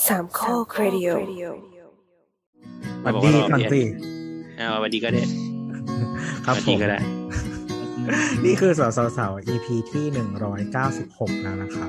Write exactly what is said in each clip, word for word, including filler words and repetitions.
สามข้อครดิโอสวัสดีก่อนสิเอาสวัสดีก็ได้ครับผมก็ได้นี่คือสาวสาว อี พี ที่หนึ่งร้อยเก้าสิบหกแล้วนะครับ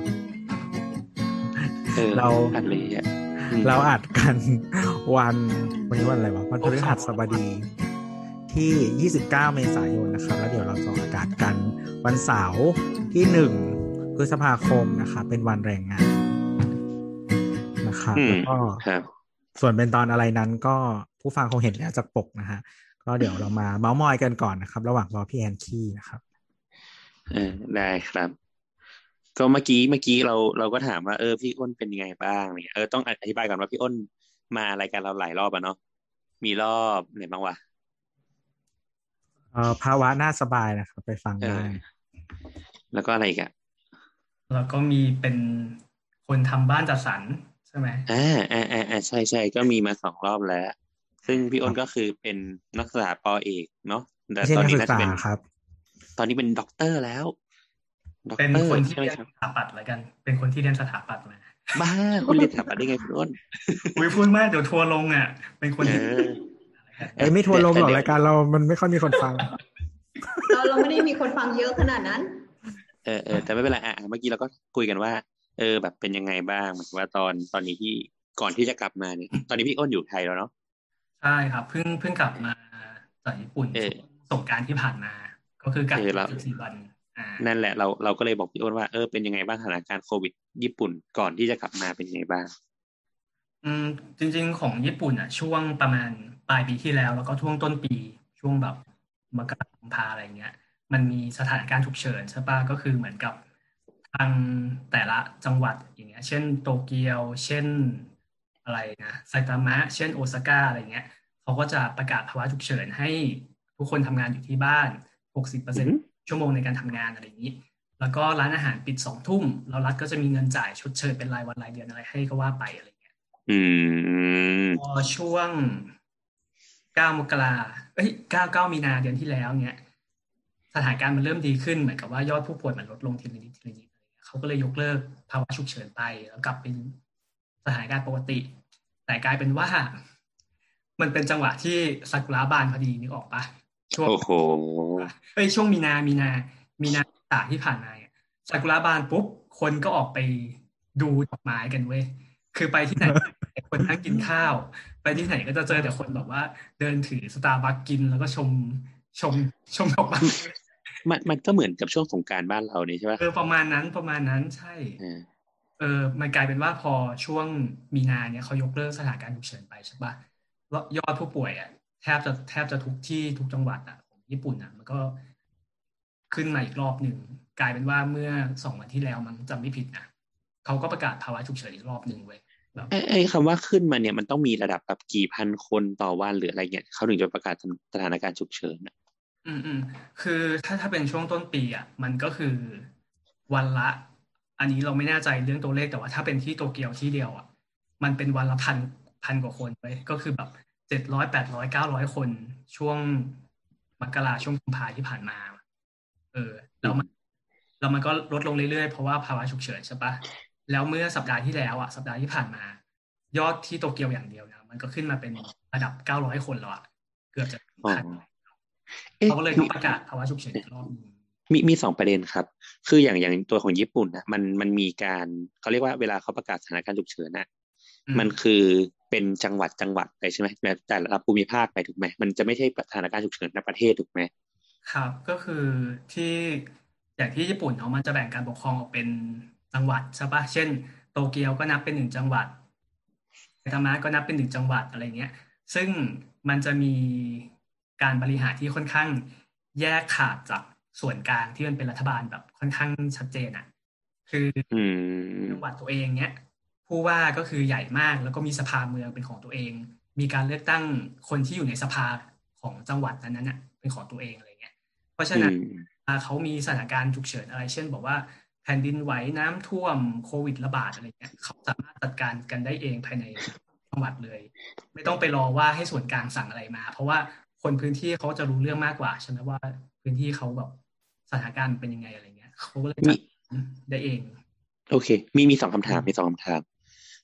เราอัดเลยอ่ะเราอัดกันวันวันนี้วันอะไรวะวันพฤหัสบดีที่ยี่สิบเก้าเมษายนนะครับแล้วเดี๋ยวเราจะออกอากาศกันวันเสาร์ที่หนึ่งพฤษภาคมนะครับเป็นวันแรงงานนะครับแล้วก็ส่วนเป็นตอนอะไรนั้นก็ผู้ฟังคงเห็นแล้วจากปกนะฮะก็เดี๋ยวเรามาเม้ามอยกันก่อนนะครับระหว่างรอพี่แอนคี้นะครับเออได้ครับก็เมื่อกี้เมื่อกี้เราเราก็ถามว่าเออพี่อ้นเป็นยังไงบ้างเนี่ยเออต้องอธิบายก่อนว่าพี่อ้นมารายการเราหลายรอบอ่ะเนาะมีรอบไหนบ้างวะเอ่อภาวะน่าสบายนะครับไปฟังได้แล้วก็อะไรอีกอ่ะแล้วก็มีเป็นคนทำบ้านจัดสรรใช่ไหมอ่าอ่าอ่าอ่าใช่ใช่ก็มีมาสองรอบแล้วซึ่งพี่อ้นก็คือเป็นนักศึกษาปอเอกเนาะแต่ตอนนี้น่าจะเป็นครับตอนนี้เป็นด็อกเตอร์แล้วเป็นคนที่เรียนสถาปัตย์แล้วกันเป็นคนที่เรียนสถาปัตย์มาบ้าคุณเรียนสถาปัตย์ได้ไงคุณอ้นอุ้ยพูดมากเดี๋ยวทัวร์ลงอ่ะเป็นคนที่เอ้ยไม่ทัวร์ลงหรอกรายการเรามันไม่ค่อยมีคนฟังเราเราไม่ได้มีคนฟังเยอะขนาดนั้นเออเออแต่ไม่เป็นไรอ่ะเมื่อกี้เราก็คุยกันว่าเออแบบเป็นยังไงบ้างเหมือนว่าตอนตอนนี้ที่ก่อนที่จะกลับมาเนี่ยตอนนี้พี่อ้นอยู่ไทยแล้วเนาะใช่ครับเพิ่งเพิ่งกลับมาจากญี่ปุ่นสงกรานต์ที่ผ่านมาก็คือกลับมาสิบสี่วันนั่นแหละเราเราก็เลยบอกพี่อ้นว่าเออเป็นยังไงบ้างสถานการณ์โควิดญี่ปุ่นก่อนที่จะกลับมาเป็นยังไงบ้างอืมจริงๆของญี่ปุ่นอ่ะช่วงประมาณปลายปีที่แล้วแล้วก็ช่วงต้นปีช่วงแบบมกราคมพาอะไรเงี้ยมันมีสถานการณ์ฉุกเฉินใช่ป่ะก็คือเหมือนกับทางแต่ละจังหวัดอย่างเงี้ยเช่นโตเกียวเช่นอะไรนะไซตามะเช่นโอซาก้าอะไรเงี้ยเขาก็จะประกาศภาวะฉุกเฉินให้ทุกคนทำงานอยู่ที่บ้าน หกสิบเปอร์เซ็นต์ ชั่วโมงในการทำงานอะไรอย่างนี้แล้วก็ร้านอาหารปิดสองทุ่มแล้วรัฐก็จะมีเงินจ่ายชดเชยเป็นรายวันรายเดือนอะไรให้ก็ว่าไปอะไรเงี้ยอืมพอช่วงเก้ามกราเอ้ยเก้าเก้ามีนาเดือนที่แล้วเนี้ยสถานการณ์มันเริ่มดีขึ้นเหมือนกับว่ายอดผู้ป่วยมันลดลงทีละนิดทีละนิดอะไรเงี้ยเขาก็เลยยกเลิกภาวะฉุกเฉินไปแล้วกลับเป็นสถานการณ์ปกติแต่กลายเป็นว่ามันเป็นจังหวะที่ซากุระบานพอดีนึกออกปะช่วงโอ้โหเอ้ยช่วงมีนามีนามีนาตาที่ผ่านมาซากุระบานปุ๊บคนก็ออกไปดูดอกไม้กันเว้ยคือไปที่ไหนคนนั่งกินข้าวไปที่ไหนก็จะเจอแต่คนแบบว่าเดินถือสตาร์บัคกินแล้วก็ชมชมชมดอกไม้มันมันก็เหมือนกับช่วงสงกรานต์บ้านเรานี่ใช่ป่ะเออประมาณนั้นประมาณนั้นใช่เออมันกลายเป็นว่าพอช่วงมีนาเนี่ยเขายกเลิกสถานการณ์ฉุกเฉินไปใช่ป่ะแล้วยอดผู้ป่วยอ่ะแทบจะแทบจะทุกที่ทุกจังหวัดอ่ะของญี่ปุ่นอ่ะมันก็ขึ้นมาอีกรอบหนึ่งกลายเป็นว่าเมื่อสองวันที่แล้วมันจำไม่ผิดนะเขาก็ประกาศภาวะฉุกเฉินอีกรอบหนึ่งเว้ยไอ้ไอ้คำว่าขึ้นมาเนี่ยมันต้องมีระดับแบบกี่พันคนต่อวันหรืออะไรเงี้ยเขาถึงจะประกาศสถานการณ์ฉุกเฉินอ่ะอืมอืมคือถ้าถ้าเป็นช่วงต้นปีอ่ะมันก็คือวันละอันนี้เราไม่แน่ใจเรื่องตัวเลขแต่ว่าถ้าเป็นที่โตเกียวที่เดียวอ่ะมันเป็นวันละพันพันกว่าคนไปก็คือแบบเจ็ดร้อยแปดร้อยเก้าร้อยคนช่วงมกราช่วงกุมภาที่ผ่านมาเออแล้วมันแล้วมันก็ลดลงเรื่อยๆเพราะว่าภาวะฉุกเฉินใช่ปะแล้วเมื่อสัปดาห์ที่แล้วอ่ะสัปดาห์ที่ผ่านมายอดที่โตเกียวอย่างเดียวนะมันก็ขึ้นมาเป็นระดับเก้าร้อยคนแล้วอ่ะเกือบจะพันเขาก็เลยต้องประกาศภาวะฉุกเฉินอีกรอบนึงมีมีสองประเด็นครับคืออย่างอย่างตัวของญี่ปุ่นนะมันมันมีการเขาเรียกว่าเวลาเขาประกาศสถานการณ์ฉุกเฉินนะมันคือเป็นจังหวัดจังหวัดไปใช่ไหมแต่ละภูมิภาคไปถูกไหมมันจะไม่ใช่สถานการณ์ฉุกเฉินในประเทศถูกไหมครับก็คือที่อย่างที่ญี่ปุ่นเนาะมันจะแบ่งการปกครองออกเป็นจังหวัดใช่ปะเช่นโตเกียวก็นับเป็นหนึ่งจังหวัดไซตามะก็นับเป็นหนึ่งจังหวัดอะไรเงี้ยซึ่งมันจะมีการบริหารที่ค่อนข้างแยกขาดจากส่วนกลางที่มันเป็นรัฐบาลแบบค่อนข้างชัดเจนอ่ะคือจังหวัดตัวเองเนี้ยผู้ว่าก็คือใหญ่มากแล้วก็มีสภาเมืองเป็นของตัวเองมีการเลือกตั้งคนที่อยู่ในสภาของจังหวัดนั้นๆน่ะเป็นของตัวเองอะไรเงี้ยเพราะฉะนั้นเขามีสถานการณ์ฉุกเฉินอะไรเช่นบอกว่าแผ่นดินไหวน้ำท่วมโควิดระบาดอะไรเงี้ยเขาสามารถจัดการกันได้เองภายในจังหวัดเลยไม่ต้องไปรอว่าให้ส่วนกลางสั่งอะไรมาเพราะว่าคนพื้นที่เขาจะรู้เรื่องมากกว่าใช่ไหมว่าพื้นที่เขาแบบสถานการณ์เป็นยังไงอะไรเงี้ยเขาก็เลยจัดได้เองโอเคมีมีสองคำถามมีสองคำถาม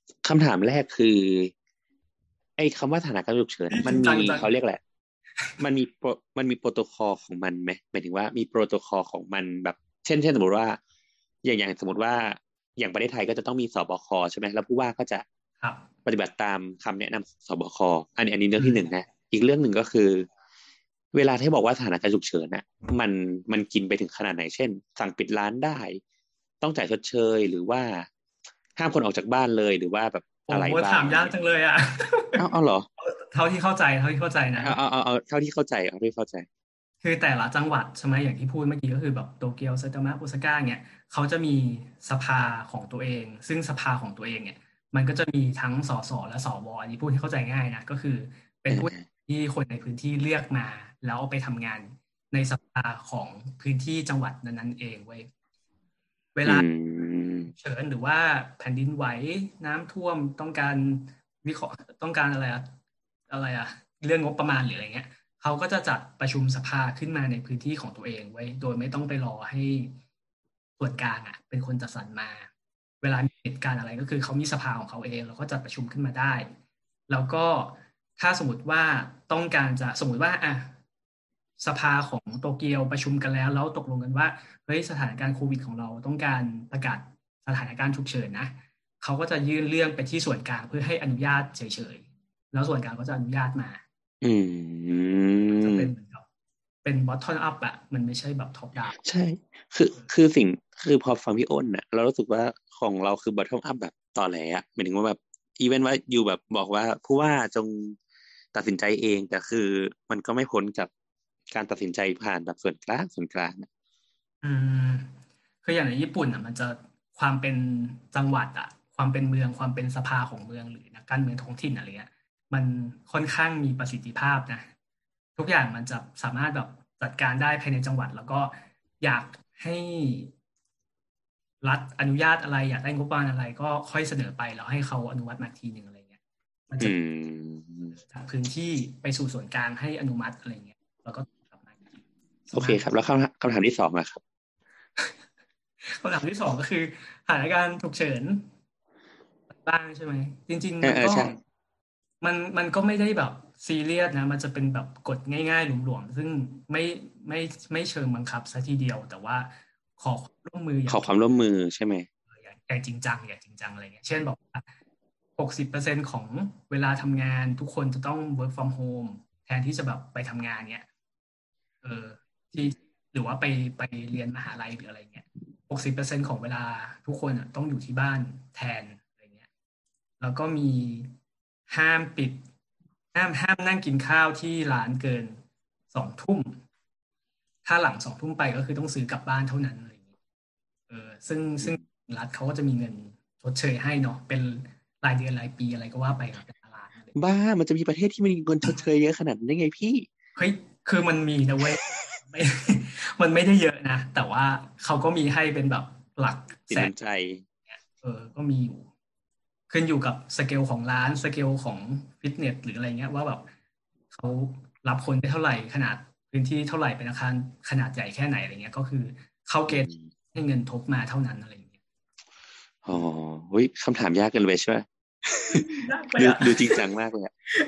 คำถามแรกคือไอ้คำว่าสถานการณ์ฉุกเฉินมันมีเขาเรียกแหละมันมีมันมีโปรโตคอลของมันไหมหมายถึงว่ามีโปรโตคอลของมันแบบเช่นเช่นสมมติว่าอย่างอย่างสมมติว่าอย่างประเทศไทยก็จะต้องมีสบคใช่ไหมแล้วผู้ว่าก็จะปฏิบัติตามคำแนะนำของสบคอันนี้อันนี้เรื่องที่หนึ่งนะอีกเรื่องหนึ่งก็คือเวลาที่บอกว่าสถานการณ์ฉุกเฉินน่ะมันมันกินไปถึงขนาดไหนเช่นสั่งปิดร้านได้ต้องจ่ายชดเชยหรือว่าห้ามคนออกจากบ้านเลยหรือว่าแบบอะไรบ้างถามยากจังเลยอ่ะเอาเอาเหรอเท่าที่เข้าใจเท่าที่เข้าใจนะเอาเอาเอาเอาเท่าที่เข้าใจเอาที่เข้าใจคือแต่ละจังหวัดใช่ไหมอย่างที่พูดเมื่อกี้ก็คือแบบโตเกียวไซตามะโอซาก้าเนี่ยเขาจะมีสภาของตัวเองซึ่งสภาของตัวเองเนี่ยมันก็จะมีทั้งสสและสวอันนี้พูดให้เข้าใจง่ายนะก็คือเป็นผู้ที่คนในพื้นที่เลือกมาแล้วเอาไปทำงานในสภาของพื้นที่จังหวัดนั้นๆเองเว้ยเวลาเฉินหรือว่าแผ่นดินไหวน้ำท่วมต้องการวิเคราะห์ต้องการอะไรอะอะไรอะเรื่องงบประมาณหรืออะไรเงี้ยเขาก็จะจัดประชุมสภาขึ้นมาในพื้นที่ของตัวเองไว้โดยไม่ต้องไปรอให้ส่วนกลางอ่ะเป็นคนจัดสรรมาเวลามีเหตุการณ์อะไรก็คือเขามีสภาของเขาเองแล้วก็จัดประชุมขึ้นมาได้แล้วก็ถ้าสมมติว่าต้องการจะสมมติว่าอ่ะสภาของโตเกียวประชุมกันแล้วแล้วตกลงกันว่าเฮ้ยสถานการณ์โควิดของเราต้องการประกาศสถานการณ์ฉุกเฉินนะเขาก็จะยื่นเรื่องไปที่ส่วนกลางเพื่อให้อนุญาตเฉยๆแล้วส่วนกลางก็จะอนุญาตมาอืมจะเป็นเหมือนกับเป็น bottom up อะมันไม่ใช่แบบ top down ใช่คือคือสิ่งคือพอฟังพี่อ้นน่ะเรารู้สึกว่าของเราคือ bottom up แบบตอแหลอะหมายถึงว่าแบบอีเวนต์ว่าอยู่แบบบอกว่าผู้ว่าจงตัดสินใจเองแต่คือมันก็ไม่พ้นกับการตัดสินใจผ่านแบบส่วนกลางส่วนกลางอืมคืออย่างในญี่ปุ่นอ่ะมันจะความเป็นจังหวัดอ่ะความเป็นเมืองความเป็นสภาของเมืองหรือนักการเมืองท้องถิ่นอะไรเงี้ยมันค่อนข้างมีประสิทธิภาพนะทุกอย่างมันจะสามารถแบบจัดการได้ภายในจังหวัดแล้วก็อยากให้รัฐอนุญาตอะไรอยากได้งบประมาณอะไรก็ค่อยเสนอไปแล้วให้เขาอนุมัติมาทีหนึ่งอะไรเงี้ยมันจะจากพื้นที่ไปสู่ส่วนกลางให้อนุมัติอะไรเงี้ยแล้วก็โอเคครับแล้วคำคำถามที่สองนะครับคำถามที่สองก็คือสถานการณ์ฉุกเฉินบ้างใช่ไหมจริงๆมันก็มันมันก็ไม่ได้แบบซีเรียสนะมันจะเป็นแบบกฎง่ายๆหลวมๆซึ่งไม่ไม่ไม่เชิงบังคับซะทีเดียวแต่ว่าขอความร่วมมือขอความร่วมมือใช่ไหมอย่างจริงจังอย่างจริงจังอะไรเงี้ยเช่นบอกว่าหกสิบเปอร์เซ็นต์ของเวลาทำงานทุกคนจะต้อง work from home แทนที่จะแบบไปทำงานเนี้ยเออที่หรือว่าไปไปเรียนมหาลัยหรืออะไรเงี้ยหกสิบเปอร์เซ็นต์ของเวลาทุกคนอ่ะต้องอยู่ที่บ้านแทนอะไรเงี้ยแล้วก็มีห้ามปิดห้ามห้ามนั่งกินข้าวที่ร้านเกินสองทุ่มถ้าหลังสองทุ่มไปก็คือต้องซื้อกลับบ้านเท่านั้นอะไรอย่างเงี้ยเออซึ่งซึ่งรัฐเขาก็จะมีเงินชดเชยให้เนาะเป็นรายเดือนรายปีอะไรก็ว่าไปกับแต่ละร้านบ้ามันจะมีประเทศที่มีเงินชดเชยเยอะขนาดนั้นได้ไงพี่เฮ้ยคือมันมีนะเว้ยไม่มันไม่ได้เยอะนะแต่ว่าเขาก็มีให้เป็นแบบหลักแสนใจเออก็มีอยู่ขึ้นอยู่กับสเกลของร้านสเกลของฟิตเนสหรืออะไรเงี้ยว่าแบบเขารับคนได้เท่าไหร่ขนาดพื้นที่เท่าไหร่เป็นอาคารขนาดใหญ่แค่ไหนอะไรเงี้ยก็คือเข้าเกณฑ์ให้เงินทบมาเท่านั้นอะไรอย่างเงี้ยอ๋อเฮ้ยคำถามยากเกินไปใช่ไหมดูดูจริงจังมากเลย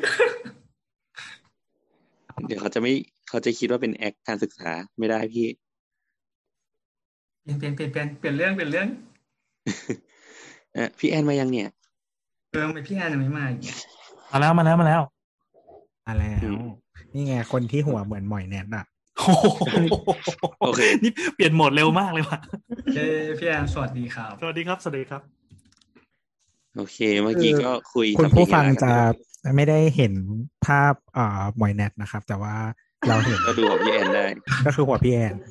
เดี๋ยวเขาจะไม่เขาจะคิดว่าเป็นแอคการศึกษาไม่ได้พี่เปลี่ยนเปลี่ยนเปลี่ยนเปลี่ยนเปลี่ยนเรื่องเปลี่ยนเรื่องเออพี่แอนมายังเนี่ยเออไม่พี่แอนยังไม่มาอีกเนี่ยมาแล้วมาแล้วมาแล้วมาแล้วนี่ไงคนที่หัวเหมือนหมอยแนทอ่ะโอเคนี่เปลี่ยนโหมดเร็วมากเลยว่ะเอ้พี่แอนสวัสดีครับสวัสดีครับสวัสดีครับโอเคเมื่อกี้ก็คุยคุณผู้ฟังจะไม่ได้เห็นภาพเอ่อหมอยแนทนะครับแต่ว่าเราเห็นก็ดูของพี่แอนได้ก็คือหัวพี่แอน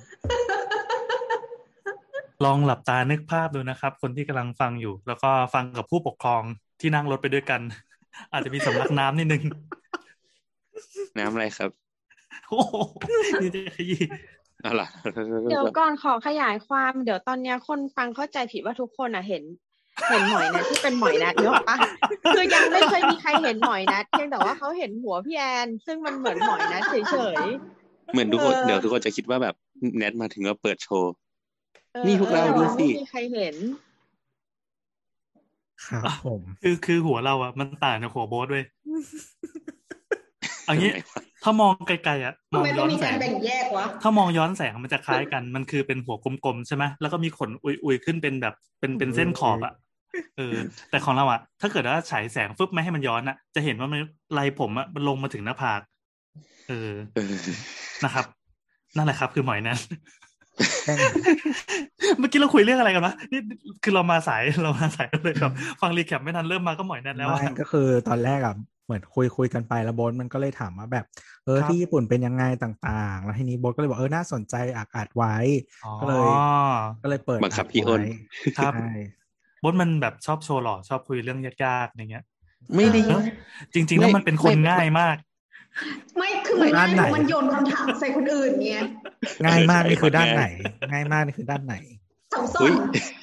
ลองหลับตานึกภาพดูนะครับคนที่กำลังฟังอยู่แล้วก็ฟังกับผู้ปกครองที่นั่งรถไปด้วยกันอาจจะมีสำลักน้ำนิดนึงน้ำอะไรครับโอ้นี่จะขยี้อะไรเดี๋ยวก่อนขอขยายความเดี๋ยวตอนนี้คนฟังเข้าใจผิดว่าทุกคนอ่ะเห็นเห็นหมอยนัทที่เป็นหมอยนัทเนอะปะคือยังไม่เคยมีใครเห็นหมอยนัทเพียงแต่ว่าเขาเห็นหัวพี่แอนซึ่งมันเหมือนหมอยนัทเฉยๆเหมือนทุกคนเดี๋ยวทุกคนจะคิดว่าแบบแนทมาถึงก็เปิดโชว์นี่พวกเราดูสิไม่มีใครเห็นครับผมคือคือหัวเราอ่ะมันต่างจากหัวโบ๊ทด้วยอันนี้ทำไมวะถ้ามองไกลๆอ่ะมทำองไมย้ต้ออง นมีแสการงแบ่งแยกวะถ้ามองย้อนแสงมันจะคล้ายกันมันคือเป็นหัวกลมๆใช่ไหมแล้วก็มีขนอุยๆขึ้นเป็นแบบเป็นเป็นเส้นขอบอ่ะเออแต่ของเราอ่ะถ้าเกิดว่าฉายแสงฟึบไม่ให้มันย้อนอ่ะจะเห็นว่ามันไรผมอ่ะมันลงมาถึงหน้าผากเออเออนะครับนั่นแหละครับคือหมอยนั้นแม่งเมื่อกี้เราคุยเรื่องอะไรกันวะนี่คือเรามาสายเรามาสายเลยครับฟังรีแคปไม่ทันเริ่มมาก็หมอยแน่นแล้วไม่อะก็คือตอนแรกอ่ะเหมือนคุยคุยกันไปแล้วโบนมันก็เลยถามว่าแบบเออครับที่ญี่ปุ่นเป็นยังไงต่างๆ แล้วทีนี้โบนก็เลยบอกเออน่าสนใจอักอัดไว้อ๋อก็เลยก็เลยเปิดบังคับอัดพี่อ้นไว้ครับใช่บดมันแบบชอบโชว์หล่อชอบคุยเรื่องยากๆอย่างเงี้ยไม่ได้เนอะจริงๆแล้วมันเป็นคนง่ายมากไม่คือมันด้านไหนง่ายเพราะมันโยนคำถามใส่คนอื่นไงง่ายมากนี่คือด้านง่ายไหน ง่ายมากนี่คือด้านไหนสองสออุ๊งย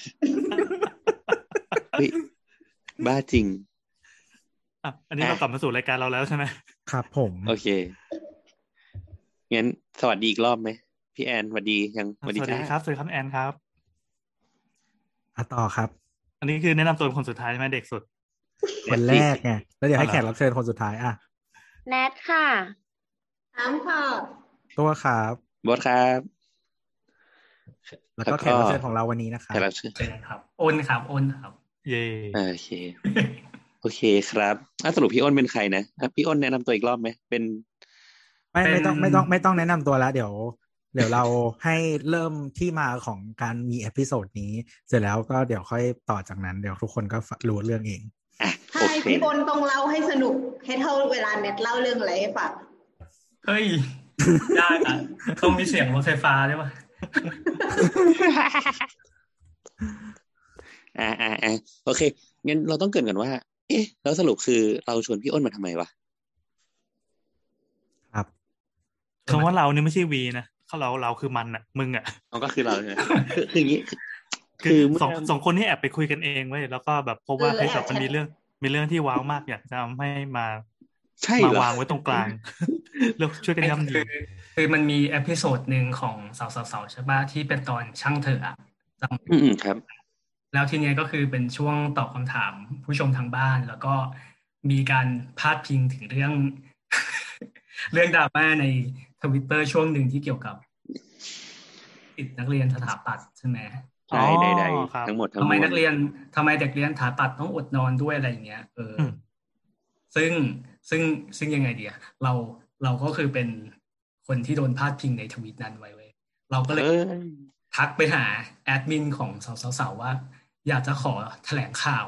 เฮ้ยบ้าจริงอ่ะอันนี้เรากลับมาสู่รายการเราแล้วใช่ไหมครับผมโอเคงั้นสวัสดีอีกรอบไหมพี่แอนสวัสดียังสวัสสดีวัสดีจ้าครับสวัสดีครับแอนครับอ่ะต่อครับอันนี้คือแนะนำตัวคนสุดท้ายใช่ไหมเด็กสุดคนแรกไงแล้วเดี๋ยวให้อ๋อเหรอแขกรับเชิญคนสุดท้ายอ่ะแนทค่ะน้ำค่ะตัวครับบอสครับแล้วแล้วก็ก็แขกรับเชิญของเราวันนี้นะครัแขบกรับเชิญเชิญครับอ้นครับอ้นครับเย่โอเค โอเคครับอ่ะสรุปพี่อ้นเป็นใครนะอ่ะพี่อ้นแนะนำตัวอีกรอบไหมเป็นไม่เป็นไม่ต้องไม่ต้องไม่ต้องแนะนำตัวแล้ว เดี๋ยว เดี๋ยวเราให้เริ่มที่มาของการมีเอพิโซดนี้ เสร็จแล้วก็เดี๋ยวค่อยต่อจากนั้นเดี๋ยวทุกคนก็รู้เรื่องเองอ่ะใช่โอเคพี่บนต้องเล่าให้สนุกให้เท่าเวลาเน็ตเล่าเรื่องอะไรให้ฟังเฮ้ยยากอ่ะต้องมีเสียงรถไฟฟ้าด้วยป่ะอ่าอ่าอ่าโอเคงั้นเราต้องเกรินก่อนว่า เอ๊ะแล้วสรุปคือเราชวนพี่อ้นมาทำไมวะครับคำว่าเรานี่ไม่ใช่วีนะเขาเราเราคือมันอ่ะมึงอ่ะอ๋อก็คือเราใช่ไหมคือคืออย่างนี้คือคืคือ อเมื่อสองสองคนนี้แอบไปคุยกันเองเว้ยแล้วก็แบบพบว่าเออเฮ้ยแอบแบบมันมีเรื่องมีเรื่องที่ว้าวมากอยากจะทำให้มาใช่มาเหรอวางไว้ตรงกลาง แล้วช่วยกันย่ำยีคือคือมันมีเอพิโซดหนึ่งของสาวๆๆใช่ป่ะที่เป็นตอนช่างเถอะอะจำอืมอืมครับแล้วทีเนี้ยก็คือเป็นช่วงตอบคำถามผู้ชมทางบ้าน แล้วก็มีการพาดพิงถึงเรื่อง เรื่องดราม่าในทวิตเตอร์ช่วงหนึ่งที่เกี่ยวกับติดนักเรียนสถาปัตย์ใช่ไหมใช่ใดอ๋อครับๆทั้งหมดทั้งทำมไมวลนักเรียนทำไมเด็กเรียนสถาปัตย์ต้องอดนอนด้วยอะไรอย่างเงี้ยเอออมซึ่งซึ่งซึ่งยังไงดีอะเราเราก็คือเป็นคนที่โดนพาดพิงในทวีตนั้นไว้เว้ยเราก็เลยเอ้ยทักไปหาแอดมินของสาวๆๆว่า อยากจะขอแถลงข่าว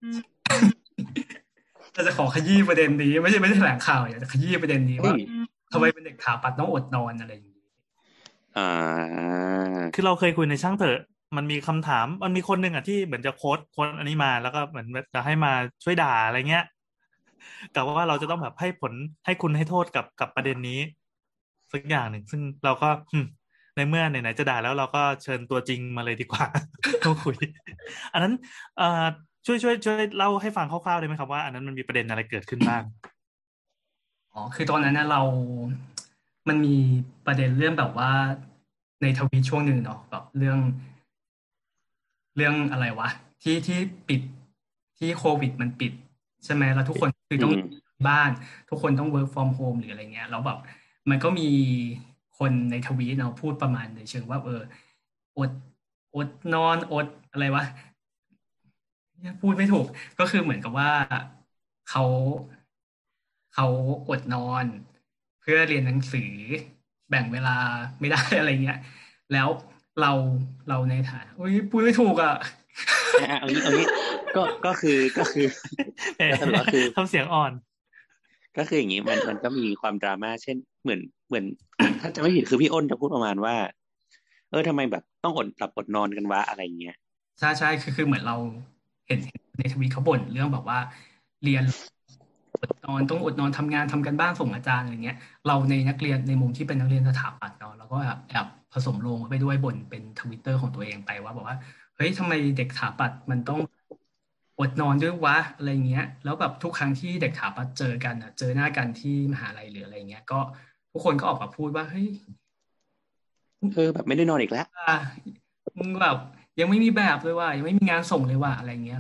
อยากจะขอขยี้ประเด็นนี้ไม่ใช่ไม่ใช่แถลงข่าวอยากจะขยี้ประเด็นนี้เฮ้ว่าย ทำไมเป็นเด็กสถาปัตย์ต้องอดนอนอะไรอย่างนี้อ่าคือเราเคยคุยในช่างเถอะมันมีคำถามมันมีคนหนึ่งอ่ะที่เหมือนจะโค้ดโค้ดอันนี้มาแล้วก็เหมือนจะให้มาช่วยด่าอะไรเงี้ยแต่ว่าเราจะต้องแบบให้ผลให้คุณให้โทษกับกับประเด็นนี้สักอย่างหนึ่งซึ่งเราก็หึในเมื่อไหนๆจะด่าแล้วเราก็เชิญตัวจริงมาเลยดีกว่า ต้องคุย อันนั้นเอ่อช่วยช่วยช่วยเล่าให้ฟังคร่าวๆได้ไหมครับว่าอันนั้นมันมีประเด็นอะไรเกิดขึ้นบ้างอ๋อคือตอนนั้นนะเรา มันมีประเด็นเรื่องแบบว่าในทวีตช่วงหนึ่งเนาะแบบเรื่อง เรื่องอะไรวะ ที่ที่ปิดที่โควิดมันปิด ใช่ไหมแล้วทุกคนคือต้องอืมบ้าน ทุกคนต้อง work from home หรืออะไรเงี้ยแล้วแบบมันก็มีคนในทวีตเนาะพูดประมาณในเชิงว่าเอออดอดนอนอดอะไรวะเนี่ยพูดไม่ถูก ก็คือเหมือนกับว่าเขาเขาอดนอน เพื่อเรียนหนังสือแบ่งเวลาไม่ได้ อะไรเงี้ย แล้วเราเราในฐานะอุ้ยพูดไม่ถูกอ่ะอ่ะเอางี้เอางี้ก็ก็คือก็คือ ก็สรุปก็คือทำเสียงอ่อนก็คืออย่างนี้มันมันก็มีความดราม่าเช่นเหมือนเหมือน ถ้าจะไม่ผิดคือพี่อ้นจะพูดประมาณว่า เออทำไมแบบต้องอดหลับอดนอนกันวะอะไรเงี้ยใช่ใช่คือคือเหมือนเราเห็นในทวีตเขาบ่นเรื่องแบบว่า เรียนอดนอนต้องอดนอนทำงานทำกันบ้านส่งอาจารย์อะไรเงี้ย เราในนักเรียนในมุมที่เป็นนักเรียนสถาปัตย์เนาะเราก็แอบแอบผสมลงไปด้วยบ่นเป็นทวิตเตอร์ของตัวเองไปว่าบอกว่าเฮ้ยทำไมเด็กสถาปัตย์มันต้องอดนอนด้วยวะอะไรเงี้ย แล้วแบบทุกครั้งที่เด็กสถาปัตย์เจอกันอ่ะเจอหน้ากันที่มหาลัยหรืออะไรเงี้ย ก็ทุกคนก็ออกมาพูดว่าเฮ้ยเออแบบไม่ได้นอนอีกแล้วอ่ะมึงแบบยังไม่มีแบบเลยว่ะยังไม่มีงานส่งเลยว่ะอะไรเงี้ยแล้ว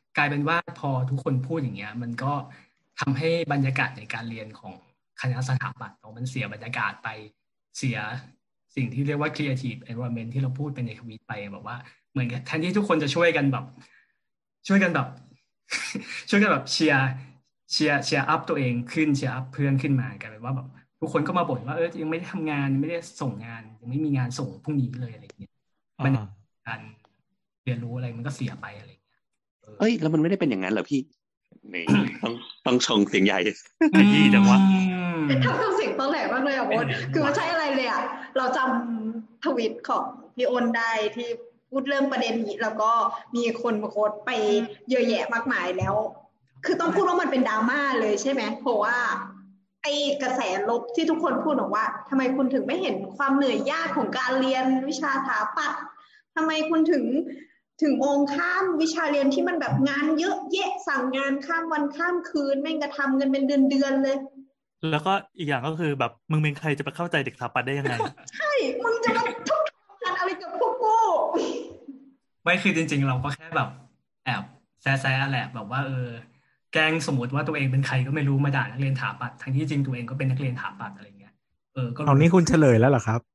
กลายเป็นว่าพอทุกคนพูดอย่างเงี้ยมันก็ทำให้บรรยากาศในการเรียนของคณะสถาปัตย์มันเสียบรรยากาศไปเสียสิ่งที่เรียกว่า creative environment ที่เราพูดไปในทวีตไปแบบว่าเหมือนแทนที่ทุกคนจะช่วยกันแบบช่วยกันแบบ ช่วยกันแบบเชียร์เชียร์เชียร์อัพตัวเองขึ้นเชียร์อัพเพื่อนขึ้นมากลายเป็นว่าแบบทุกคนก็มาบ่นว่าเออยังไม่ได้ทำงานยังไม่ได้ส่งงานยังไม่มีงานส่งพรุ่งนี้เลยอะไรเงี้ยมันการเรียนรู้อะไรมันก็เสียไปอะไรเงี้ยเอ้ยแล้วมันไม่ได้เป็นอย่างนั้นเหรอพี่นี่ ต้องต้องชงเสียงใหญ่ขยี้จังวะทำเสียงตอนแหลกมากเลยอ่ะโอ๊ตคือไม่ใช่อะไรเลยอ่ะเราจำทวิตของพี่อ้นได้ที่พูดเรื่องประเด็นนี้แล้วก็มีคนมาโค้ดไปเยอะแยะมากมายแล้วคือต้องพูดว่ามันเป็นดราม่าเลยใช่ไหมเพราะว่าไอ้กระแสลบที่ทุกคนพูดบอกว่าทำไมคุณถึงไม่เห็นความเหนื่อยยากของการเรียนวิชาสถาปัตย์ทำไมคุณถึงถึงมองข้ามวิชาเรียนที่มันแบบงานเยอะแยะสั่งงานข้ามวันข้ามคืนแม่งกระทำกันเป็นเดือนๆเลยแล้วก็อีกอย่างก็คือแบบมึงเป็นใครจะไปเข้าใจเด็กสถาปัตย์ได้ยังไงใช่มึงจะมาทุกทำอะไรกับพวกกูไม่คือจริงๆเราก็แค่แบบแอบแซะๆแหละแบบว่าเออแกล้งสมมติว่าตัวเองเป็นใครก็ไม่รู้มาด่านักเรียนสถาปัตย์ทั้งที่จริงตัวเองก็เป็นนักเรียนสถาปัตย์อะไรเงี้ยเออก็ตอนนี้คุณเฉลยแล้วเหรอครับ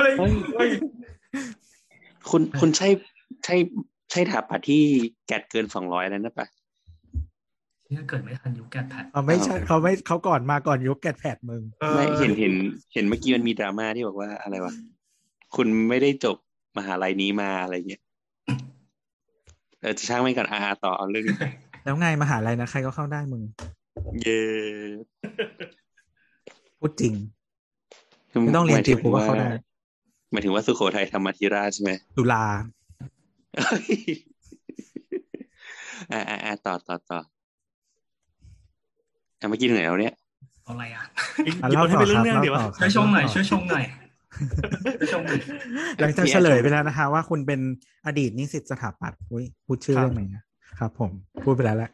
คุณคุณใช่ใช่ใช่สถาปัตย์ที่แกดเกินสองร้อยแล้วนะปะนี่เกิดไม่ทันยุคแกดแพดเขาไม่ใช่เขาไม่เขาก่อนมาก่อนยุคแกดแพดมึงไม่เห็นเห็นเห็นเมื่อกี้มันมีดราม่าที่บอกว่าอะไรวะคุณไม่ได้จบมหาลัยนี้มาอะไรเงี้ยเออจะช่างไม่กันอาต่อเอาเรื่องแล้วไงมหาลัยนะใครก็เข้าได้มึงเย่พูดจริงไม่ต้องเรียนจริงกูก็เข้าได้หมายถึงว่าสุโขทัยธรรมธิราชใช่ไหมจุฬาอ่าอ่าต่อต่อต่อเมื่อกี้ถึงไหนแล้วเนี่ยอะไรอ่ะเล่าให้เป็นเรื่องเดี๋ยวช่วยชงหน่อยช่วยชงหน่อยช่วยชงหน่อยหลังจากเฉลยไปแล้วนะคะว่าคุณเป็นอดีตนิสิตสถาปัตย์อุ้ยพูดชื่อเรื่องไหนนะครับผมพูดไปแล้วแหละ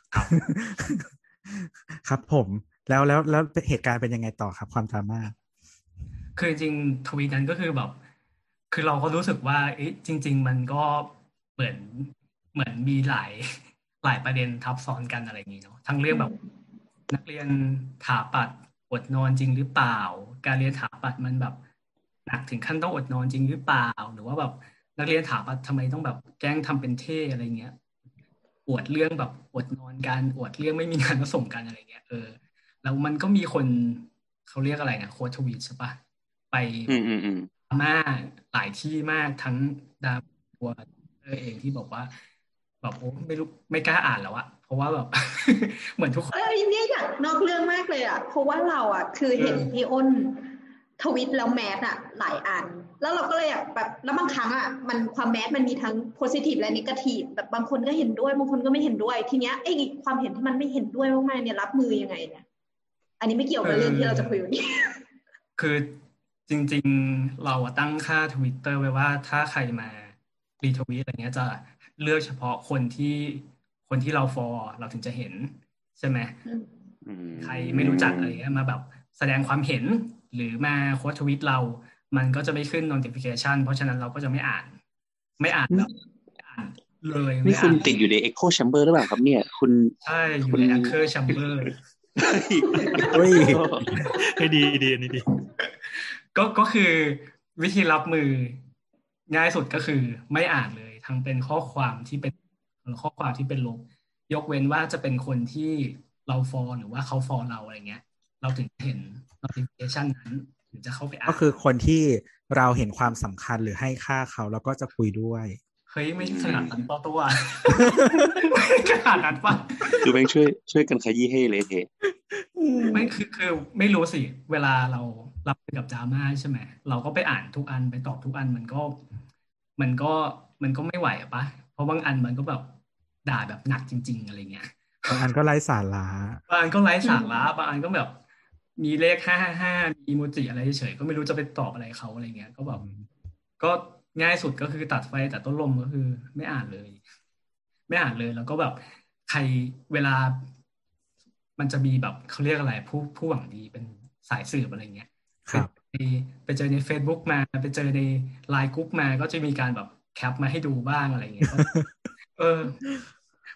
ครับผมแล้วแล้วแล้วเหตุการณ์เป็นยังไงต่อครับความดราม่าคือจริงทวีตนั้นก็คือแบบคือเราก็รู้สึกว่าเอ๊ะจริงๆมันก็เหมือนเหมือนมีหลายหลายประเด็นทับซ้อนกันอะไรอย่างนี้เนาะทั้งเรื่องแบบนักเรียนสถาปัตย์อดนอนจริงหรือเปล่าการเรียนสถาปัตย์มันแบบหนักถึงขั้นต้องอดนอนจริงหรือเปล่าหรือว่าแบบนักเรียนสถาปัตย์ทำไมต้องแบบแกล้งทำเป็นเท่อะไรเงี้ยอวดเรื่องแบบอดนอนกันอวดเรื่องไม่มีงานมาส่งกันอะไรเงี้ยเออแล้วมันก็มีคนเขาเรียกอะไรนะโค้ดทวีตใช่ปะไปมาหลายที่มากทั้งดาตัวเองที่บอกว่าแบบโอ้ไม่รู้ไม่กล้าอ่านแล้วอะเพราะว่าแบบ เหมือนทุกคนเออเนี่ยอยากนอกเรื่องมากเลยอะเพราะว่าเราอะคือเห็นพี่อ้นทวิตแล้วแมสอะหลายอันแล้วเราก็เลยแบบแล้วบางครั้งอะมันความแมสมันมีทั้งโพซิทีฟและเนกาทีฟแบบบางคนก็เห็นด้วยบางคนก็ไม่เห็นด้วยทีเนี้ยไอ้ความเห็นที่มันไม่เห็นด้วยมากๆเนี่ยรับมือยังไงเนี่ยอันนี้ไม่เกี่ยวกับเรื่องที่เราจะคุยวันนี้คือจริงๆเราตั้งค่า Twitter ไว้ว่าถ้าใครมารีทวีตอะไรเงี้ยจะเลือกเฉพาะคนที่คนที่เราฟอลเราถึงจะเห็นใช่ไหมใครไม่รู้จักอะไรเงี้ยมาแบบแสดงความเห็นหรือมาโค้ดทวิตเรามันก็จะไม่ขึ้น notification เพราะฉะนั้นเราก็จะไม่อ่านไม่อ่านแบบอ่านเลยนี่คุณติดอยู่ใน Echo Chamber หรือเปล่าครับเนี่ยคุณใช่อยู่ใน Echo Chamber เฮ้ยให้ดีดีอันนี้ดีก็ก็คือวิธีรับมือง่ายสุดก็คือไม่อ่านเลยทั้งเป็นข้อความที่เป็นข้อความที่เป็นลบยกเว้นว่าจะเป็นคนที่เราฟอลหรือว่าเขาฟอลเราอะไรเงี้ยเราถึงเห็น notification นั้นถึงจะเข้าไปอ่านก็คือคนที่เราเห็นความสำคัญหรือให้ค่าเขาแล้วก็จะคุยด้วยเฮ้ยไม่ขนาดนั้นตัวตัวขนาดนั้นป่ะคือแม่งช่วยช่วยกันขยี้ให้เละเทะไม่คือคือไม่รู้สิเวลาเรารับกับดราม่าใช่ไหมเราก็ไปอ่านทุกอันไปตอบทุกอันมันก็มันก็มันก็ไม่ไหวอะปะเพราะบางอันมันก็แบบด่าแบบหนักจริงๆอะไรเงี้ยบางอันก็ไร้สาระบางอันก็ไร้สาระบางอันก็แบบมีเลขห้าห้าห้ามีอีโมจิอะไรเฉยๆก็ไม่รู้จะไปตอบอะไรเขาอะไรเงี้ยก็แบบก็ง่ายสุดก็คือตัดไฟแต่ต้นลมก็คือไม่อ่านเลยไม่อ่านเลยแล้วก็แบบใครเวลามันจะมีแบบเขาเรียกอะไรผู้ผู้หวังดีเป็นสายสืบอะไรเงี้ยครับไปไปเจอใน Facebook มาไปเจอใน ไลน์ กรุ๊ปมาก็จะมีการแบบแคปมาให้ดูบ้างอะไรเงี้ยเออ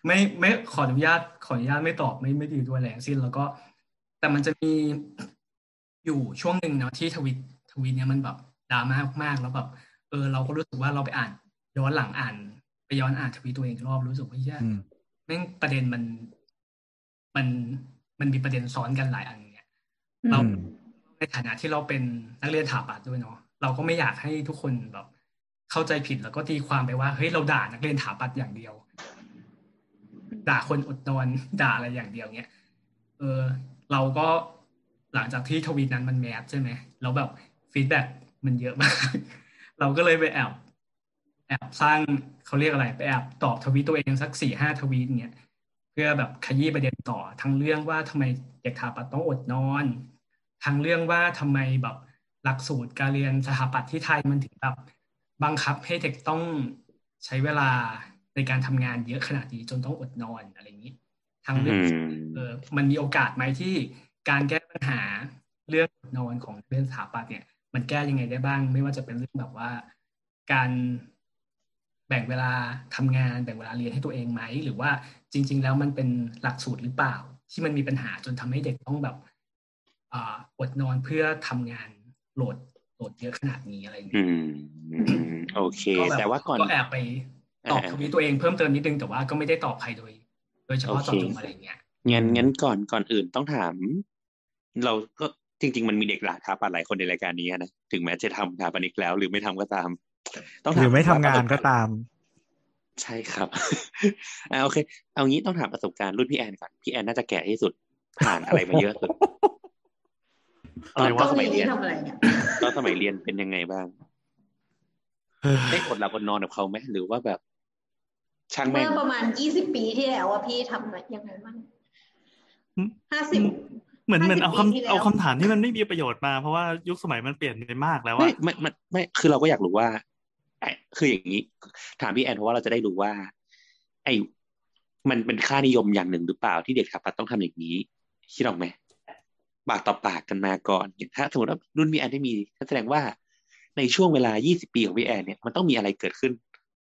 ไม่ไม่ขออนุญาตขออนุญาตไม่ตอบไม่ไม่ดีด้วยแรงสิ้นแล้วก็แต่มันจะมีอยู่ช่วงหนึ่งเนาะที่ทวิตทวิตเนี้ยมันแบบดราม่ามากๆแล้วแบบเออเราก็รู้สึกว่าเราไปอ่านย้อนหลังอ่านไปย้อนอ่านทวิตตัวเองอีกรอบรู้สึกว่าเหี้ยแม่งประเด็นมันมันมันมีประเด็นซ้อนกันหลายอันเนี่ยเราในฐานะที่เราเป็นนักเรียนถาปัตย์ด้วยเนาะเราก็ไม่อยากให้ทุกคนแบบเข้าใจผิดแล้วก็ตีความไปว่าเฮ้ยเราด่านักเรียนถาปัตย์อย่างเดียวด่าคนอดนอนด่าอะไรอย่างเดียวเนี้ยเออเราก็หลังจากที่ทวีตนั้นมันแมสใช่ไหมแล้วแบบฟีดแบ็กมันเยอะมาก เราก็เลยไปแอบแอบสร้างเขาเรียกอะไรไปแอบตอบทวีตตัวเองสักสี่ห้าทวีตเนี้ยเพื่อแบบขยี้ประเด็นต่อทั้งเรื่องว่าทำไมเด็กสถาปัตย์ต้องอดนอนทั้งเรื่องว่าทำไมแบบหลักสูตรการเรียนสถาปัตย์ที่ไทยมันถึงแบบบังคับให้เด็กต้องใช้เวลาในการทำงานเยอะขนาดนี้จนต้องอดนอนอะไรอย่างนี้ทั้งเรื่องเออมันมีโอกาสไหมที่การแก้ปัญหาเรื่องอดนอนของเรื่องสถาปัตย์เนี่ยมันแก้ยังไงได้บ้างไม่ว่าจะเป็นเรื่องแบบว่าการแบ่งเวลาทำงานแบ่งเวลาเรียนให้ตัวเองไหมหรือว่าจริงๆแล้วมันเป็นหลักสูตรหรือเปล่าที่มันมีปัญหาจนทำให้เด็กต้องแบบอ่าอดนอนเพื่อทำงานโหลดโหลดเยอะขนาดนี้อะไรอย่างเงี้ยโอเคแต่ว่าก่อนก็แอบไปตอบทวีตตัวเองเพิ่มเติมนิดนึงแต่ว่าก็ไม่ได้ตอบใครโดยโดยเฉพาะเจาะจงอะไรเงี้ยงั้นงั้นก่อนก่อนอื่นต้องถามเราก็จริงๆมันมีเด็กหลายทับหลายคนในรายการนี้นะถึงแม้จะทำสถาปนิกแล้วหรือไม่ทำก็ตามต้องหรือไม่ทำงานก็ตามใช่ครับอ่าโอเคเอางี้ต้องถามประสบการณ์รุ่นพี่แอนก่อนพี่แอนน่าจะแก่ที่สุดผ่านอะไรมาเยอะสุดตอนก็สมัยเรียนก็สมัยเรียนเป็นยังไงบ้างได้อดหลับอดนอนกับเขาไหมหรือว่าแบบช่างแม่งเมื่อประมาณยี่สิบปีที่แล้วว่าพี่ทำยังไงบ้างห้าสิบเหมือนเหมือนเอาคำเอาคำถามที่มันไม่มีประโยชน์มาเพราะว่ายุคสมัยมันเปลี่ยนไปมากแล้วว่าไม่ไม่ไม่คือเราก็อยากรู้ว่าคืออย่างนี้ถามพี่แอนเพราะว่าเราจะได้รู้ว่าไอ้มันเป็นค่านิยมอย่างหนึ่งหรือเปล่าที่เด็กสถาปัตย์ต้องทำอย่างนี้คิดออกไหมปากต่อปากกันมาก่อนถ้าสมมติว่ารุ่นพี่แอนได้มีแสดงว่าในช่วงเวลายี่สิบปีของพี่แอนเนี่ยมันต้องมีอะไรเกิดขึ้น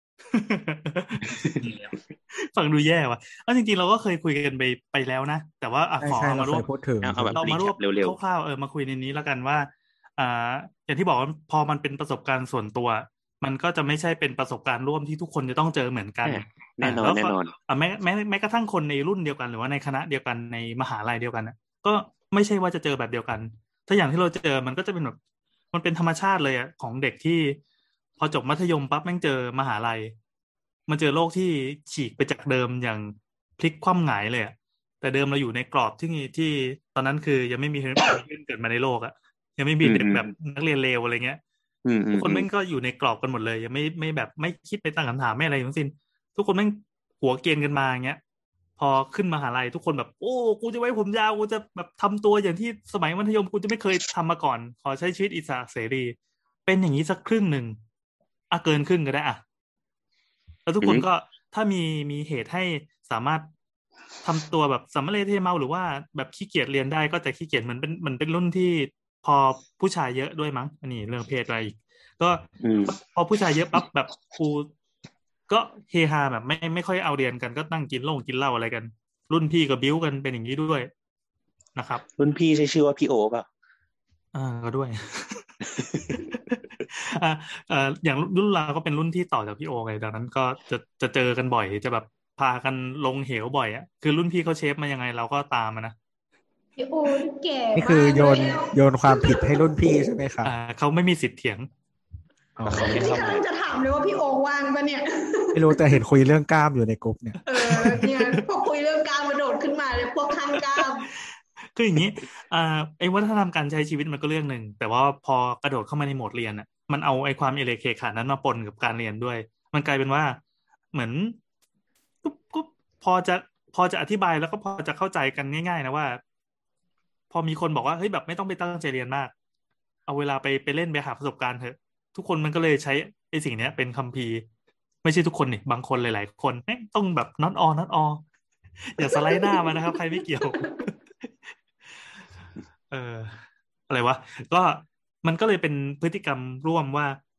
ฟังดูแย่ว่ะเอาจริงๆเราก็เคยคุยกันไปไปแล้วนะแต่ว่าขอมารวบเรามารวบเร็วๆคร่าวๆเออมาคุยในนี้แล้วกันว่าอ่าอย่างที่บอกว่าพอมันเป็นประสบการณ์ส่วนตัวมันก็จะไม่ใช่เป็นประสบการณ์ร่วมที่ทุกคนจะต้องเจอเหมือนกันแน่นอนแน่นอนอ่าแม้แม้แม้กระทั่งคนในรุ่นเดียวกันหรือว่าในคณะเดียวกันในมหาลัยเดียวกันนะก็ไม่ใช่ว่าจะเจอแบบเดียวกันถ้าอย่างที่เราเจอมันก็จะเป็นแบบมันเป็นธรรมชาติเลยอ่ะของเด็กที่พอจบมัธยมปั๊บแม่งเจอมหาลัยมันเจอโลกที่ฉีกไปจากเดิมอย่างพลิกคว่ำหงายเลยอ่ะแต่เดิมเราอยู่ในกรอบที่ที่ตอนนั้นคือยังไม่มีเพื่อนเกิดมาในโลกอ่ะยังไม่มีเด็กแบบนักเรียนเลวอะไรเงี้ยทุกคนแม่งก็อยู่ในกรอบกันหมดเลยยังไม่ไม่แบบไม่คิดไปตั้งคำถามไม่อะไรทั้งสิ้นทุกคนแม่งหัวเกรียนกันมาอย่างเงี้ยพอขึ้นมหาลัยทุกคนแบบโอ้กูจะไว้ผมยาวกูจะแบบทำตัวอย่างที่สมัยมัธยมกูจะไม่เคยทำมาก่อนขอใช้ชีวิตอิสระเสรีเป็นอย่างนี้สักครึ่งหนึ่งอ่ะเกินครึ่งก็ได้อ่ะแล้วทุกคนก็ถ้ามีมีเหตุให้สามารถทำตัวแบบสัมมาเลเทเมาหรือว่าแบบขี้เกียจเรียนได้ก็จะขี้เกียจเหมือนเป็นมันเป็นรุ่นที่พอผู้ชายเยอะด้วยมั้งอันนี้เรื่องเพศอะไรอีกก็พอผู้ชายเยอะปั๊บแบบครูก็เฮฮาแบบไม่ไม่ค่อยเอาเรียนกันก็นั่งกินเหล้ากินเหล้าอะไรกันรุ่นพี่ก็บิ้วกันเป็นอย่างนี้ด้วยนะครับรุ่นพี่ใช้ชื่อว่าพี่โอป่ะอ่าก็ด้วย อ่าเอ่ออย่างรุ่นเราก็เป็นรุ่นที่ต่อจากพี่โอไงดังนั้นก็จะจะเจอกันบ่อยจะแบบพากันลงเหวบ่อยอ่ะคือรุ่นพี่เขาเชฟมายังไงเราก็ตามมานะพี่โอแก่นี่คือโยนโยนความผิดให้รุ่นพี่ใช่ไหมครับอ่าเขาไม่มีสิทธิ์เถียงอ๋อนี่กำลังจะถามเลยว่าพี่โอว่างปะเนี่ยไม่รู้แต่เห็นคุยเรื่องกล้ามอยู่ในกลุ่มเนี่ยเออเนี่ยพอคุยเรื่องกล้ามมาโดดขึ้นมาเลยพวกข้างกล้ามคืออย่างนี้อ่าไอ้วัฒนธรรมการใช้ชีวิตมันก็เรื่องหนึ่งแต่ว่าพอกระโดดเข้ามาในโหมดเรียนอ่ะมันเอาไอ้ความเอเลเคขานั้นมาปนกับการเรียนด้วยมันกลายเป็นว่าเหมือนก็พอจะพอจะอธิบายแล้วก็พอจะเข้าใจกันง่ายๆนะว่าพอมีคนบอกว่าเฮ้ยแบบไม่ต้องไปตั้งใจเรียนมากเอาเวลาไปไปเล่นไปหาประสบการณ์เถอะทุกคนมันก็เลยใช้ไอ้สิ่งนี้เป็นคัมภีร์ไม่ใช่ทุกคนนี่บางคนหลายๆคนแม่งต้องแบบ not all not all อย่าสไลด์หน้ามานะครับใครไม่เกี่ยวเอออะไรวะก็มันก็เลยเป็นพฤติกรรมร่วมว่า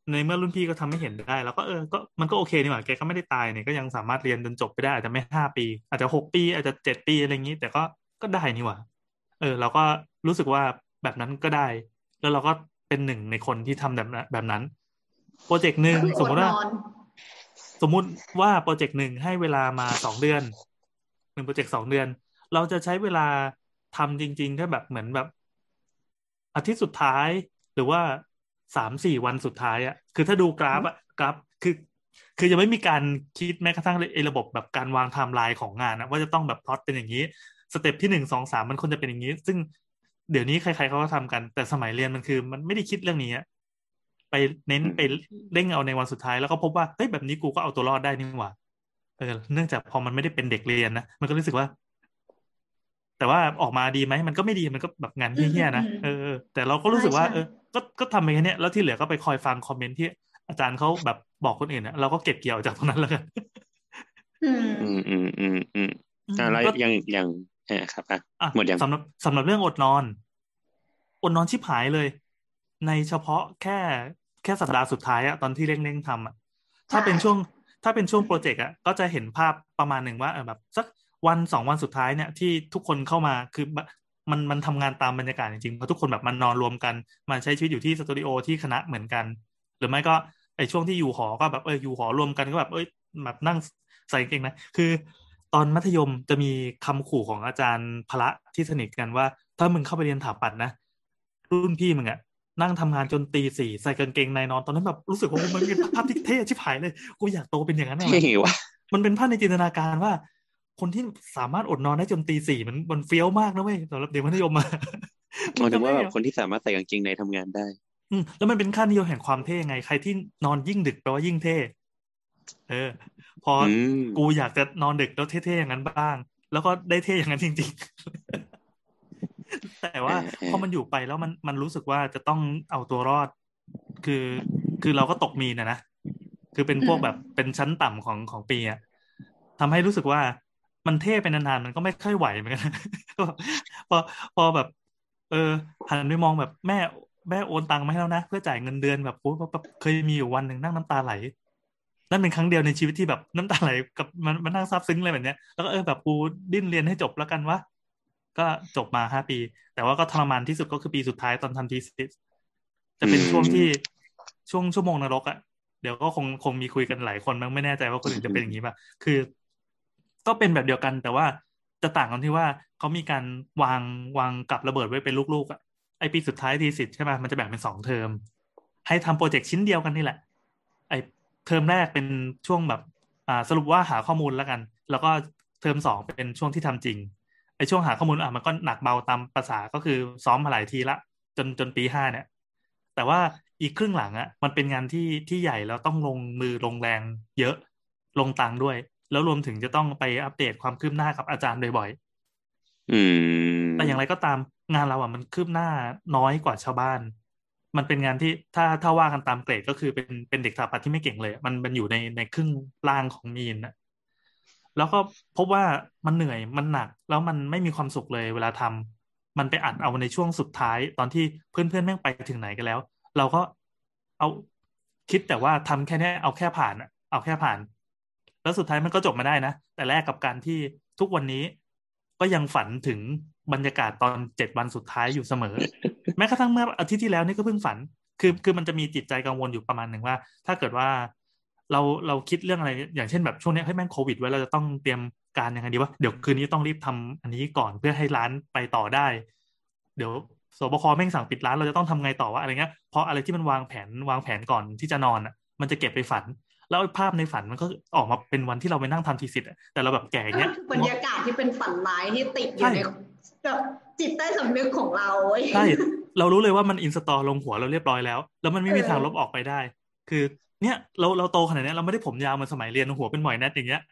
ในเมื่อรุ่นพี่ก็ทำให้เห็นได้ แล้วก็เออก็มันก็โอเคนี่หว่าแกก็ไม่ได้ตายเนี่ยก็ยังสามารถเรียนจนจบไปได้อาจจะไม่ห้าปีอาจจะหกปีอาจจะเจ็ดปีอะไรอย่างนี้แต่ก็ก็ได้นี่หว่าเออเราก็รู้สึกว่าแบบนั้นก็ได้ แล้วเราก็เป็นหนึ่งในคนที่ทำแบบแบบนั้นโปรเจกต์หนึ่งสมมติว่าสมมุติว่าโปรเจกต์หนึ่งให้เวลามาสองเดือนหนึ่งโปรเจกต์สองเดือนเราจะใช้เวลาทำจริงๆแค่แบบเหมือนแบบอาทิตย์สุดท้ายหรือว่าสามสี่วันสุดท้ายอ่ะคือถ้าดูกราฟอ่ะกราฟคือคือยังไม่มีการคิดแม้กระทั่งไอ้ระบบแบบการวางไทม์ไลน์ของงานนะว่าจะต้องแบบพล็อตเป็นอย่างนี้สเต็ปที่หนึ่งสองสามมันควรจะเป็นอย่างนี้ซึ่งเดี๋ยวนี้ใครๆเขาก็ทำกันแต่สมัยเรียนมันคือมันไม่ได้คิดเรื่องนี้ไปเน้นไปเร่งเอาในวันสุดท้ายแล้วก็พบว่าเฮ้ยแบบนี้กูก็เอาตัวรอดได้นี่หว่าเออเนื่องจากพอมันไม่ได้เป็นเด็กเรียนนะมันก็รู้สึกว่าแต่ว่าออกมาดีไหมมันก็ไม่ดีมันก็แบบงานเหี้ยๆนะเออแต่เราก็รู้สึกว่าเออก็ก็ทำไปแค่นี้แล้วที่เหลือก็ไปคอยฟังคอมเมนต์ที่อาจารย์เขาแบบบอกคนอื่นนะเราก็เก็บเกี่ยวจากตรงนั้นแล้วกันอืมอืมอืมอืมอืมอ่าแล้วยังยังเออครับอ่ะหมดยังสำหรับสำหรับเรื่องอดนอนอดนอนชิบหายเลยในเฉพาะแค่แค่สัปดาห์สุดท้ายอะตอนที่เร่งๆทำอะถ้าเป็นช่วงถ้าเป็นช่วงโปรเจกต์อะก็จะเห็นภาพประมาณหนึ่งว่าเออแบบสักวันสองวันสุดท้ายเนี่ยที่ทุกคนเข้ามาคือมันมันทำงานตามบรรยากาศจริงๆเพราะทุกคนแบบมันนอนรวมกันมาใช้ชีวิตอยู่ที่สตูดิโอที่คณะเหมือนกันหรือไม่ก็ไอช่วงที่อยู่หอก็แบบเอออยู่หอรวมกันก็แบบเอ้ยแบบนั่งใส่กางเกงนะคือตอนมัธยมจะมีคำขู่ของอาจารย์พละที่สนิทกันว่าถ้ามึงเข้าไปเรียนถาปัตย์นะรุ่นพี่มึงอะนั่งทำงานจนตีสี่ใส่กางเกงในนอนตอนนั้นแบบรู้สึกว่ามันเป็นภาพที่เท่ชิบหายเลยกูอยากโตเป็นอย่างนั้นเลยมันเป็นภาพในจินตนาการว่าคนที่สามารถอดนอนได้จนตีสี่มันมันเฟี้ยวมากนะเว้ยสำหรับเด็กมัธยมมาหมายถึงว่าแบบคนที่สามารถใส่กางเกงในทำงานได้อืมแล้วมันเป็นค่านิยมแห่งความเท่ไงใครที่นอนยิ่งดึกแปลว่ายิ่งเท่เออพอกูอยากจะนอนดึกแล้วเท่ๆอย่างนั้นบ้างแล้วก็ได้เท่อย่างนั้นจริงๆแต่ว่าพอมันอยู่ไปแล้วมันมันรู้สึกว่าจะต้องเอาตัวรอดคือคือเราก็ตกมีนะนะคือเป็นพวกแบบเป็นชั้นต่ำของของปีอะทำให้รู้สึกว่ามันเท่ไปนานๆมันก็ไม่ค่อยไหวเหมือนกันก็พอพอแบบเออหันไปมองแบบแม่แม่โอนตังค์มาให้แล้วนะเพื่อจ่ายเงินเดือนแบบโอ้แบบเคยมีอยู่วันหนึ่งนั่งน้ำตาไหลนั่นเป็นครั้งเดียวในชีวิตที่แบบน้ำตาไหลกับมันมันนั่งซาบซึ้งอะไรแบบเนี้ยแล้วก็เออแบบกูดิ้นเรียนให้จบแล้วกันวะก็จบมาห้าปีแต่ว่าก็ทรมานที่สุดก็คือปีสุดท้ายตอนทำทีสิสจะเป็นช่วงที่ช่วงชั่วโมงนรกอ่ะเดี๋ยวก็คงคงมีคุยกันหลายคนมั้งไม่แน่ใจว่าคนอื่นจะเป็นอย่างนี้ป่ะคือก็เป็นแบบเดียวกันแต่ว่าจะต่างกันที่ว่าเขามีการวางวางกับระเบิดไว้เป็นลูกๆอ่ะไอปีสุดท้ายทีสิทธ์ใช่ป่ะมันจะแบ่งเป็นสองเทอมให้ทำโปรเจกต์ชิ้นเดียวกันนี่แหละไอเทอมแรกเป็นช่วงแบบอ่าสรุปว่าหาข้อมูลแล้วกันแล้วก็เทอมสองเป็นช่วงที่ทำจริงไอช่วงหาข้อมูลอ่ะมันก็หนักเบาตามภาษาก็คือซ้อมมาหลายทีละจนจนปีห้าเนี่ยแต่ว่าอีกครึ่งหลังอ่ะมันเป็นงานที่ที่ใหญ่แล้วต้องลงมือลงแรงเยอะลงตังค์ด้วยแล้วรวมถึงจะต้องไปอัปเดตความคืบหน้ากับอาจารย์บ่อยๆอืมแต่อย่างไรก็ตามงานเราอ่ะมันคืบหน้าน้อยกว่าชาวบ้านมันเป็นงานที่ถ้าถ้าว่ากันตามเกรดก็คือเป็นเป็นเด็กสถาปัตย์ที่ไม่เก่งเลยมันมันอยู่ในในครึ่งล่างของมีนนะแล้วก็พบว่ามันเหนื่อยมันหนักแล้วมันไม่มีความสุขเลยเวลาทำมันไปอัดเอาในช่วงสุดท้ายตอนที่เพื่อนเพื่อนแม่งไปถึงไหนกันแล้วเราก็เอาคิดแต่ว่าทำแค่นี้เอาแค่ผ่านอะเอาแค่ผ่านแล้วสุดท้ายมันก็จบมาได้นะแต่แลกกับการที่ทุกวันนี้ก็ยังฝันถึงบรรยากาศตอนเจ็ดวันสุดท้ายอยู่เสมอ แม้กระทั่งเมื่ออาทิตย์ที่แล้วนี่ก็เพิ่งฝันคือคือมันจะมีจิตใจกังวลอยู่ประมาณหนึ่งว่าถ้าเกิดว่าเราเราคิดเรื่องอะไรอย่างเช่นแบบช่วงนี้ให้แม่งโควิดไว้เราจะต้องเตรียมการยังไงดีวะเดี๋ยวคืนนี้ต้องรีบทำอันนี้ก่อนเพื่อให้ร้านไปต่อได้เดี๋ยวสบคแม่งสั่งปิดร้านเราจะต้องทำไงต่อวะอะไรเงี้ยพออะไรที่มันวางแผนวางแผนก่อนที่จะนอนอ่ะมันจะเก็บไปฝันแล้วภาพในฝันมันก็ออกมาเป็นวันที่เราไปนั่งทำทีสิทธ์แต่เราแบบแก่เงี้ยบรรยากาศที่เป็นฝันร้ายที่ติดอยู่ในจิตใต้สำนึกของเราใช่เรารู้เลยว่ามันอินสตอลลงหัวเราเรียบร้อยแล้วแล้วมันไม่มีทางลบออกไปได้คือเนี่ยเราเราโตขนาดนี้เราไม่ได้ผมยาวเหมือนสมัยเรียนหัวเป็นหมอยแนทอย่างเงี้ย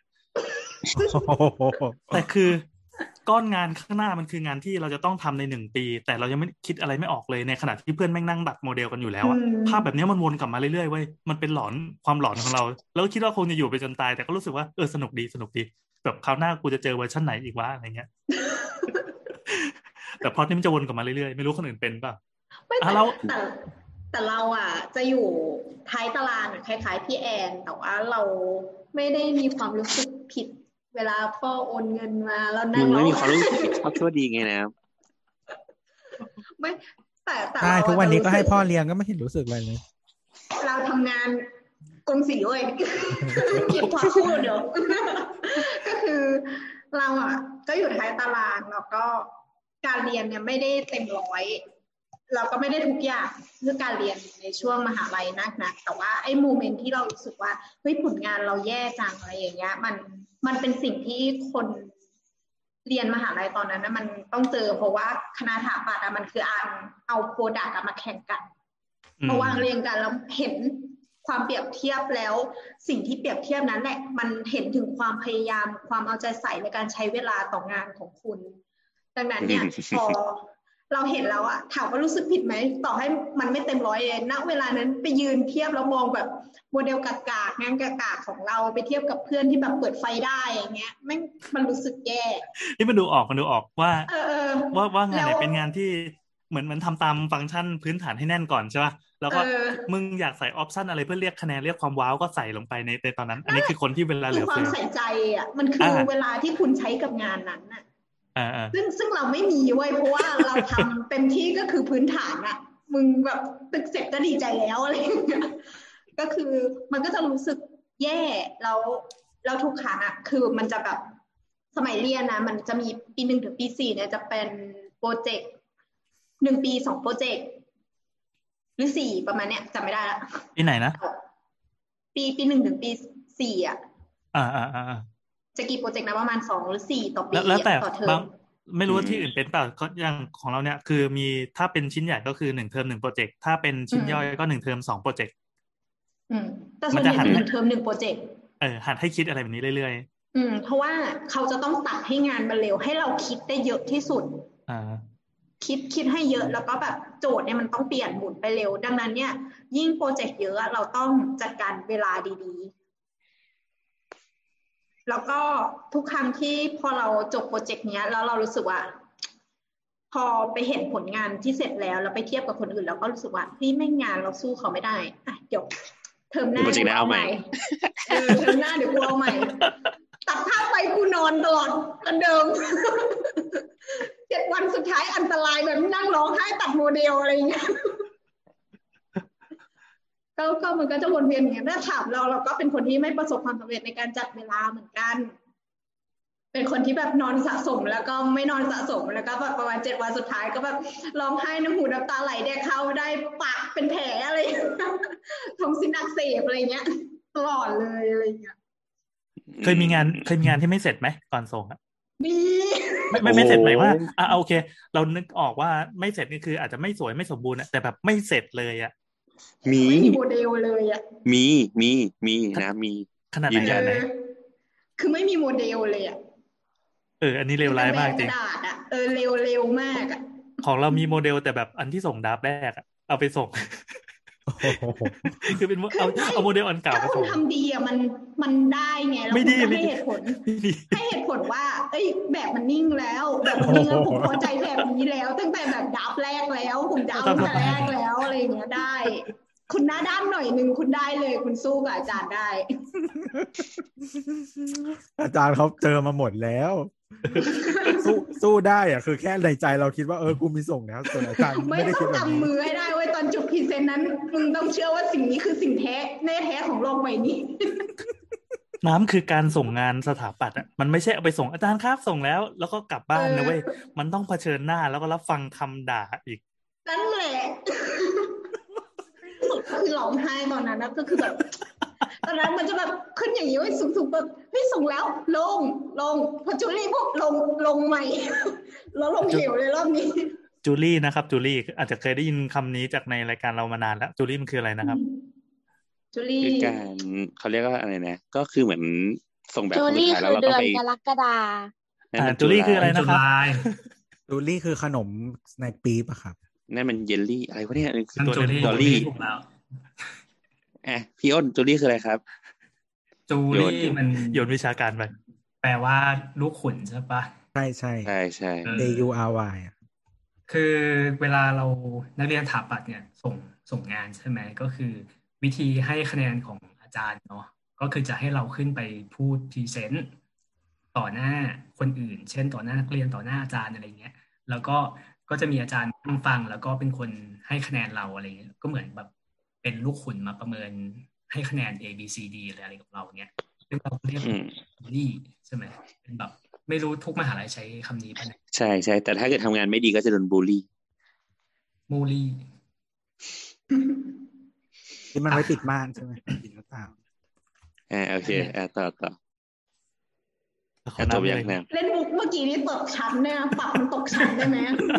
แต่คือก้อนงานข้างหน้ามันคืองานที่เราจะต้องทำในหนึ่งปีแต่เรายังไม่คิดอะไรไม่ออกเลยในขณะที่เพื่อนแม่งนั่งดัดโมเดลกันอยู่แล้วอะภาพแบบนี้มันวนกลับมาเรื่อยๆเว้ยมันเป็นหลอนความหลอนของเราแล้วคิดว่าคงจะอยู่ไปจนตายแต่ก็รู้สึกว่าเออสนุกดีสนุกดีแบบคราวหน้ากูจะเจอเวอร์ชันไหนอีกวะอะไรเงี้ยแต่พอที่มันจะวนกลับมาเรื่อยๆไม่รู้คนอื่นเป็นป่ะไม่แต่แต่แแต่เราอ่ะจะอยู่ท้ายตารางคล้ายๆพี่แอนแต่ว่าเราไม่ได้มีความรู้สึกผิดเวลาพ่อโอนเงินมาแล้วนั่งมึงร้ไม่องมีความรู้สึกผิดชอบชั่วดีไงนะไม่แต่แต่ใช่เราทุกวันนี้ก็ให้พ่อจะรู้สึเลี้ยงก็ไม่เห็นรู้สึกอะไรเลยเราทำงานกงสีเว้ย คิดพอคู่เดี๋ยว ก็คือเราอ่ะก็อยู่ท้ายตารางแล้วก็การเรียนเนี่ยไม่ได้เต็มร้อยเราก็ไม่ได้ทุกอย่างเรื่องการเรียนในช่วงมหาลัยนักนะแต่ว่าไอ้โมเมนต์ที่เรารู้สึกว่าเฮ้ยผลงานเราแย่จังอะไรอย่างเงี้ยมันมันเป็นสิ่งที่คนเรียนมหาลัยตอนนั้นนะมันต้องเจอเพราะว่าคณะสถาปัตย์อะมันคืออ่านเอาโปรดักต์มาแข่งกันมาวางเรียงกันแล้วเห็นความเปรียบเทียบแล้วสิ่งที่เปรียบเทียบนั้นแหละมันเห็นถึงความพยายามความเอาใจใส่ในการใช้เวลาต่องานของคุณดังนั้นเนี่ย พอเราเห็นแล้วอะถามว่ารู้สึกผิดไหมต่อให้มันไม่เต็มร้อยเลยณเวลานั้นไปยืนเทียบแล้วมองแบบโมเดลกากๆงานกากๆของเราไปเทียบกับเพื่อนที่แบบเปิดไฟได้อย่างเงี้ยแม่งมันรู้สึกแย่นี่มันดูออกมันดูออกว่าเออว่าว่างานไหนแล้วเป็นงานที่เหมือนมันทำตามฟังก์ชันพื้นฐานให้แน่นก่อนใช่ป่ะแล้วก็เออมึงอยากใส่ออปชันอะไรเพื่อเรียกคะแนนเรียกความว้าวก็ใส่ลงไปในในตอนนั้น อันนี้คือคนที่เวลาเหคืลืออควาเฟืมอใส่ใจอ่ะมันคืออ่าเวลาที่คุณใช้กับงานนั้นน่ะอ่าอ่าซึ่งซึ่งเราไม่มีเว้ยเพราะว่าเราทำ เต็มที่ก็คือพื้นฐานอะมึงแบบตึกเสร็จก็ดีใจแล้วอะไรอย่างเงี้ยก็คือมันก็จะรู้สึกแย่แล้วแล้วทุกครั้งอะคือมันจะแบบสมัยเรียนนะมันจะมีปีหนึ่งถึงปีสี่เนี่ยจะเป็นโปรเจกต์หนึ่งปีสองโปรเจกต์หรือสี่ประมาณเนี้ยจำไม่ได้ละปีไหนนะปีปีหนึ่งถึงปีสี่อะอ่าอ่าอ่าจะกี่โปรเจกต์นะประมาณสองหรือสี่ต่อปีแล้วแล้วแต่ต่อเทอมบางไม่รู้ว่าที่อื่นเป็นเปล่าก็อย่างของเราเนี่ยคือมีถ้าเป็นชิ้นใหญ่ก็คือหนึ่งเทอมหนึ่งโปรเจกต์ถ้าเป็นชิ้นย่อยก็หนึ่งเทอมสองโปรเจกต์อืมแต่ส่วนใหญ่คือหนึ่งเทอมหนึ่งโปรเจกต์เออหัดให้คิดอะไรแบบนี้เรื่อยอืมเพราะว่าเขาจะต้องตัดให้งานมันเร็วให้เราคิดได้เยอะที่สุดๆอ่าคิดคิดให้เยอะแล้วก็แบบโจทย์เนี่ยมันต้องเปลี่ยนหมุนไปเร็วดังนั้นเนี่ยยิ่งโปรเจกต์เยอะเราต้องจัดการเวลาดีๆแล้วก็ทุกครั้งที่พอเราจบโปรเจกต์เนี้ยแล้วเรารู้สึกว่า พอไปเห็นผลงานที่เสร็จแล้วแล้วไปเทียบกับคนอื่นแล้วก็รู้สึกว่าพี่ไม่งานเราสู้เขาไม่ได้อ่ะเดี๋ยวเทอมหน้าโปรเจกต์หน้าเอาใหม่เออเทอมหน้าเดี๋ยวกูเอาใหม่ตัดภาพไปกูนอนตลอดเหมือนเดิม เจ็ดวันสุดท้ายอันตรายแบบนั่งร้องไห้ตัดโมเดลอะไรอย่างเงี้ย ก็ก็มันก็จะวนเวียนอย่างเงี้ยถ้าถามเราเราก็เป็นคนที่ไม่ประสบความสำเร็จในการจัดเวลาเหมือนกัน เป็นคนที่แบบนอนสะสมแล้วก็ไม่นอนสะสมแล้วก็แบบประมาณเจ็ดวันสุดท้ายก็แบบร้องไห้น้ำหูน้ำตาไหลแดกเข้าได้ปากเป็นแผลอะไร ทำซินอักเสบอะไรเงี้ยตลอดเลยอะไรเงี้ยเคยมีงานเคยมีงานที่ไม่เสร็จไหมก่อนส่งอะมีไม่ไม่ไม่เสร็จหมายว่าอ่ะโอเค เรานึกออกว่าไม่เสร็จนี่คืออาจจะไม่สวยไม่สมบูรณ์อะแต่แบบไม่เสร็จเลยอะมีไม่มีโมเดลเลยอ่ะมีมีมีนะมีขนาดไหนยืนยัขนาดไหนเออคือไม่มีโมเดลเลยอ่ะเอออันนี้เลวร้ายมากจริงกระดาษอ่ะเออเร็วเร็วมากอ่ะของเรามีโมเดลแต่แบบอันที่ส่งดราฟต์แรกอะเอาไปส่งโอ้โหคือเป็นเอาเอาโมเดลอันเก่าถ้าไปคุณส่งทำดีอ่ะมันมันได้ไงแล้วไม่คุณดีก็ไม่ให้ดีเหตุผลไม่ดีให้เหตุผลว่า เอ้ย แบบมันนิ่งแล้ว แบบมันนิ่งแล้วผมพอใจแบบนี้แล้ว ตั้งแต่แบบดับแรกแล้ว ผมจะเอาตั้งแต่แรกแล้วอะไรอย่างเงี้ยได้ คุณหน้าด้านหน่อยนึงคุณได้เลย คุณสู้กับอาจารย์ได้อาจารย์เขาเจอมาหมดแล้ว สู้สู้ได้อะคือแค่ในใจเราคิดว่าเออกูมีส่งแล้วส่วนอาจารย์ไม่ไม่ได้ต้คิอดงแบบนี้จำมือให้ได้เว้ยตอนจบพรีเซนต์นั้นมึงต้องเชื่อว่าสิ่งนี้คือสิ่งแท้แน่แท้ของโลกใบนี้น้ำคือการส่งงานสถาปัตย์อ่ะมันไม่ใช่เอาไปส่งอาจารย์ครับส่งแล้ว แล้วก็กลับบ้านนะเว้ยมันต้องเผชิญหน้าแล้วก็รับฟังคำด่าอีกนั่นแหละ คือร้องไห้ตอนนั้นนะก็คือแบบตอนนั้นมันจะแบบขึ้นอย่างนี้ไว้สูงๆแบบเฮ้ยส่งแล้วลงลงพอจูลี่พวกลงลงใหม่ แล้วลงเหวเลยรอบนี้จูลี่นะครับจูลี่อาจจะเคยได้ยินคำนี้จากในรายการเรามานานแล้วจูลี่มันคืออะไรนะครับจูลี่คือการเขาเรียกว่าอะไรนะก็คือเหมือนส่งแบบจูคนสุดลี่ท้ายแล้คืวอเราต้เดืองอนไปกรกฎานั่นอ่ามันจูลี่คืออะไรจุนะครับลายดูลี่คือขนมในปี๊บอะครับนั่นมันเยลลี่อะไรวะเนี่ยนั่นตัวจูลี่ดอลลี่ถูกแล้วอ่ะพี่อ้นจูลี่คืออะไรครับจูโยนลี่อยู่มันโยนวิชาการไปแปลว่าลูกขุนใช่ปะใช่ใช่ใช่ใช่เออ A U R Y อะคือเวลาเรานักเรียนสถาปัตย์เนี่ย ส่งส่งงานใช่ไหมก็คือวิธีให้คะแนนของอาจารย์เนาะก็คือจะให้เราขึ้นไปพูดพรีเซนต์ต่อหน้าคนอื่น เช่นต่อหน้านักเรียนต่อหน้าอาจารย์อะไรเงี้ยแล้วก็ก็จะมีอาจารย์นั่งฟังแล้วก็เป็นคนให้คะแนนเราอะไรเงี้ยก็เหมือนแบบเป็นลูกขุนมาประเมินให้คะแนน A B C D อะไรอะไรกับเราเนี้ยซึ่งเราเรียกบูลลี่ใช่ไหมเป็นแบบไม่รู้ทุกมหาลัยใช้คำนี้ป่ะเนี่ยใช่ใช่แต่ถ้าเกิดทำงานไม่ดีก็จะโดนบูลลี่บูลลี่ที่มันไว้ติดม่านใช่ไหมติดหน้าต่างอ่าโอเคอ่าต่อต่อขอน้ำเลยเล่นมุกเมื่อกี้นี่ตกชั้นเนี่ยปรับมันตกชั้นได้ไหม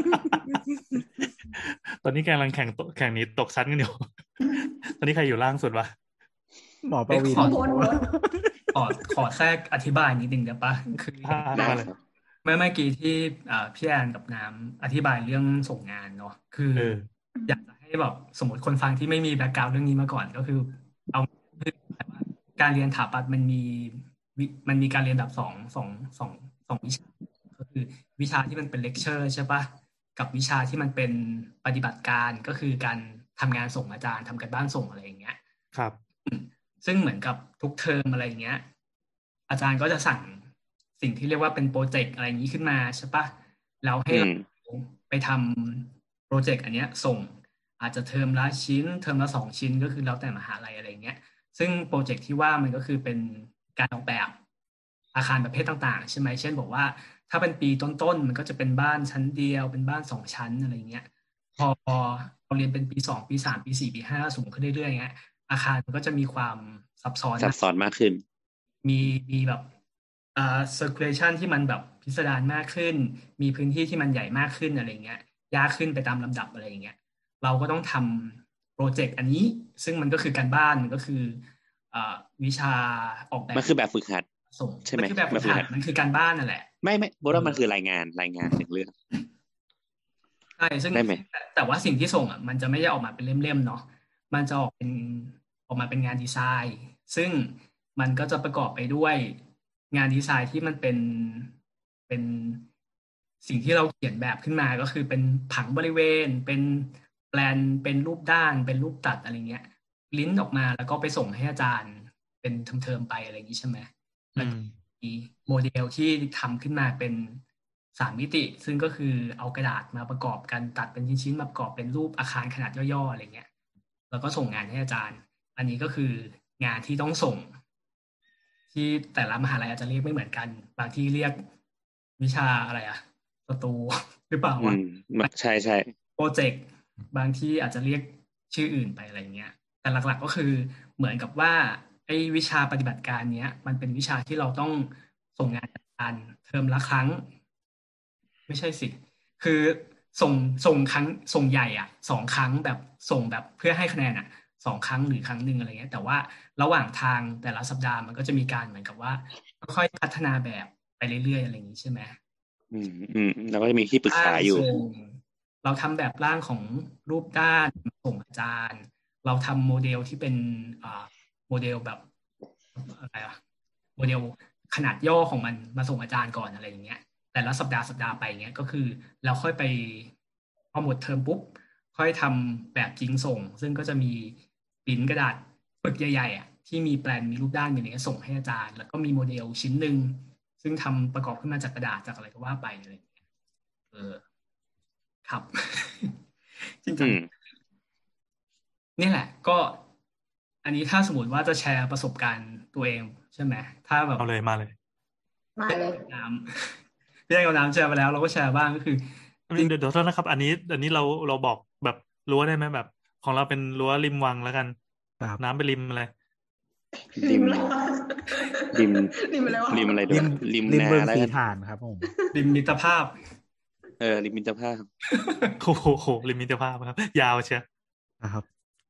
ตอนนี้กำลังแข่งแข่งนี้ตกชั้นกันอยู่ ตอนนี้ใครอยู่ล่างสุดวะหมอประวินขอขอขอแทรกอธิบายนิดนึงได้ปะคือเมื่อเมื่อกี้ที่พี่แอนกับน้ำอธิบายเรื่องส่งงานเนาะคืออยากจะให้แบบสมมติคนฟังที่ไม่มีแบ็คกราวด์เรื่องนี้มาก่อนก็คือเอาว่าการเรียนถาปัตย์มันมีมันมีการเรียนแบบสองสองสองสองวิชาก็คือวิชาที่มันเป็นเลคเชอร์ใช่ปะกับวิชาที่มันเป็นปฏิบัติการก็คือการทำงานส่งอาจารย์ทำการบ้านส่งอะไรอย่างเงี้ยครับซึ่งเหมือนกับทุกเทอมอะไรเงี้ยอาจารย์ก็จะสั่งสิ่งที่เรียกว่าเป็นโปรเจกต์อะไรอย่างนี้ขึ้นมาใช่ปะแล้วให้เราไปทำโปรเจกต์อันเนี้ยส่งอาจจะเทอมละชิ้นเทอมละสองชิ้นก็คือแล้วแต่มหาลัยอะไรเงี้ยซึ่งโปรเจกต์ที่ว่ามันก็คือเป็นการออกแบบอาคารประเภทต่างๆใช่ไหมเช่นบอกว่าถ้าเป็นปีต้นๆมันก็จะเป็นบ้านชั้นเดียวเป็นบ้านสองชั้นอะไรเงี้ยพอเราเรียนเป็นปีสองปีสามปีสี่ปีห้าสูงขึ้นเรื่อยๆเงี้ยอาคารมันก็จะมีความซับซ้อนซับซ้อนมากขึ้นมีมีแบบอ่า circulation ที่มันแบบพิสดารมากขึ้นมีพื้นที่ที่มันใหญ่มากขึ้นอะไรเงี้ยยากขึ้นไปตามลำดับอะไรเงี้ยเราก็ต้องทำโปรเจกต์อันนี้ซึ่งมันก็คือการบ้านมันก็คืออ่าวิชาออกแบบมันคือแบบฝึกหัดใช่ไหมมันคือแบบฝึกหัดมันคือการบ้านนั่นแหละไม่ไม่บอกว่ามันคือรายงานรายงานหนึ่งเรื่องใช่ซึ่งแต่ว่าสิ่งที่ส่งอ่ะมันจะไม่ได้ออกมาเป็นเล่มๆเนาะมันจะออกเป็นออกมาเป็นงานดีไซน์ซึ่งมันก็จะประกอบไปด้วยงานดีไซน์ที่มันเป็นเป็นสิ่งที่เราเขียนแบบขึ้นมาก็คือเป็นผังบริเวณเป็นแปลนเป็นรูปด้านเป็นรูปตัดอะไรเงี้ยลิ้นออกมาแล้วก็ไปส่งให้อาจารย์เป็นเทอมๆไปอะไรอย่างนี้ใช่ไหมแล้วมีโมเดลที่ทำขึ้นมาเป็นสามมิติซึ่งก็คือเอากระดาษมาประกอบกันตัดเป็นชิ้นๆมาประกอบเป็นรูปอาคารขนาดย่อๆอะไรเงี้ยแล้วก็ส่งงานให้อาจารย์อันนี้ก็คืองานที่ต้องส่งที่แต่ละมหาลัยอาจจะเรียกไม่เหมือนกันบางที่เรียกวิชาอะไรอะสตูหรือเปล่าวะใช่ใช่โปรเจกต์บางที่อาจจะเรียกชื่ออื่นไปอะไรเงี้ยแต่หลักๆก็คือเหมือนกับว่าไอ้วิชาปฏิบัติการเนี้ยมันเป็นวิชาที่เราต้องส่งงานอาจารย์เทอมละครั้งไม่ใช่สิคือส่งส่งครั้งส่งใหญ่อ่ะสองครั้งแบบส่งแบบเพื่อให้คะแนนอ่ะสองครั้งหรือครั้งหนึ่งอะไรเงี้ยแต่ว่าระหว่างทางแต่ละสัปดาห์มันก็จะมีการเหมือนกับว่าค่อยพัฒนาแบบไปเรื่อยๆอะไรอย่างนี้ใช่ไหมอืมอืมแล้วก็จะมีที่ปรึกษาอยู่เราทำแบบร่างของรูปด้านส่งอาจารย์เราทำโมเดลที่เป็นอ่าโมเดลแบบอะไรอะโมเดลขนาดย่อของมันมาส่งอาจารย์ก่อนอะไรอย่างเงี้ยแต่ละสัปดาห์สัปดาห์ไปเงี้ยก็คือเราค่อยไปพอหมดเทอมปุ๊บค่อยทำแบบจริงส่งซึ่งก็จะมีปริ้นกระดาษปึกใหญ่ๆอ่ะที่มีแปลนมีรูปด้านอย่างเงี้ยส่งให้อาจารย์แล้วก็มีโมเดลชิ้นหนึ่งซึ่งทำประกอบขึ้นมาจากกระดาษจากอะไรก็ว่าไปอะไรอย่างเงี้ยเออครับ จริงๆนี่แหละก็อันนี้ถ้าสมมติว่าจะแชร์ประสบการณ์ตัวเองใช่ไหมถ้าแบบเอาเลยมาเลยมาเลยน้ำพี่แอนกับน้ำแชร์ไปแล้วเราก็แชร์บ้างก็คือเดี๋ยวเดี๋ยวโทษนะครับอันนี้อันนี้เราเราบอกแบบรั้วได้ไหมแบบของเราเป็นรั้วริมวังแล้วกันน้ำไปริมอะไรริมริมริมอะไรวะริมอะไรด้วยริมนาแล้วกันฐานครับผมริมมิตรภาพเออริมมิตรภาพโอ้โหริมมิตรภาพครับยาวเชียวนะครับ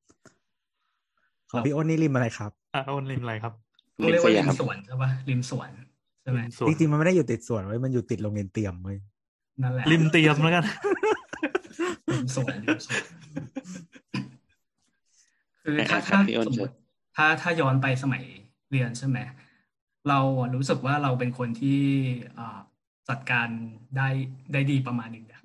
ของพี่อ้นนี่ริมอะไรครับอ่ะอ้นริมอะไรครับเรียกว่าริมสวนใช่ป่ะริมสวนใช่ไหมจริงๆมันไม่ได้อยู่ติดสวนไว้มันอยู่ติดโรงเรียนเตรียมเว้ยนั่นแหละริมเตรียมแล้วกันริมสวนริมสวนคือถ้าถ้าสมมติถ้าถ้าย้อนไปสมัยเรียนใช่ไหมเรารู้สึกว่าเราเป็นคนที่จัดการได้ได้ดีประมาณหนึ่งนะ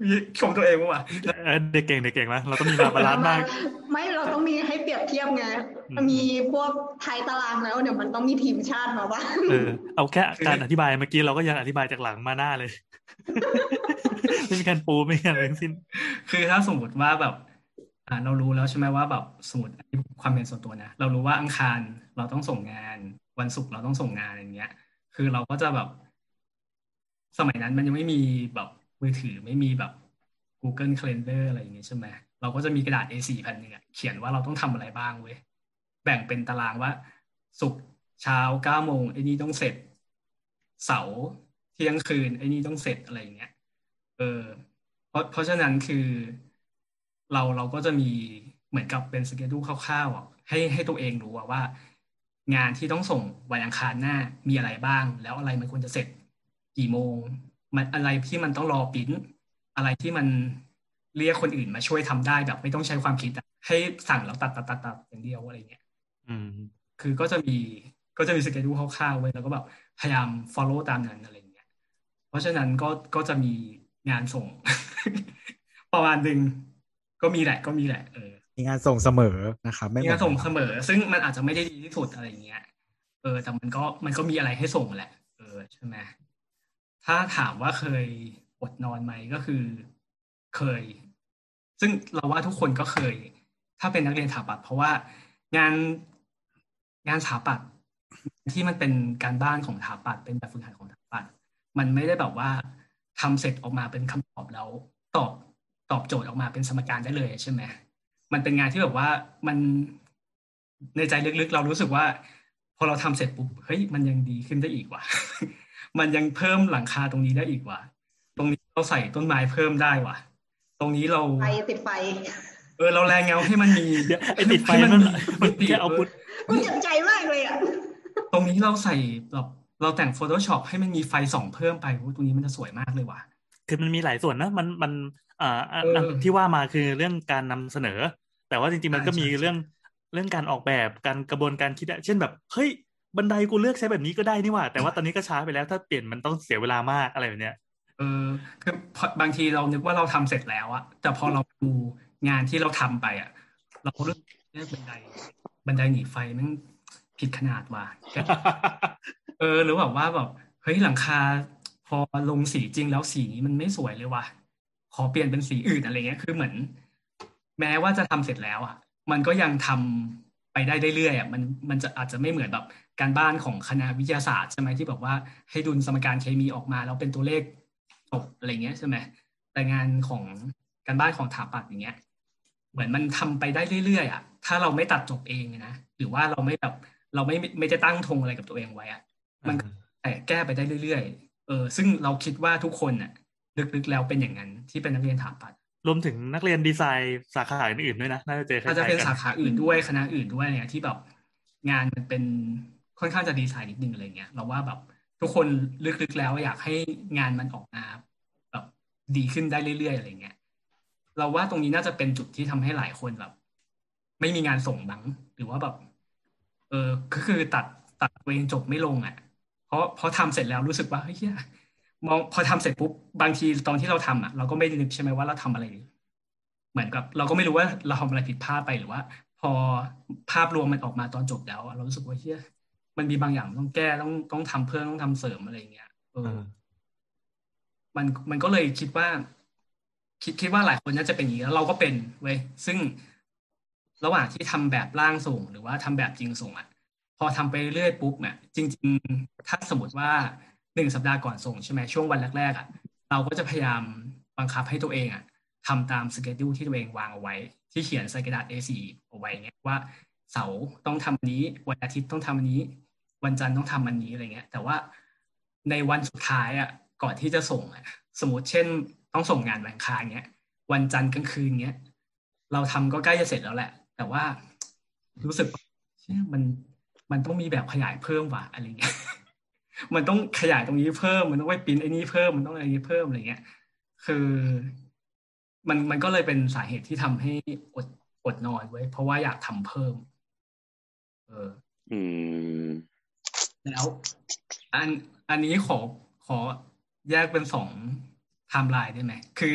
ชมตัวเองว่าเออเด็กเก่งเด็กเก่งนะเราต้องมีมาบาลานซ์บ้างไม่เราต้องมีให้เปรียบเทียบไงมีพวกไทยตารางแล้วเดี๋ยวมันต้องมีทีมชาติมาบ้างเออเอาแค่การอธิบายเมื่อกี้เราก็ยังอธิบายจากหลังมาหน้าเลย ไม่มีการปูไม่มีอะไรทั้งสิ้นคือถ้าสมมติว่าแบบอ่าเรารู้แล้วใช่ไหมว่าแบบสมมติความเป็นส่วนตัวนะเรารู้ว่าอังคารเราต้องส่งงานวันศุกร์เราต้องส่งงานอย่างเงี้ยคือเราก็จะแบบสมัยนั้นมันยังไม่มีแบบมือถือไม่มีแบบ Google Calendar อะไรอย่างเงี้ยใช่ไหมเราก็จะมีกระดาษ เอ สี่ แผ่นหนึ่งอะเขียนว่าเราต้องทำอะไรบ้างเว้ยแบ่งเป็นตารางว่าศุกร์เช้าเก้าโมงไอ้นี่ต้องเสร็จเสาร์เที่ยงคืนไอ้นี่ต้องเสร็จอะไรอย่างเงี้ยเออเพราะเพราะฉะนั้นคือเราเราก็จะมีเหมือนกับเป็นสเกดูคร่าวๆอ่ะให้ให้ตัวเองรู้ว่างานที่ต้องส่งวันอังคารหน้ามีอะไรบ้างแล้วอะไรมันควรจะเสร็จกี่โมงมันอะไรที่มันต้องรอปริ้นอะไรที่มันเรียกคนอื่นมาช่วยทำได้แบบไม่ต้องใช้ความคิดให้สั่งแล้วตัดตัดตัดตัดอย่างเดียวอะไรเงี้ยอืมคือก็จะมีก็จะมีสเกดูคร่าวๆไว้แล้วก็แบบพยายาม follow ตามนั้นอะไรเงี้ยเพราะฉะนั้นก็ก็จะมีงานส่ง ประมาณหนึ่งก็มีแหละก็มีแหละเออมีงานส่งเสมอนะครับไม่มีงานส่งเสมอซึ่งมันอาจจะไม่ได้ดีที่สุดอะไรเงี้ยเออแต่มันก็มันก็มีอะไรให้ส่งแหละเออใช่ไหมถ้าถามว่าเคยอดนอนไหมก็คือเคยซึ่งเราว่าทุกคนก็เคยถ้าเป็นนักเรียนสถาปัตย์เพราะว่างานงานสถาปัตย์ที่มันเป็นการบ้านของสถาปัตย์เป็นแบบฝึกหัดของสถาปัตย์มันไม่ได้แบบว่าทำเสร็จออกมาเป็นคำตอบแล้วตอบตอบโจทย์ออกมาเป็นสมการได้เลยใช่ไหมมันเป็นงานที่แบบว่ามันในใจลึกๆเรารู้สึกว่าพอเราทำเสร็จปุ๊บเฮ้ยมันยังดีขึ้นได้อีกว่ะ มันยังเพิ่มหลังคาตรงนี้ได้อีกว่ะตรงนี้เราใส่ต้นไม้เพิ่มได้ว่ะตรงนี้เราไฟติดไฟเออเราแรงเงาให้มันมีไอ้ติดไฟมันมันแค่เอาพุทกูเจ็บใจมากเลยอ่ะตรงนี้เราใส่แบบเราแต่ง Photoshop ให้มันมีไฟส่องเพิ่มไปตรงนี้มันจะสวยมากเลยว่ะคือมันมีหลายส่วนนะมันมันอ่าที่ว่ามาคือเรื่องการนำเสนอแต่ว่าจริงๆมันก็มีเรื่องเรื่องการออกแบบการกระบวนการคิดเช่นแบบเฮ้ยบันไดกูเลือกใช้แบบนี้ก็ได้นี่หว่าแต่ว่าตอนนี้ก็ช้าไปแล้วถ้าเปลี่ยนมันต้องเสียเวลามากอะไรแบบเนี้ยเออคือบางทีเรานึกว่าเราทำเสร็จแล้วอะแต่พอเราดูงานที่เราทำไปอะเราเลือกเลือกบันไดบันไดหนีไฟมันผิดขนาดว่ะเออหรือแบบว่าแบบเฮ้ยหลังคาพอลงสีจริงแล้วสีนี้มันไม่สวยเลยว่ะขอเปลี่ยนเป็นสีอื่นอะไรเงี้ยคือเหมือนแม้ว่าจะทำเสร็จแล้วอะมันก็ยังทำไปได้เรื่อยๆอ่ะมันมันจะอาจจะไม่เหมือนแบบการบ้านของคณะวิทยาศาสตร์ใช่ไหมที่แบบว่าให้ดุลสมการเคมีออกมาแล้วเป็นตัวเลขจบอะไรเงี้ยใช่ไหมแต่งานของการบ้านของสถาปัตย์อย่างเงี้ยเหมือนมันทำไปได้เรื่อยๆอ่ะถ้าเราไม่ตัดจบเองนะหรือว่าเราไม่แบบเราไม่ไม่จะตั้งธงอะไรกับตัวเองไว้อ่ะมันแต่แก้ไปได้เรื่อยๆเออซึ่งเราคิดว่าทุกคนอ่ะลึกๆแล้วเป็นอย่างนั้นที่เป็นนักเรียนสถาปัตย์รวมถึงนักเรียนดีไซน์สาขาอื่นๆด้วยนะน่าจะเจอคล้ายๆกันอาจจะเป็นสาขาอื่นด้วยคณะอื่นด้วยเนี่ยที่แบบงานมันเป็นค่อนข้างจะดีไซน์นิดนึงอะไรเงี้ยเราว่าแบบทุกคนลึกๆแล้วอยากให้งานมันออกมาแบบดีขึ้นได้เรื่อยๆอะไรเงี้ยเราว่าตรงนี้น่าจะเป็นจุดที่ทำให้หลายคนแบบไม่มีงานส่งบ้างหรือว่าแบบเออก็คือตัดตัดตัวเองจบไม่ลงอ่ะเพราะเพราะทำเสร็จแล้วรู้สึกว่าเฮ้ยมองพอทำเสร็จปุ๊บบางทีตอนที่เราทำอ่ะเราก็ไม่ได้นึกใช่ไหมว่าเราทำอะไรเหมือนกับเราก็ไม่รู้ว่าเราทำอะไรผิดพลาดไปหรือว่าพอภาพรวมมันออกมาตอนจบแล้วเรารู้สึกว่าเฮียมันมีบางอย่างต้องแก้ต้องต้องทำเพิ่มต้องทำเสริมอะไรเงี้ยเออมันมันก็เลยคิดว่าคิดคิดว่าหลายคนน่าจะเป็นอย่างนี้แล้วเราก็เป็นเว้ยซึ่งระหว่างที่ทำแบบร่างส่งหรือว่าทำแบบจริงส่งอ่ะพอทำไปเรื่อยปุ๊บเนี่ยจริงๆถ้าสมมติว่าหนึ่งสัปดาห์ก่อนส่งใช่ไหมช่วงวันแรกๆอ่ะเราก็จะพยายามบังคับให้ตัวเองอ่ะทำตามสเกดูที่ตัวเองวางเอาไว้ที่เขียนใส่กระดาษ เอ สี่ เอาไว้เงี้ยว่าเสาร์ต้องทำอันนี้วันอาทิตย์ต้องทำอันนี้วันจันทร์ต้องทำอันนี้อะไรเงี้ยแต่ว่าในวันสุดท้ายอ่ะก่อนที่จะส่งอ่ะสมมติเช่นต้องส่งงานวันอังคารเงี้ยวันจันทร์กลางคืนเงี้ยเราทำก็ใกล้จะเสร็จแล้วแหละแต่ว่ารู้สึกเชื่อมันมันต้องมีแบบขยายเพิ่มว่ะอะไรเงี้ยมันต้องขยายตรงนี้เพิ่มมันต้องไปปริ้นไอ้นี้เพิ่มมันต้องอะไรนี้เพิ่มอะไรเงี้ยคือมันมันก็เลยเป็นสาเหตุที่ทำให้อดอดนอนไว้เพราะว่าอยากทำเพิ่มเอออืมแล้วอันอันนี้ขอขอแยกเป็นสองไทม์ไลน์ได้ไหมคือ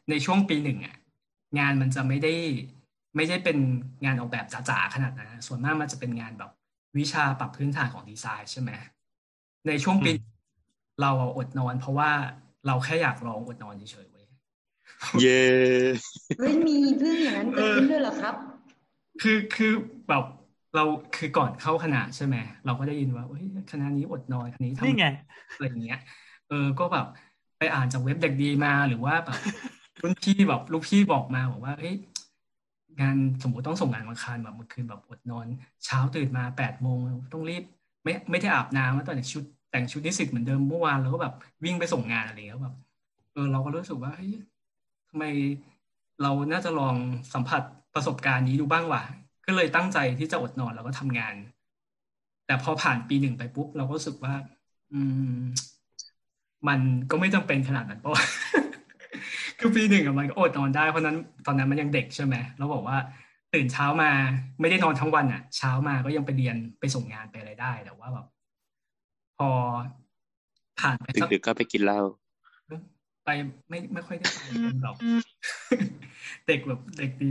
ในช่วงปีหนึ่งอ่ะงานมันจะไม่ได้ไม่ได้เป็นงานออกแบบจ๋าๆขนาดนั้นส่วนมากมันจะเป็นงานแบบวิชาปรับพื้นฐานของดีไซน์ใช่ไหมในช่วงปีเราอดนอนเพราะว่าเราแค่อยากลองอดนอนเฉยๆเว้ยเย้เฮ้ยมีเรื่องอย่างนั้นเกิดขึ้นด้วยเหรอครับคือคือแบบเราคือก่อนเข้าคณะใช่ไหมเราก็ได้ยินว่าเฮ้ยคณะนี้อดนอนคณะนี้ทำนี่ไงอะไรอย่างเงี้ยเออก็แบบไปอ่านจากเว็บเด็กดีมาหรือว่าแบบรุ่นพี่แบบลูกพี่บอกมาบอกว่าเฮ้ยงานสมมติต้องส่งงานวันอังคารแบบเมื่อคืนแบบอดนอนเช้าตื่นมาแปดโมงต้องรีบไม่ไม่ได้อาบน้ำแล้วตอนนี้ชุดแต่งชุดนิสิตเหมือนเดิมเมื่อวานแล้วก็แบบวิ่งไปส่งงานอะไรอย่างเงี้ยแบบเออเราก็รู้สึกว่าเฮ้ยทำไมเราน่าจะลองสัมผัสประสบการณ์นี้ดูบ้างวะก็เลยตั้งใจที่จะอดนอนแล้วก็ทำงานแต่พอผ่านปีหนึ่งไปปุ๊บเราก็รู้สึกว่าอืมมันก็ไม่จำเป็นขนาดนั้นเพราะ คือปีหนึ่งอะมันก็อดนอนได้เพราะนั้นตอนนั้นมันยังเด็กใช่ไหมเราบอกว่าตื่นเช้ามาไม่ได้นอนทั้งวันอ่ะเช้ามาก็ยังไปเรียนไปส่งงานไปอะไรได้แต่ว่าแบบพอผ่านไปสักดึกๆก็ไปกินเหล้าไปไม่ไม่ค่อยได้ไปเป็นแบบเด็กแบบเด็กดี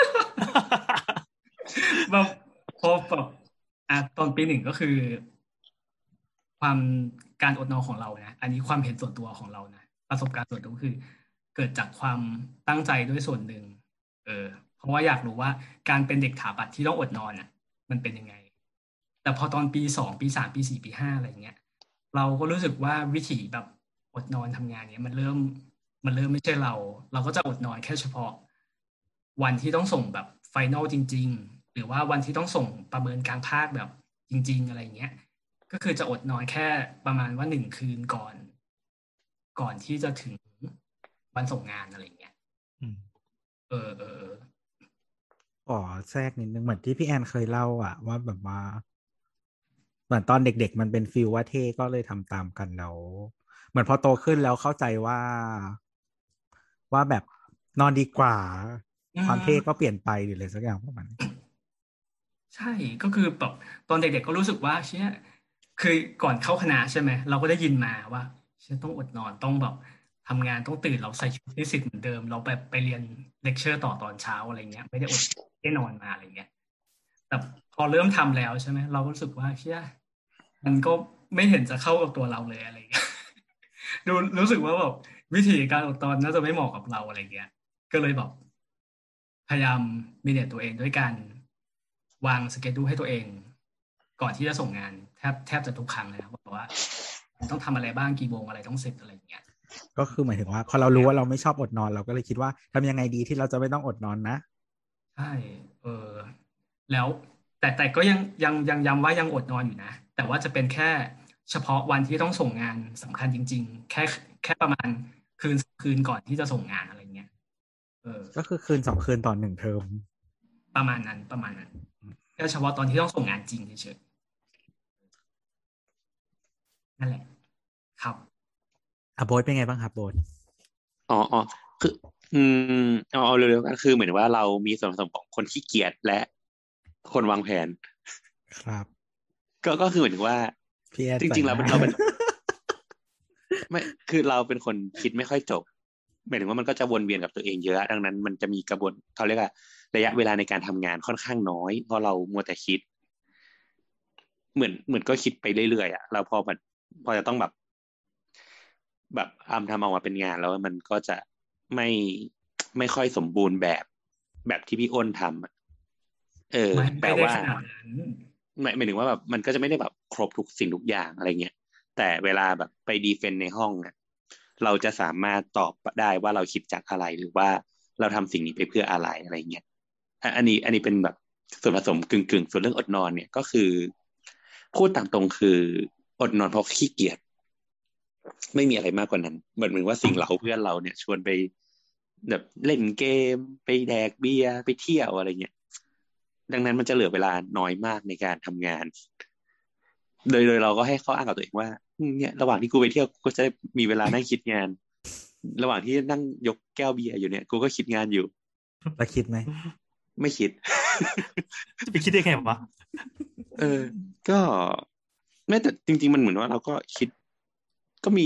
แบบพอแบบอ่ะตอนปีหนึ่งก็คือ ความการอดนอนของเรานะอันนี้ความเห็นส่วนตัวของเรานะประสบการณ์ส่วนตัวคือ เกิดจากความตั้งใจด้วยส่วนหนึ่งเออเพราะว่าอยากรู้ว่าการเป็นเด็กถาปัตย์ที่ต้องอดนอนอ่ะ มันเป็นยังไง แต่พอตอนปีสองปีสามปีสี่ปีห้าอะไรเงี้ยเราก็รู้สึกว่าวิถีแบบอดนอนทำงานเนี้ยมันเริ่มมันเริ่มไม่ใช่เรา เราก็จะอดนอนแค่เฉพาะ วันที่ต้องส่งแบบไฟนอลจริงๆหรือว่าวันที่ต้องส่งประเมินกลางภาคแบบจริงๆอะไรเงี้ยก็คือจะอดนอนแค่ประมาณว่าหนึ่งคืนก่อน ก่อนที่จะถึงวันส่งงานอะไรเงี้ยเออเอออ๋อแทรกนิดนึงเหมือนที่พี่แอนเคยเล่าอ่ะว่าแบบว่าเหมือนตอนเด็กๆมันเป็นฟีลว่าเท่ก็เลยทำตามกันแล้วเหมือนพอโตขึ้นแล้วเข้าใจว่า ว่าแบบนอนดีกว่าความเท่ก็เปลี่ยนไปหรืออะไรสักอย่างประมาณนี้ใช่ก็คือแบบตอนเด็กๆก็รู้สึกว่าเชี่ยคือก่อนเข้าคณะใช่ไหมเราก็ได้ยินมาว่าเชี่ยต้องอดนอนต้องแบบทำงานต้องตื่นเราใส่ชุดนิสิตเหมือนเดิมเราไปไปเรียนเลคเชอร์ต่อตอนเช้าอะไรเงี้ยไม่ได้อดได้นอนมาอะไรเงี้ยแต่พอเริ่มทำแล้วใช่ไหมเราก็รู้สึกว่าเชี่ยมันก็ไม่เห็นจะเข้ากับตัวเราเลยอะไรเงี้ยดูรู้สึกว่าแบบวิธีการอดนอนน่าจะไม่เหมาะกับเราอะไรเงี้ยก็เลยแบบพยายามมีเนตตัวเองด้วยการวางสเกดูให้ตัวเองก่อนที่จะส่งงานแทบแทบจะทุกครั้งเลยนะว่าว่าต้องทำอะไรบ้างกี่โมงอะไรต้องเสร็จอะไรอย่างเงี้ยก็คือหมายถึงว่าพอเรารู้ว่าเราไม่ชอบอดนอนเราก็เลยคิดว่าทำยังไงดีที่เราจะไม่ต้องอดนอนนะใช่เออแล้วแต่แต่ก็ยังยังยังย้ำว่ายังอดนอนอยู่นะแต่ว่าจะเป็นแค่เฉพาะวันที่ต้องส่งงานสำคัญจริงๆแค่แค่ประมาณคืนคืนก่อนที่จะส่งงานอะไรเงี้ยเออก็คือคืนสองคืนต่อหนึ่งเทอมประมาณนั้นประมาณนั้นแค่เฉพาะตอนที่ต้องส่งงานจริงเฉยๆนั่นแหละครับอ่ะโบ๊ทเป็นไงบ้างครับโบ๊ทอ๋ออ๋อคือ อืมเอาเอาเร็วๆกันคือเหมือนว่าเรามีส่วนผสมของคนขี้เกียจและคนวางแผนครับก็ก็คือเหมือนว่าจริงๆเราเป็นเราเป็นไม่คือเราเป็นคนคิดไม่ค่อยจบหมายถึงว่ามันก็จะวนเวียนกับตัวเองเยอะดังนั้นมันจะมีกระบวนเขาเรียกว่าระยะเวลาในการทำงานค่อนข้างน้อยเพราะเรามัวแต่คิดเหมือนเหมือนก็คิดไปเรื่อยๆอ่ะเราพอมันพอจะต้องแบบ แบบอำทำออกมาเป็นงานแล้วมันก็จะไม่ไม่ค่อยสมบูรณ์แบบแบบที่พี่อ้นทำเออแปลว่าหมายหมายถึงว่าแบบมันก็จะไม่ได้แบบครบทุกสิ่งทุกอย่างอะไรเงี้ยแต่เวลาแบบไปดีเฟนต์ในห้องอ่ะเราจะสามารถตอบได้ว่าเราคิดจากอะไรหรือว่าเราทำสิ่งนี้ไปเพื่ออะไรอะไรเงี้ยอันนี้อันนี้เป็นแบบส่วนผสมกึ่งๆส่วนเรื่องอดนอนเนี่ยก็คือพูดตามตรงคืออดนอนเพราะขี้เกียจไม่มีอะไรมากกว่านั้นเหมือนเหมือนว่าสิ่งเราเพื่อนเราเนี่ยชวนไปแบบเล่นเกมไปแดกเบียร์ไปเที่ยวอะไรเงี้ยดังนั้นมันจะเหลือเวลาน้อยมากในการทำงานโดยโดยเราก็ให้ข้ออ้างกับตัวเองว่าเนี่ยระหว่างที่กูไปเที่ยวกูก็จะมีเวลานั่งคิดงานระหว่างที่นั่งยกแก้วเบียร์อยู่เนี่ยกูก็คิดงานอยู่แล้วคิดไหมไม่คิดจะไปคิดได้ไงวะเออก็แม้แต่จริงๆมันเหมือนว่าเราก็คิดก็มีแบบ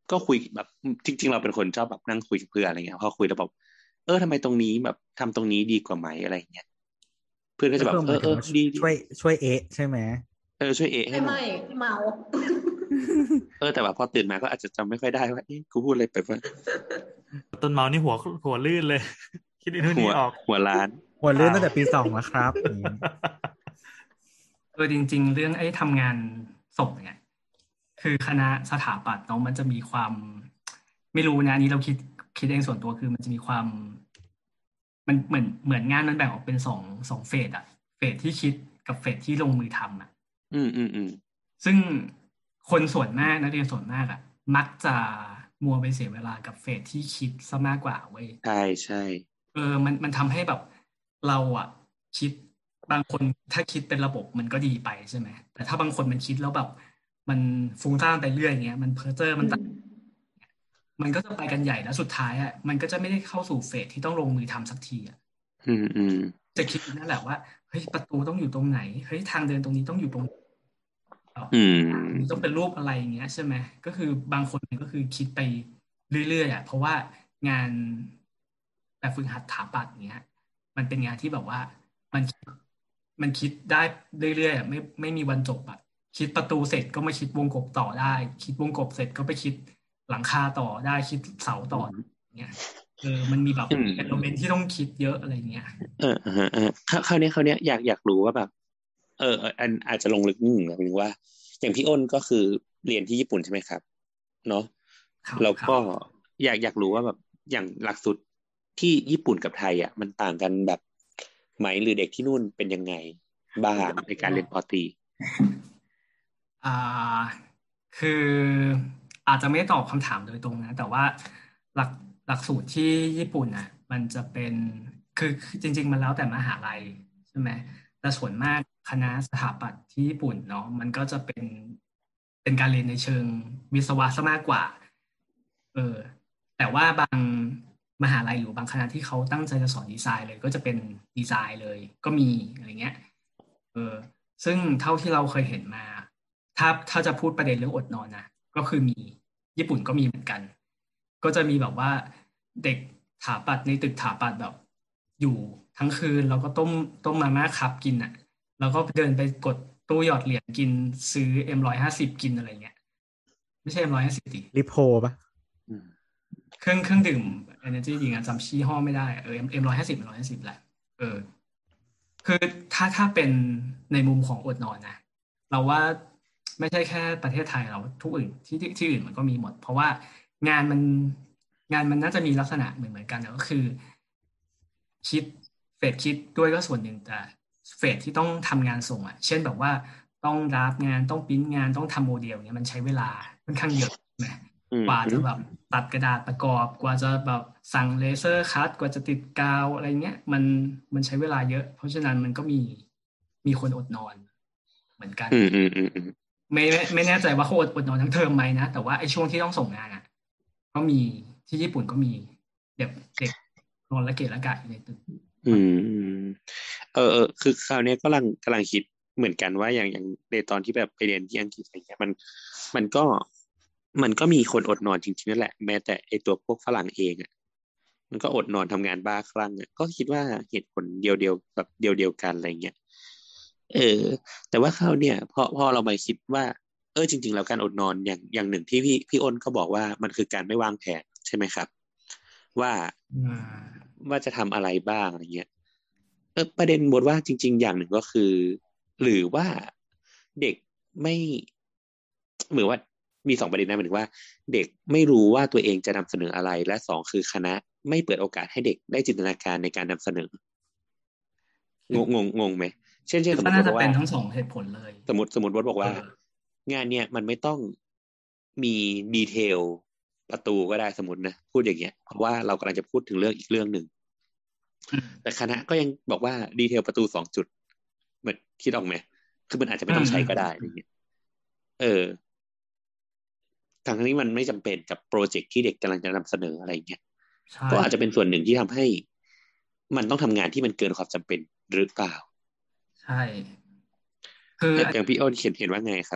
ก็คุยแบบจริงๆเราเป็นคนชอบแบบนั่งคุยกับเพื่อนอะไรเงี้ยพอคุยแล้วแบบเออทำไมตรงนี้แบบทำตรงนี้ดีกว่าไหมอะไรเงี้ยเพื่อนก็ก็จะแบคืบอหเอมายอถึเอง อว่าดีช่วยช่วยเอะใช่ไหมเออช่วยเอะให้ไม่หน่อไม่ยเมาเออแต่แบบพอตื่นมาก็อาจจะจำไม่ค่อยได้ว่าเอ๊ะกูพูดอะไรไปวะต้นเมานี่หัวหัวลื่นเลย คิดอีนู่นหันี่วออกหัวล้านหัวลื่นตั้งแต่ปีสองแล้วครับอย่างนี้เออจริง ๆ เรื่องไอ้ทำงานศพเนี่ยคือคณะสถาปัตย์เนาะมันจะมีความ ไม่รู้นะอันนี้เราคิดคิดเองส่วนตัวคือมันจะมีความ มันเหมือนเหมือนงานมันแบ่งออกเป็นสองสองเฟสอะเฟสที่คิดกับเฟสที่ลงมือทำอะอืมอืมอืมซึ่งคนส่วนมากนักเรียนส่วนมากอะมักจะมัวไปเสียเวลากับเฟสที่คิดซะมากกว่าเว้ยใช่ใช่เออมันมันทำให้แบบเราอะคิดบางคนถ้าคิดเป็นระบบมันก็ดีไปใช่ไหมแต่ถ้าบางคนมันคิดแล้วแบบ มันฟุ้งซ่านไปเรื่อยอย่างเงี้ยมันเพ้อเจ้อมันตัดมันก็จะไปกันใหญ่แล้วสุดท้ายอะมันก็จะไม่ได้เข้าสู่เฟสที่ต้องลงมือทำสักทีอะอืมอืมจะคิดอยู่นั่นแหละว่าเฮ้ยประตูต้องอยู่ตรงไหนเฮ้ยทางเดินตรงนี้ต้องอยู่ตรงอืมต้องเป็นรูปอะไรอย่างเงี้ยใช่ไหมก็คือบางคนก็คือคิดไปเรื่อยๆอ่ะเพราะว่างานแบบฝึกหัดถาปัดเงี้ย มันเป็นงานที่แบบว่ามันมันคิดได้เรื่อยๆอ่ะไม่ไม่มีวันจบอ่ะคิดประตูเสร็จก็มาคิดวงกบต่อได้ คิดวงกบเสร็จก็ไปคิดหลังคาต่อได้คิดเสาต่อเงี้ยเออมันมีแบบอืมเอลเมนที่ต้องคิดเยอะอะไรเงี้ยเออเออเออคราวคราวเนี้ยคราวเนี้ยอยากอยากรู้ว่าแบบ เออเอออันอาจจะลงลึกนิดหนึ่งนะหมายถึงว่า อย่างพี่อ้นก็คือเรียนที่ญี่ปุ่นใช่ไหมครับเนาะครับแล้วครับก็อยากอยากรู้ว่าแบบอย่างหลักสูตรที่ญี่ปุ่นกับไทยอ่ะมันต่างกันแบบไหมหรือเด็กที่นู่นเป็นยังไงบ้างในการเรียนปอตรีอ่าคืออาจจะไม่ตอบคำถามโดยตรงนะ แต่ว่าหลักหลักสูตรที่ญี่ปุ่นอ่ะ มันจะเป็นคือคือจริง ๆ มันแล้วแต่มหาลัยใช่ไหมแต่ส่วนมากคณะสถาปัตย์ที่ญี่ปุ่นเนาะมันก็จะเป็นเป็นการเรียนในเชิงวิศวะซะมากกว่า เออ แต่ว่าบางมหาลัยหรือบางคณะที่เขาตั้งใจจะสอนดีไซน์เลย ก็จะเป็นดีไซน์เลยก็มีอะไรเงี้ย เออ ซึ่งเท่าที่เราเคยเห็นมา ถ้าถ้าจะพูดประเด็นเรื่องอดนอนนะก็คือมีญี่ปุ่นก็มีเหมือนกัน ก็จะมีแบบว่าเด็กถาปัดในตึกถาปัดแบบอยู่ทั้งคืนแล้วก็ต้มต้มมาม่าคัพกินอ่ะ แล้วก็เดินไปกดตู้หยอดเหรียญกินซื้อเอ็มร้อยห้าสิบกินอะไรเงี้ยไม่ใช่เอ็มร้อยห้าสิบดิริโพปะอืมเครื่องเครื่องดื่ม energy จริงอ่ะจำชื่อห้อไม่ได้เออเอ็มร้อยห้าสิบเอ็มร้อยห้าสิบแหละเออ คือถ้าถ้าเป็นในมุมของอดนอนนะเราว่าไม่ใช่แค่ประเทศไทยเราทุกอื่นที่ที่ที่อื่นมันก็มีหมด เพราะว่างานมันงานมันน่าจะมีลักษณะเหมือนเหมือนกันก็คือ คิดเฟสคิดด้วยก็ส่วนหนึ่งแต่เฟสที่ต้องทำงานส่งอ่ะ เช่นแบบว่าต้องรับงานต้องปริ้นงานต้องทำโมเดลเนี้ยมันใช้เวลาค่อนข้างเยอะไหมอืมกว่าจะแบบตัดกระดาษประกอบกว่าจะแบบสั่งเลเซอร์คัตกว่าจะติดกาวอะไรเงี้ยมันมันใช้เวลาเยอะ เพราะฉะนั้นมันก็มีมีคนอดนอนเหมือนกันอืมอืมอืมอืมไม่ไม่ไม่แน่ใจว่าเขาอดอดนอนทั้งเทอมไหมนะแต่ว่าไอ้ช่วงที่ต้องส่งงานอ่ะก็มีที่ญี่ปุ่นก็มีเด็กเด็กนอนละเกะละกะอยู่ในตึกอืมอืมเออเออคือคราวเนี้ยกำลังกำลังคิดเหมือนกันว่าอย่างอย่างในตอนที่แบบไปเรียนที่อังกฤษอะไรเงี้ยมันมันก็มันก็มีคนอดนอนจริงๆนั่นแหละแม้แต่ไอตัวพวกฝรั่งเองอ่ะมันก็อดนอนทำงานบ้าคลั่งอ่ะก็คิดว่าเหตุผลเดียวเดียวแบบเดียวเดียวกันอะไรเงี้ยเออ แต่ว่าคราวเนี้ยพอพอเรามาคิดว่าเออจริงๆแล้วการอดนอนอย่างอย่างหนึ่งที่พี่พี่อ้นเขาบอกว่ามันคือการไม่วางแผนใช่ไหมครับ ว่าอืมว่าจะทำอะไรบ้างอะไรเงี้ยเออประเด็นบทว่าจริง ๆ อย่างหนึ่งก็คือ หรือว่าเด็กไม่เหมือนว่ามีสองประเด็นนะหมายถึงว่า เด็กไม่รู้ว่าตัวเองจะนำเสนออะไรและสองคือคณะไม่เปิดโอกาสให้เด็กได้จินตนาการในการนำเสนองงงงงงไหมเช่นเช่นสมมก็ติน่าจะว่าเป็นทั้งสองเหตุผลเลยสมมติสมมติว่าบอกว่าเอองานเนี้ยมันไม่ต้องมีดีเทลประตูก็ได้สมมตินะพูดอย่างเงี้ยเพราะว่าเรากำลังจะพูดถึงเรื่องอีกเรื่องหนึ่งอืมแต่คณะก็ยังบอกว่าดีเทลประตูสองจุดเหมือนคิดออกไหมคือมันอาจจะไม่ต้องใช้ก็ได้อะไรเงี้ยเออทางนี้มันไม่จำเป็นกับโปรเจกต์ที่เด็กกำลังจะนำเสนออะไรเงี้ยใช่ก็อาจจะเป็นส่วนหนึ่งที่ทำให้มันต้องทำงานที่มันเกินความจำเป็นหรือเปล่าใช่ คืออย่างพี่อ้นเขียนเห็นว่าไงครับ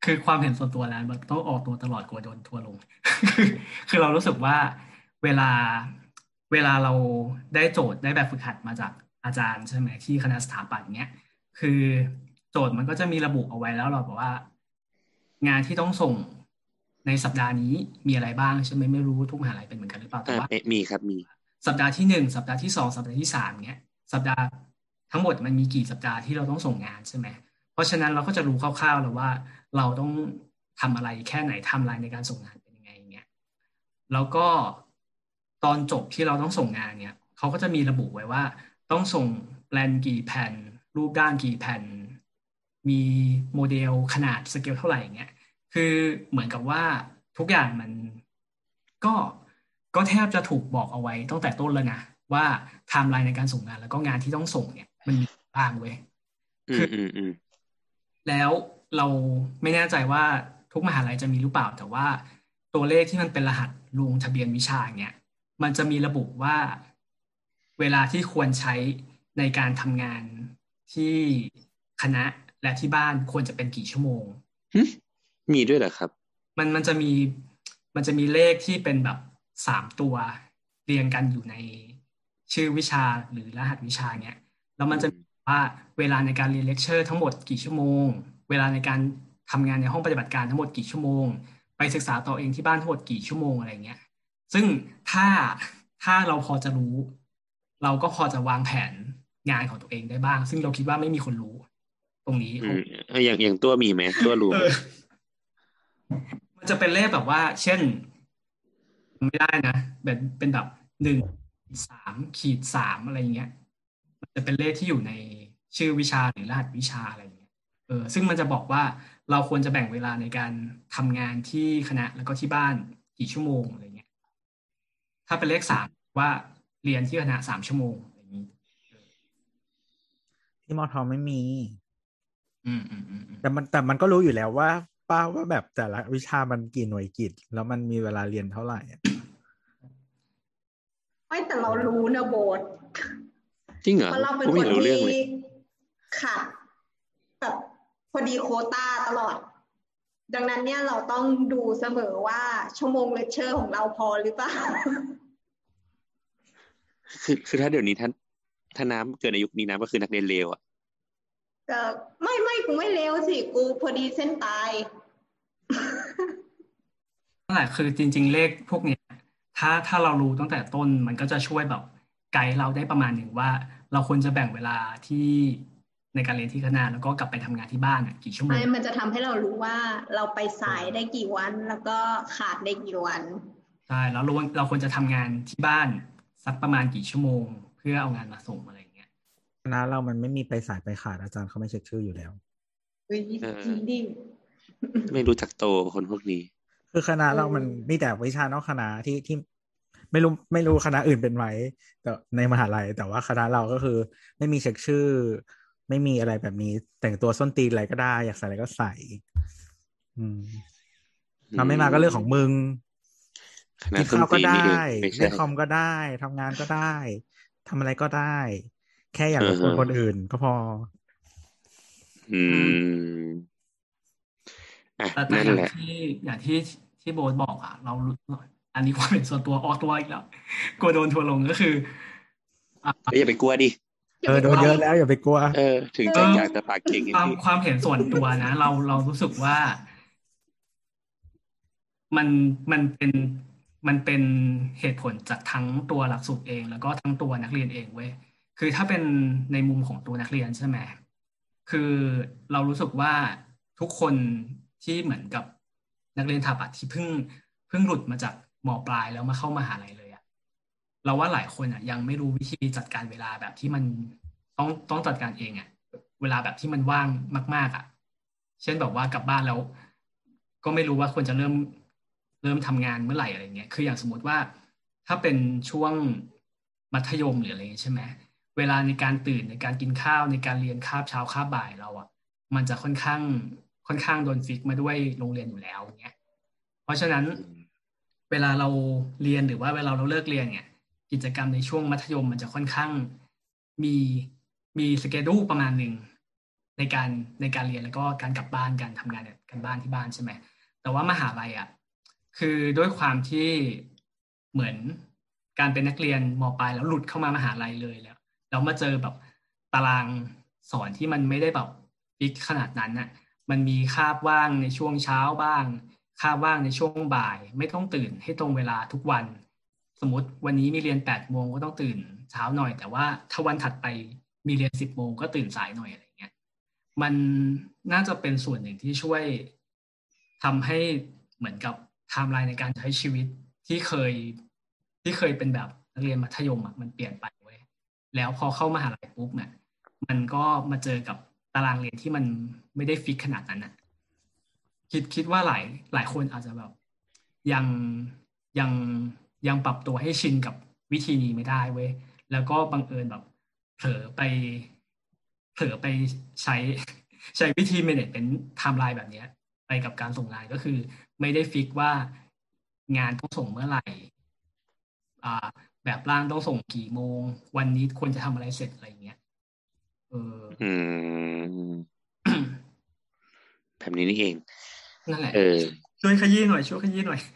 คือความเห็นส่วนตัวแล้วมันต้องออกตัวตลอดกลัวโดนทัวร์ลง คือคือเรารู้สึกว่าเวลาเวลาเราได้โจทย์ได้แบบฝึกหัดมาจากอาจารย์ใช่ไหมที่คณะสถาปัตย์เนี้ยคือโจทย์มันก็จะมีระบุเอาไว้แล้วเราบอกว่า งานที่ต้องส่งในสัปดาห์นี้มีอะไรบ้างใช่ไหมไม่รู้ทุกมหาลัยเป็นเหมือนกันหรือเปล่าแต่อ่าว่ามีครับมีสัปดาห์ที่หนึ่งสัปดาห์ที่สองสัปดาห์ที่สามเนี้ยสัปดาห์ทั้งหมดมันมีกี่สัปดาห์ที่เราต้องส่งงานใช่ไหมเพราะฉะนั้นเราก็จะรู้คร่าวๆแล้วว่าเราต้องทำอะไรแค่ไหนไทม์ไลน์ในการส่งงานเป็นยังไงอย่างเงี้ยแล้วก็ตอนจบที่เราต้องส่งงานเนี่ยเขาก็จะมีระบุไว้ว่าต้องส่งแปลนกี่แผ่นรูปด้านกี่แผ่นมีโมเดลขนาดสเกลเท่าไหร่อย่างเงี้ยคือเหมือนกับว่าทุกอย่างมันก็ก็แทบจะถูกบอกเอาไว้ตั้งแต่ต้นแล้วนะว่าไทม์ไลน์ในการส่งงานแล้วก็งานที่ต้องส่งเนี่ยมันมีบ้างเว้ยอืมอืมอืมแล้วเราไม่แน่ใจว่าทุกมหาลัยจะมีหรือเปล่าแต่ว่าตัวเลขที่มันเป็นรหัสลงทะเบียนวิชาเนี่ยมันจะมีระบุว่าเวลาที่ควรใช้ในการทำงานที่คณะและที่บ้านควรจะเป็นกี่ชั่วโมงหึมีด้วยเหรอครับมันมันจะมีมันจะมีเลขที่เป็นแบบสามตัวเรียงกันอยู่ในชื่อวิชาหรือรหัสวิชาเนี้ยแล้วมันจะมีว่าเวลาในการเรียนเลคเชอร์ทั้งหมดกี่ชั่วโมงเวลาในการทำงานในห้องปฏิบัติการทั้งหมดกี่ชั่วโมงไปศึกษาต่อเองที่บ้านทั้งหมดกี่ชั่วโมงอะไรเงี้ยซึ่งถ้าถ้าเราพอจะรู้ เราก็พอจะวางแผนงานของตัวเองได้บ้าง ซึ่งเราคิดว่าไม่มีคนรู้ตรงนี้อืมเอ่ออย่างอย่างตัวมีไหมตัวรู้เอไหมอมันจะเป็นเลขแบบว่า เช่นไม่ได้นะแบบเป็นแบบหนึ่งสามขีดสามอะไรเงี้ยมันจะเป็นเลขที่อยู่ในชื่อวิชาหรือรหัสวิชาอะไรเงี้ยเออซึ่งมันจะบอกว่าเราควรจะแบ่งเวลาในการทำงานที่คณะแล้วก็ที่บ้านกี่ชั่วโมงอะไรเงี้ยถ้าเป็นเลขสามว่าเรียนที่คณะสามชั่วโมงอะไรอย่างนี้ที่มอทอไม่มีอืมอืมอืมอืมแต่มันแต่มันก็รู้อยู่แล้วว่าป้าว่าแบบแต่ละวิชามันกี่หน่วยกิตแล้วมันมีเวลาเรียนเท่าไหร่อะไม่แต่เรารู้นะโบสจริงเหรอเพราะเราเป็นผมคไม่นรู้เรื่ที่องเลยขาดแบบพอดีโควต้าตลอด ดังนั้นเนี่ยเราต้องดูเสมอว่าชั่วโมงเลคเชอร์ของเราพอหรือเปล่าคือคือถ้าเดี๋ยวนี้ท่านถ้าน้ำเกิดในยุคนี้น้ำก็คือนักเรียนเลวอ่ะเออไม่ไม่กูไม่เลวสิกูพอดีเส้นตายนั่นแหละคือจริงๆเลขพวกเนี้ยถ้าถ้าเรารู้ตั้งแต่ต้นมันก็จะช่วยแบบไกด์เราได้ประมาณหนึ่งว่า เราควรจะแบ่งเวลาที่ในการเรียนที่คณะแล้วก็กลับไปทำงานที่บ้านอ่ะกี่ชั่วโมไม่งมันจะทำให้เรารู้ว่าเราไปสายได้กี่วันแล้วก็ขาดได้กี่วันใช่แล้วเราเราควรจะทำงานที่บ้านสักประมาณกี่ชั่วโมง เพื่อเอางานมาส่งอะไรอย่างเงี้ยคณะเรามันไม่มีไปสายไปขาดอาจารย์เขาไม่เช็คชื่ออยู่แล้วเฮ้ยเออจริงดิไม่รู้จักโตคนพวกนี้คือคณะเรามันมีแต่วิชานอกคณะที่ที่ไม่รู้ไม่รู้คณะอื่นเป็นไหมแต่ในมหาลัยแต่ว่าคณะเราก็คือไม่มีเช็คชื่อ ไม่มีอะไรแบบนี้ แต่งตัวส้นตีนอะไรก็ได้ อยากใส่อะไรก็ใส่ อืมทำไม่มาก็เรื่องของมึงคณะกินส้นข้าวก็ตีนได้นี่เองไม่ใช่เล่นคอมก็ได้ทำงานก็ได้ทำอะไรก็ได้ แค่อย่ารบกวนอือฮะคนอื่นก็พออืมอ่ะแต่แต่นั่นอย่างแหละที่อย่างที่ที่โบ๊ทบอกอ่ะ เรารู้อันนี้ความเป็นส่วนตัวออกตัวอีกแล้วกลัวโดนทัวร์ลงก็คืออ่ะเอ้ยอย่าไปกลัวดิเออโดนเยอะแล้วอย่าไปกลัวเออ ถึงจะอยากจะปากเก่งความพี่ความเห็นส่วนตัวนะ เราเรารู้สึกว่า มันมันเป็นมันเป็นเหตุผลจากทั้งตัวหลักสูตรเอง แล้วก็ทั้งตัวนักเรียนเองเว้ยคือถ้าเป็นในมุมของตัวนักเรียนใช่ไหมคือเรารู้สึกว่าทุกคนที่เหมือนกับนักเรียนสถาปัตย์ที่เพิ่งเพิ่งหลุดมาจากม.ปลายแล้วมาเข้ามหาลัยเลยอะเราว่าหลายคนอะยังไม่รู้วิธีจัดการเวลาแบบที่มันต้องต้องจัดการเองอะเวลาแบบที่มันว่างมากๆอะเช่นแบบว่ากลับบ้านแล้ว ก็ไม่รู้ว่าควรจะเริ่มเริ่มทำงานเมื่อไหร่อะไรเงี้ยคืออย่างสมมติว่าถ้าเป็นช่วงมัธยมหรืออะไรใช่ไหมเวลาในการตื่นในการกินข้าวในการเรียนคาบเช้าคาบบ่ายเราอ่ะมันจะค่อนข้างค่อนข้างโดนฟิกมาด้วยโรงเรียนอยู่แล้วเงี้ยเพราะฉะนั้นเวลาเราเรียนหรือว่าเวลาเราเลิกเรียนเนี่ยกิจกรรมในช่วงมัธยมมันจะค่อนข้างมีมีสเกดูประมาณหนึ่งในการในการเรียนแล้วก็การกลับบ้านการทำงานกันบ้านที่บ้านใช่ไหมแต่ว่ามหาลัยอ่ะคือด้วยความที่เหมือนการเป็นนักเรียนม.ปลายแล้วหลุดเข้ามามหาลัยเลยแล้วแล้วมาเจอแบบตารางสอนที่มันไม่ได้แบบฟิกขนาดนั้นน่ะมันมีคาบว่างในช่วงเช้าบ้างคาบว่างในช่วงบ่ายไม่ต้องตื่นให้ตรงเวลาทุกวันสมมติวันนี้มีเรียนแปดโมงก็ต้องตื่นเช้าหน่อยแต่ว่าถ้าวันถัดไปมีเรียนสิบโมงก็ตื่นสายหน่อยอะไรเงี้ยมันน่าจะเป็นส่วนหนึ่งที่ช่วยทำให้เหมือนกับไทม์ไลน์ในการใช้ชีวิตที่เคยที่เคยเป็นแบบนักเรียนมัธยมอ่ะมันเปลี่ยนไปเว้ยแล้วพอเข้ามหาลัยปุ๊บเนี่ยมันก็มาเจอกับตารางเรียนที่มันไม่ได้ฟิกขนาดนั้นอ่ะคิดคิดว่าหลายหลายคนอาจจะแบบยังยังยังปรับตัวให้ชินกับวิธีนี้ไม่ได้เว้ยแล้วก็บังเอิญแบบเผลอไปเผลอไปใช้ใช้วิธี management ไทม์ไลน์แบบนี้ไปกับการส่งงานก็คือไม่ได้ฟิกว่างานต้องส่งเมื่อไหร่อ่าแบบร่างต้องส่งกี่โมงวันนี้ควรจะทำอะไรเสร็จอะไรอย่างเงี้ยเอออืมแบบนี้นี่เองนั่นแหละเออช่วยขยี้หน่อยช่วยขยี้หน่อย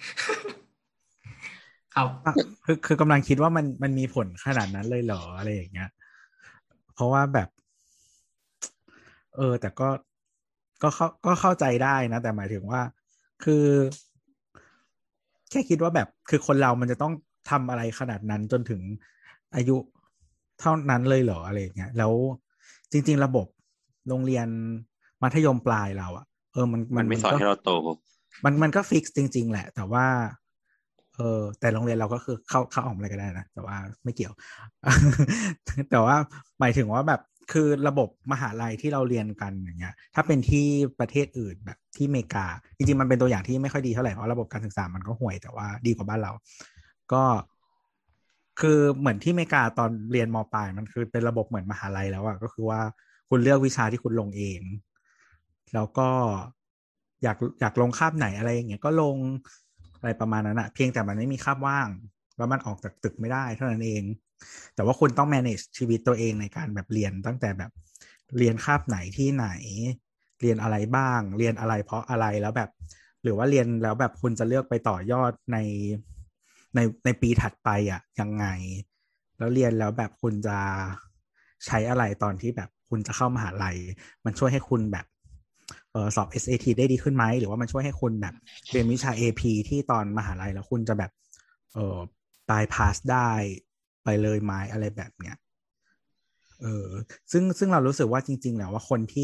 ครับคือคือกำลังคิดว่ามันมันมีผลขนาดนั้นเลยเหรออะไรอย่างเงี้ยเพราะว่าแบบเออแต่ก็ก็เข้าก็เข้าใจได้นะแต่หมายถึงว่าคือแค่คิดว่าแบบคือคนเรามันจะต้องทำอะไรขนาดนั้นจนถึงอายุเท่านั้นเลยเหรออะไรอย่างเงี้ยแล้วจริงๆระบบโรงเรียนมัธยมปลายเราอะเออมันมันไม่สอนให้เราโตมันมันก็ฟิกซ์จริงๆแหละแต่ว่าเออแต่โรงเรียนเราก็คือเข้าเข้าออกอะไรก็ได้นะแต่ว่าไม่เกี่ยว แต่ว่าหมายถึงว่าแบบคือระบบมหาลัยที่เราเรียนกันอย่างเงี้ยถ้าเป็นที่ประเทศอื่นแบบที่อเมริกาจริงๆมันเป็นตัวอย่างที่ไม่ค่อยดีเท่าไหร่เพราะระบบการศึกษามันก็ห่วยแต่ว่าดีกว่าบ้านเราก็คือเหมือนที่อเมริกาตอนเรียนม.ปลายมันคือเป็นระบบเหมือนมหาลัยแล้วอะก็คือว่าคุณเลือกวิชาที่คุณลงเองแล้วก็อยากอยากลงคาบไหนอะไรอย่างเงี้ยก็ลงอะไรประมาณนั้นอะเพียงแต่มันไม่มีคาบว่างแล้วมันออกจากตึกไม่ได้เท่านั้นเองแต่ว่าคุณต้อง manage ชีวิตตัวเองในการแบบเรียนตั้งแต่แบบเรียนคาบไหนที่ไหนเรียนอะไรบ้างเรียนอะไรเพราะอะไรแล้วแบบหรือว่าเรียนแล้วแบบคุณจะเลือกไปต่อยอดในในในปีถัดไปอ่ะยังไงแล้วเรียนแล้วแบบคุณจะใช้อะไรตอนที่แบบคุณจะเข้ามหาลัยมันช่วยให้คุณแบบเออสอบ เอส เอ ที ได้ดีขึ้นไหมหรือว่ามันช่วยให้คุณแบบเรียนวิชา เอ พี ที่ตอนมหาลัยแล้วคุณจะแบบเออ bypass ได้ไปเลยไหมอะไรแบบเนี้ยเออซึ่งซึ่งเรารู้สึกว่าจริงๆแล้วว่าคนที่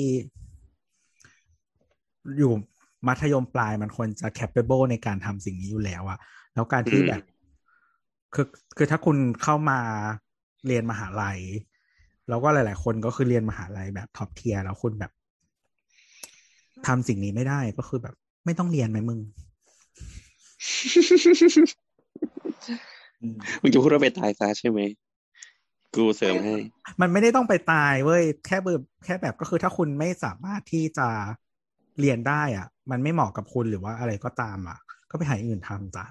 อยู่มัธยมปลายมันควรจะ capable ในการทำสิ่งนี้อยู่แล้วอะแล้วการที่แบบคือคือถ้าคุณเข้ามาเรียนมหาลัยแล้วก็หลายๆคนก็คือเรียนมหาลัยแบบท็อปเทียร์แล้วคุณแบบทำสิ่งนี้ไม่ได้ก็คือแบบไม่ต้องเรียนไหมมึงมึงจะพูดว่าไปตายซะใช่ไหมกูเสริมให้มันไม่ได้ต้องไปตายเว้ยแค่แบบแค่แบบก็คือถ้าคุณไม่สามารถที่จะเรียนได้อ่ะมันไม่เหมาะกับคุณหรือว่าอะไรก็ตามอ่ะก็ไปหาอย่างอื่นทำจ้ะ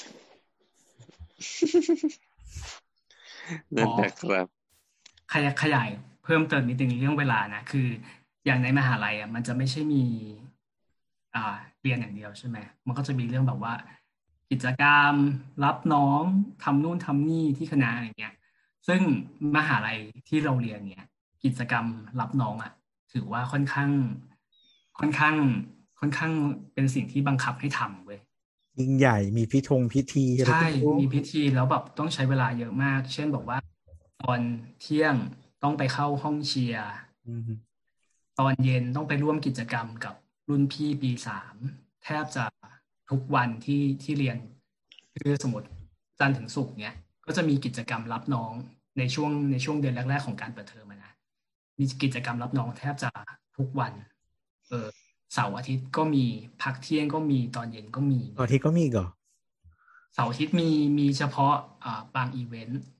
นั่นแหละครับขยายขยายเพิ่มเติมนิดนึงเรื่องเวลานะคืออย่างในมหาลัยอ่ะมันจะไม่ใช่มีอ่าเรียนอย่างเดียวใช่ไหมมันก็จะมีเรื่องแบบว่ากิจกรรมรับน้องทำนู่นทำนี่ที่คณะอะไรเงี้ยซึ่งมหาลัยที่เราเรียนเนี่ยกิจกรรมรับน้องอ่ะถือว่าค่อนข้างค่อนข้างค่อนข้างเป็นสิ่งที่บังคับให้ทำเว้ยยิ่งใหญ่มีพิธงพิธีใช่มีพิธีแล้วแบบต้องใช้เวลาเยอะมากเช่นบอกว่าตอนเที่ยงต้องไปเข้าห้องเชียร์ตอนเย็นต้องไปร่วมกิจกรรมกับรุ่นพี่ปีสามแทบจะทุกวันที่ที่เรียนคือสมมติจันทร์ถึงศุกร์เนี้ยก็จะมีกิจกรรมรับน้องในช่วงในช่วงเดือนแรกๆของการเปิดเทอมนะมีกิจกรรมรับน้องแทบจะทุกวันเออเสาร์อาทิตย์ก็มีพักเที่ยงก็มีตอนเย็นก็มีอาทิตย์ก็มีเหรอเสาร์อาทิตย์มีมีเฉพาะอ่าบางอีเวนต์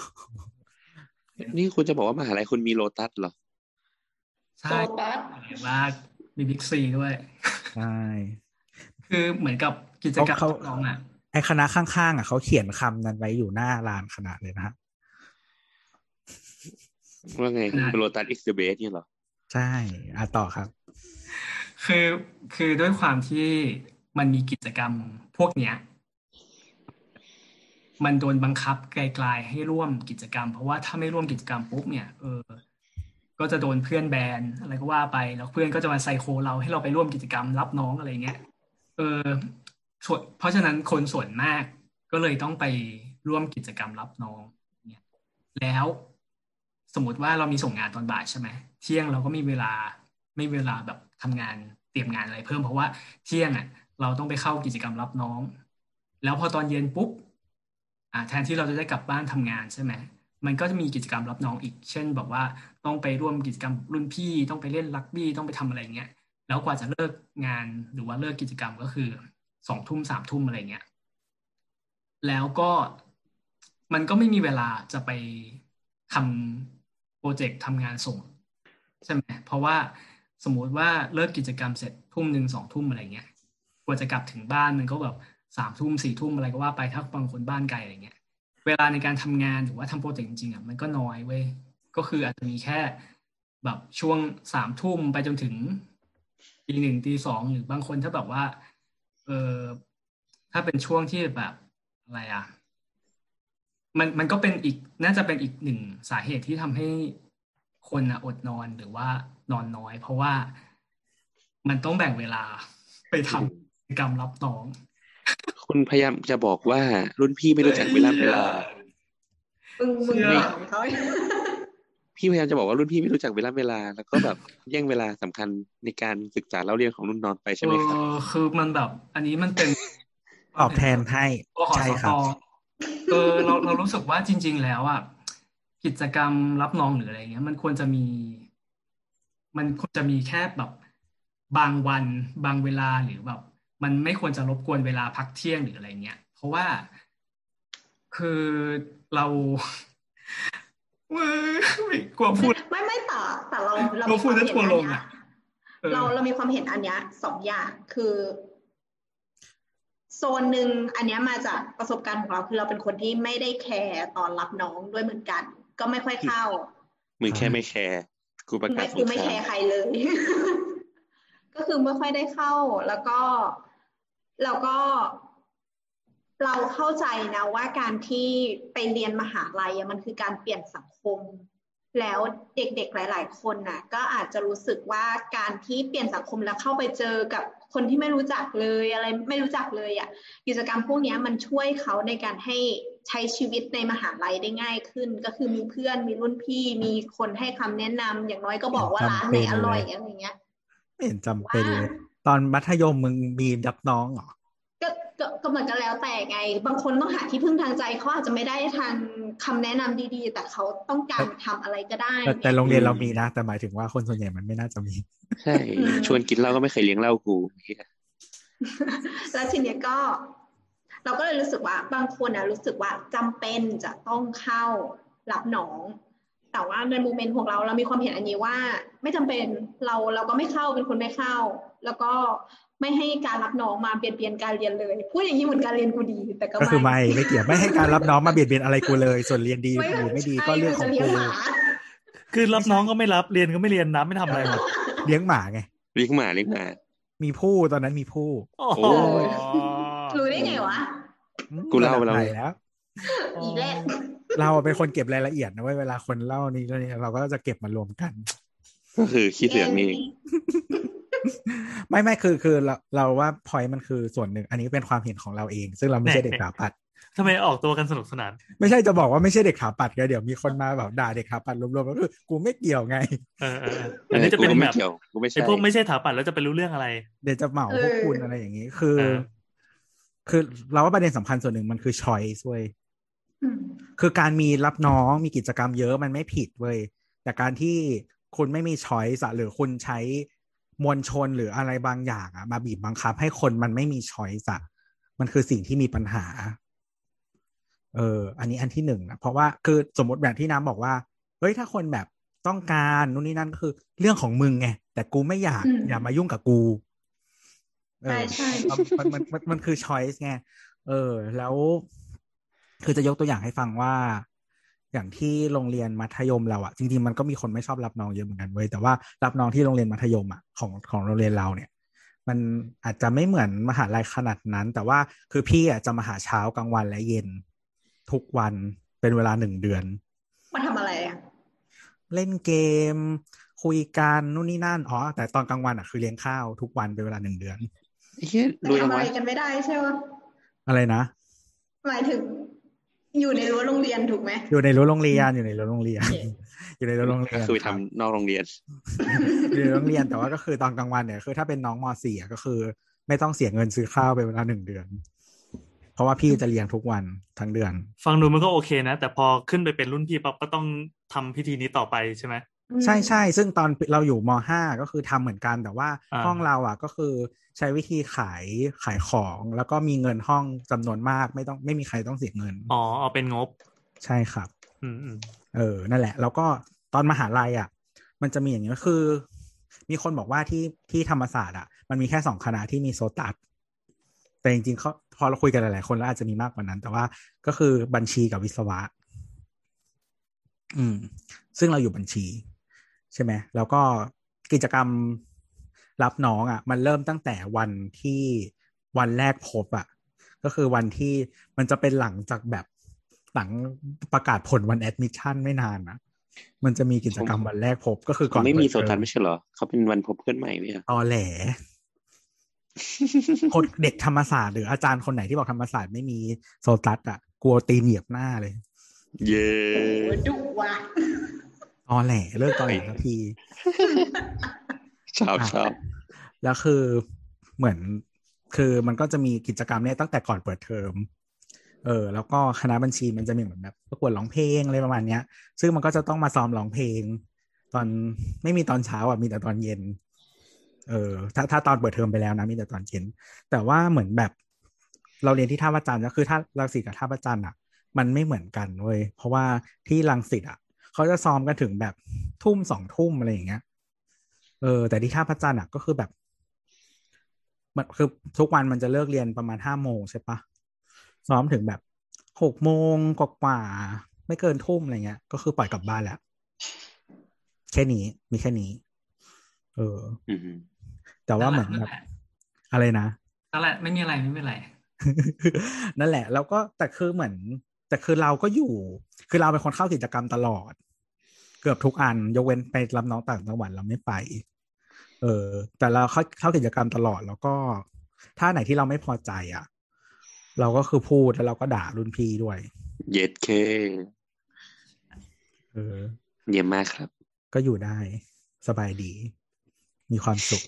นี่คุณจะบอกว่ามหาลัยคุณมีโลตัสเหรอใช่เห็นว่ามีบิ๊กซีด้วยใช่คือเหมือนกับกิจกรรมน้องอ่ะไอคณะข้างๆอ่ะเขาเขียนคำนั้นไว้อยู่หน้าลานคณะเลยนะฮะว่าไงโลตัส is the best นี่เหรอใใช่อ่ะต่อครับคือคือด้วยความที่มันมีกิจกรรมพวกเนี้ยมันโดนบังคับไกลๆให้ร่วมกิจกรรมเพราะว่าถ้าไม่ร่วมกิจกรรมปุ๊บเนี่ยเออก็จะโดนเพื่อนแบนอะไรก็ว่าไปแล้วเพื่อนก็จะมาไซโคเราให้เราไปร่วมกิจกรรมรับน้องอะไรเงี้ยเออส่วนเพราะฉะนั้นคนส่วนมากก็เลยต้องไปร่วมกิจกรรมรับน้องเนี่ยแล้วสมมติว่าเรามีส่งงานตอนบ่ายใช่ไหมเที่ยงเราก็มีเวลาไม่เวลาแบบทำงานเตรียมงานอะไรเพิ่มเพราะว่าเที่ยงอ่ะเราต้องไปเข้ากิจกรรมรับน้องแล้วพอตอนเย็นปุ๊บอ่าแทนที่เราจะได้กลับบ้านทำงานใช่ไหมมันก็จะมีกิจกรรมรับน้องอีกเช่นแบบว่าต้องไปร่วมกิจกรรมรุ่นพี่ต้องไปเล่นรักบี้ต้องไปทำอะไรเงี้ยแล้วกว่าจะเลิกงานหรือว่าเลิกกิจกรรมก็คือสองทุ่มสามทุ่มอะไรเงี้ยแล้วก็มันก็ไม่มีเวลาจะไปทำโปรเจกต์ทำงานส่งใช่ไหมเพราะว่าสมมุติว่าเลิกกิจกรรมเสร็จทุ่มหนึ่งสองทุ่มอะไรเงี้ยกว่าจะกลับถึงบ้านมันก็แบบสามทุ่มสี่ทุ่มอะไรก็ว่าไปถ้าบางคนบ้านไกลอะไรเงี้ยเวลาในการทำงานหรือว่าทำโปรเจกต์จริงๆอ่ะมันก็น้อยเว้ยก็คืออาจจะมีแค่แบบช่วงสามทุ่มไปจนถึงตีหนึ่งตีสองหรือบางคนถ้าแบบว่าเออถ้าเป็นช่วงที่แบบอะไรอ่ะมันมันก็เป็นอีกน่าจะเป็นอีกหนึ่งสาเหตุที่ทำให้คนอ่ะอดนอนหรือว่านอนน้อยเพราะว่ามันต้องแบ่งเวลาไปทำกิจกรรมรับน้องคุณพยายามจะบอกว่ารุ่นพี่ไม่รู้จักเวลาเวลามึงมึงถามเขาพี่พยายามจะบอกว่ารุ่นพี่ไม่รู้จักเวลาเวลาแล้วก็แบบแย่งเวลาสำคัญในการศึกษาเล่าเรียนของรุ่นน้องไปใช่ไหมครับคือมันแบบอันนี้มันเป็นตอบแทนให้ใช่ครับเออเราเรารู้สึกว่าจริงๆแล้วอ่ะกิจกรรมรับน้องหรืออะไรเงี้ยมันควรจะมีมันควรจะมีแค่แบบบางวันบางเวลาหรือแบบมันไม่ควรจะรบกวนเวลาพักเที่ยงหรืออะไรเงี้ยเพราะว่าคือเราไม่กลัวพูดไม่ไม่แต่แต่เราเราพูดแล้วทัวร์ลงอ่ะเราเรามีความเห็นอันเนี้ยสองอย่างคือโซนหนึ่งอันเนี้ยมาจากประสบการณ์ของเราคือเราเป็นคนที่ไม่ได้แคร์ตอนรับน้องด้วยเหมือนกันก็ไม่ค่อยเข้ามึงแค่ไม่แคร์กูประกาศกูไม่แคร์ใครเลย ก็คือไม่ค่อยได้เข้าแล้วก็แล้วก็เราเข้าใจนะว่าการที่ไปเรียนมหาลัยมันคือการเปลี่ยนสังคมแล้วเด็กๆหลายๆคนน่ะก็อาจจะรู้สึกว่าการที่เปลี่ยนสังคมแล้วเข้าไปเจอกับคนที่ไม่รู้จักเลยอะไรไม่รู้จักเลยอ่ะกิจกรรมพวกนี้มันช่วยเขาในการให้ใช้ชีวิตในมหาลัยได้ง่ายขึ้นก็คือมีเพื่อนมีรุ่นพี่มีคนให้คำแนะนำอย่างน้อยก็บอกว่าร้านไหนอร่อยอะไรอย่างเงี้ยไม่เห็นจำเป็นเลยตอนมัธยมมึงมีรับน้องเหรอก็ก็ก็เหมือนกันแล้วแต่ไงบางคนต้องหาที่พึ่งทางใจเขาอาจจะไม่ได้ทางคำแนะนำดีๆแต่เขาต้องการทำอะไรก็ได้แต่โรงเรียนเรามีนะแต่หมายถึงว่าคนส่วนใหญ่มันไม่น่าจะมีใช่ชวนกินเหล้าก็ไม่เคยเลี้ยงเหล้ากูแล้วทีเนี้ยก็เราก็เลยรู้สึกว่าบางคนนะรู้สึกว่าจำเป็นจะต้องเข้ารับน้องแต่ว่าในโมเมนต์ของเราเรามีความเห็นอันนี้ว่าไม่จำเป็นเราเราก็ไม่เข้าเป็นคนไม่เข้าแล้วก็ไม่ให้การรับน้องมาเบียดเบียนการเรียนเลยพูดอย่างนี้เหมือนการเรียนกูดีแต่ก็ไม่ก็คือไม่ไม่เกี่ยวไม่ให้การรับน้องมาเบียดเบียนอะไรกูเลยส่วนเรียนดีหรือไม่ดีก็เรื่องของกูคือรับน้องก็ไม่รับเรียนก็ไม่เรียนนะไม่ทำอะไรหมดเลี้ยงหมาไงเลี้ยงหมาเลี้ยงหมามีผู้ตอนนั้นมีผู้โอ้รู้ได้ไงวะกูเล่าไปแล้วอีกแล้วเราเป็นคนเก็บรายละเอียดนะเวลาคนเล่านี้แล้วนี่เราก็จะเก็บมารวมกันก็คือคิดเหลืองนี่ไม่ไม่คือคือเราเราว่าพอยต์มันคือส่วนหนึ่งอันนี้เป็นความเห็นของเราเองซึ่งเราไม่ใช่เด็กถาปัดทำไมออกตัวกันสนุกสนานไม่ใช่จะบอกว่าไม่ใช่เด็กถาปัดไงเดี๋ยวมีคนมาแบบด่าเด็กถาปัดรวมๆก็คือกูไม่เกี่ยวไงเออๆอันนี้จะเป็นแบบไอ้พวกไม่ใช่ถาปัดแล้วจะไปรู้เรื่องอะไรเดี๋ยวจะเหมาพวกคุณอะไรอย่างนี้คือคือเราว่าประเด็นสำคัญส่วนหนึ่งมันคือ choice เว้ยคือการมีรับน้องมีกิจกรรมเยอะมันไม่ผิดเว้ยแต่การที่คุณไม่มี choice หรือคุณใช้มวลชนหรืออะไรบางอย่างอะมาบีบบังคับให้คนมันไม่มี choice อะมันคือสิ่งที่มีปัญหาเอออันนี้อันที่หนึ่งนะเพราะว่าคือสมมติแบบที่น้ำบอกว่าเฮ้ยถ้าคนแบบต้องการนู่นนี่นั่นคือเรื่องของมึงไงแต่กูไม่อยากอย่ามายุ่งกับกูใช่ใช่มันมันมันมันคือ choice ไงเออแล้วคือจะยกตัวอย่างให้ฟังว่าอย่างที่โรงเรียนมัธยมเราอ่ะจริงๆมันก็มีคนไม่ชอบรับน้องเยอะเหมือนกันเว้ยแต่ว่ารับน้องที่โรงเรียนมัธยมอ่ะของของโรงเรียนเราเนี่ยมันอาจจะไม่เหมือนมหาลัยขนาดนั้นแต่ว่าคือพี่อ่ะจะมาหาเช้ากลางวันและเย็นทุกวันเป็นเวลาหนึ่งเดือนมาทำอะไรอ่ะเล่นเกมคุยกันนู่นนี่นั่นอ๋อแต่ตอนกลางวันอ่ะคือเลี้ยงข้าวทุกวันเป็นเวลาหนึ่งเดือนเฮ้ยแต่รู้ยัทำงอะไรวะกันไม่ได้ใช่ไหมอะไรนะหมายถึงอยู่ในรั้วโรงเรียนถูกไหมอยู่ในรั้วโรงเรียนอยู่ในรั้วโรงเรียนอยู่ในรั้วโรงเรียนก็คือไปครับทำนอกโรงเรียนอยู่ในโรงเรียนแต่ว่าก็คือตอนกลางวันเนี่ยคือถ้าเป็นน้องม สี่ อ่ะก็คือไม่ต้องเสียเงินซื้อข้าวเป็นเวลาหนึ่งเดือนเพราะว่าพี่จะเลี้ยงทุกวันทั้งเดือนฟังดูมันก็โอเคนะแต่พอขึ้นไปเป็นรุ่นพี่ปั๊บก็ต้องทำพิธีนี้ต่อไปใช่ไหมใช่ใช่ซึ่งตอนเราอยู่ม ห้าก็คือทำเหมือนกันแต่ว่าอ่าห้องเราอ่ะก็คือใช้วิธีขายขายของแล้วก็มีเงินห้องจำนวนมากไม่ต้องไม่มีใครต้องเสียเงินอ๋อเอาเป็นงบใช่ครับอืมอืมเออนั่นแหละแล้วก็ตอนมหาลัยอ่ะมันจะมีอย่างนี้ก็คือมีคนบอกว่าที่ที่ธรรมศาสตร์อ่ะมันมีแค่สองคณะที่มีโซตัสแต่จริงๆเขาพอเราคุยกันหลายๆคนแล้วอาจจะมีมากกว่านั้นแต่ว่าก็คือบัญชีกับวิศวะอืมซึ่งเราอยู่บัญชีใช่ไหมแล้วก็กิจกรรมรับน้องอ่ะมันเริ่มตั้งแต่วันที่วันแรกพบอ่ะก็คือวันที่มันจะเป็นหลังจากแบบหลังประกาศผลวันแอดมิชชั่นไม่นานนะมันจะมีกิจกรรมวันแรกพบก็คือก่อนไม่มีโซเปิดเทอตัสมไม่ใช่เหรอเขาเป็นวันพบเพื่อนใหม่ไหมอ่ะตอแหล คนเด็กธรรมศาสตร์หรืออาจารย์คนไหนที่บอกธรรมศาสตร์ไม่มีโซตัสอ่ะกลัวตีนเหยียบหน้าเลยเย้โอ้ดุว่ะตอแหลเลิกตอแหลสักทีชอบชอบแล้วคือเหมือนคือมันก็จะมีกิจกรรมเนี่ยตั้งแต่ก่อนเปิดเทอมเออแล้วก็คณะบัญชีมันจะมีเหมือนแบบประกวดร้องเพลงอะไรประมาณเนี้ยซึ่งมันก็จะต้องมาซ้อมร้องเพลงตอนไม่มีตอนเช้าอ่ะมีแต่ตอนเย็นเออถ้าถ้าตอนเปิดเทอมไปแล้วนะมีแต่ตอนเย็นแต่ว่าเหมือนแบบเราเรียนที่ท่าพระจันทร์ก็คือถ้ารังสิตกับท่าพระจันทร์อ่ะมันไม่เหมือนกันเว้ยเพราะว่าที่รังสิตอ่ะเขาจะซ้อมกันถึงแบบทุ่มสองทุ่มอะไรอย่างเงี้ยเออแต่ที่ท่าพระจันทร์อ่ะก็คือแบบมันคือทุกวันมันจะเลิกเรียนประมาณห้าโมงใช่ปะซ้อมถึงแบบหกโมงกว่าไม่เกินทุ่มอะไรเงี้ยก็คือปล่อยกลับบ้านแล้วแค่นี้มีแค่นี้เออแต่ว่าเหมือนแบบอะไรนะนั่นแหละไม่มีอะไรไม่มีอะไรนั่นแหละแล้วก็แต่คือเหมือนแต่คือเราก็อยู่คือเราเป็นคนเข้ากิจกรรมตลอดเกือบทุกอันยกเว้นไปรับน้องต่างจังหวัดเราไม่ไปเออแต่เราเข้าเข้ากิจกรรมตลอดแล้วก็ถ้าไหนที่เราไม่พอใจอ่ะเราก็คือพูดแล้วเราก็ด่ารุ่นพี่ด้วยเย็ดเคเออเยี่ยมมากครับก็อยู่ได้สบายดีมีความสุข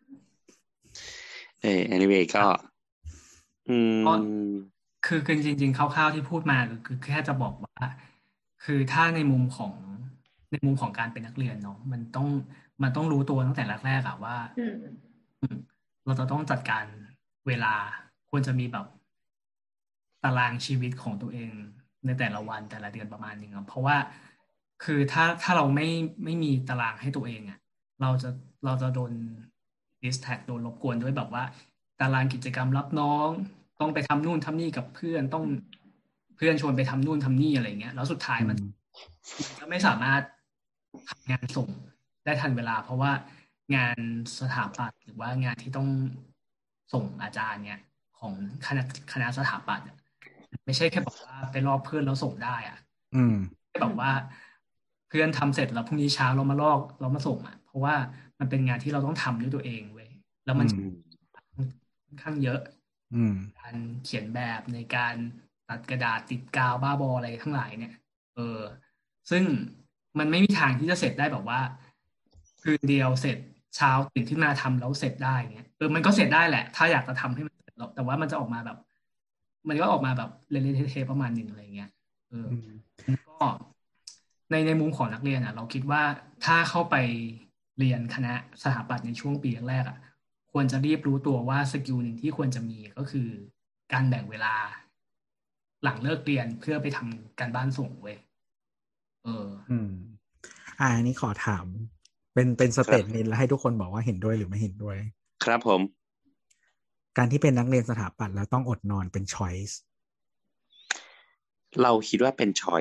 เออ anyway ก็อืมคือคือจริงๆคร่าวๆที่พูดมาคือแค่จะบอกว่าคือถ้าในมุมของในมุมของการเป็นนักเรียนเนาะมันต้องมันต้องรู้ตัวตั้งแต่แรกๆอะว่าเราจะต้องจัดการเวลาควรจะมีแบบตารางชีวิตของตัวเองในแต่ละวันแต่ละเดือนประมาณนึงอะเพราะว่าคือถ้าถ้าเราไม่ไม่มีตารางให้ตัวเองอะเราจะเราจะโดนดิสแท็กโดนรบกวนด้วยแบบว่าตารางกิจกรรมรับน้องต้องไปทำนู่นทำนี่กับเพื่อนต้องเพื่อนชวนไปทำนู่นทำนี่อะไรเงี้ยแล้วสุดท้ายมันก็ไม่สามารถทำงานส่งได้ทันเวลาเพราะว่างานสถาปัตย์หรือว่างานที่ต้องส่งอาจารย์เนี่ยของคณะคณะสถาปัตย์ไม่ใช่แค่บอกว่าไปรอบเพื่อนแล้วส่งได้อ่ะอืมไม่แบบว่าเพื่อนทำเสร็จแล้วพรุ่งนี้เช้าเรามาลอกเรามาส่งอ่ะเพราะว่ามันเป็นงานที่เราต้องทำด้วยตัวเองเว้ยแล้วมันค่อนข้างเยอะการเขียนแบบในการตัดกระดาษติดกาวบ้าบออะไรทั้งหลายเนี่ยเออซึ่งมันไม่มีทางที่จะเสร็จได้แบบว่าคืนเดียวเสร็จเช้าตื่นขึ้นมาทำแล้วเสร็จได้เนี่ยเออมันก็เสร็จได้แหละถ้าอยากจะทำให้มันเสร็จแต่ว่ามันจะออกมาแบบมันก็ออกมาแบบเละๆเทะๆประมาณหนึ่งอะไรเงี้ยเออก็ในในมุมของนักเรียนอ่ะเราคิดว่าถ้าเข้าไปเรียนคณะสถาปัตย์ในช่วงปีแรกๆอ่ะควรจะรีบรู้ตัวว่าสกิลหนึ่งที่ควรจะมีก็คือการแบ่งเวลาหลังเลิกเรียนเพื่อไปทำการบ้านส่งเว้ยเอออืมอ่าอันนี้ขอถามเป็นเป็นสเตทเมนต์แล้วให้ทุกคนบอกว่าเห็นด้วยหรือไม่เห็นด้วยครับผมการที่เป็นนักเรียนสถาปัตย์แล้วต้องอดนอนเป็น choice เราคิดว่าเป็น choice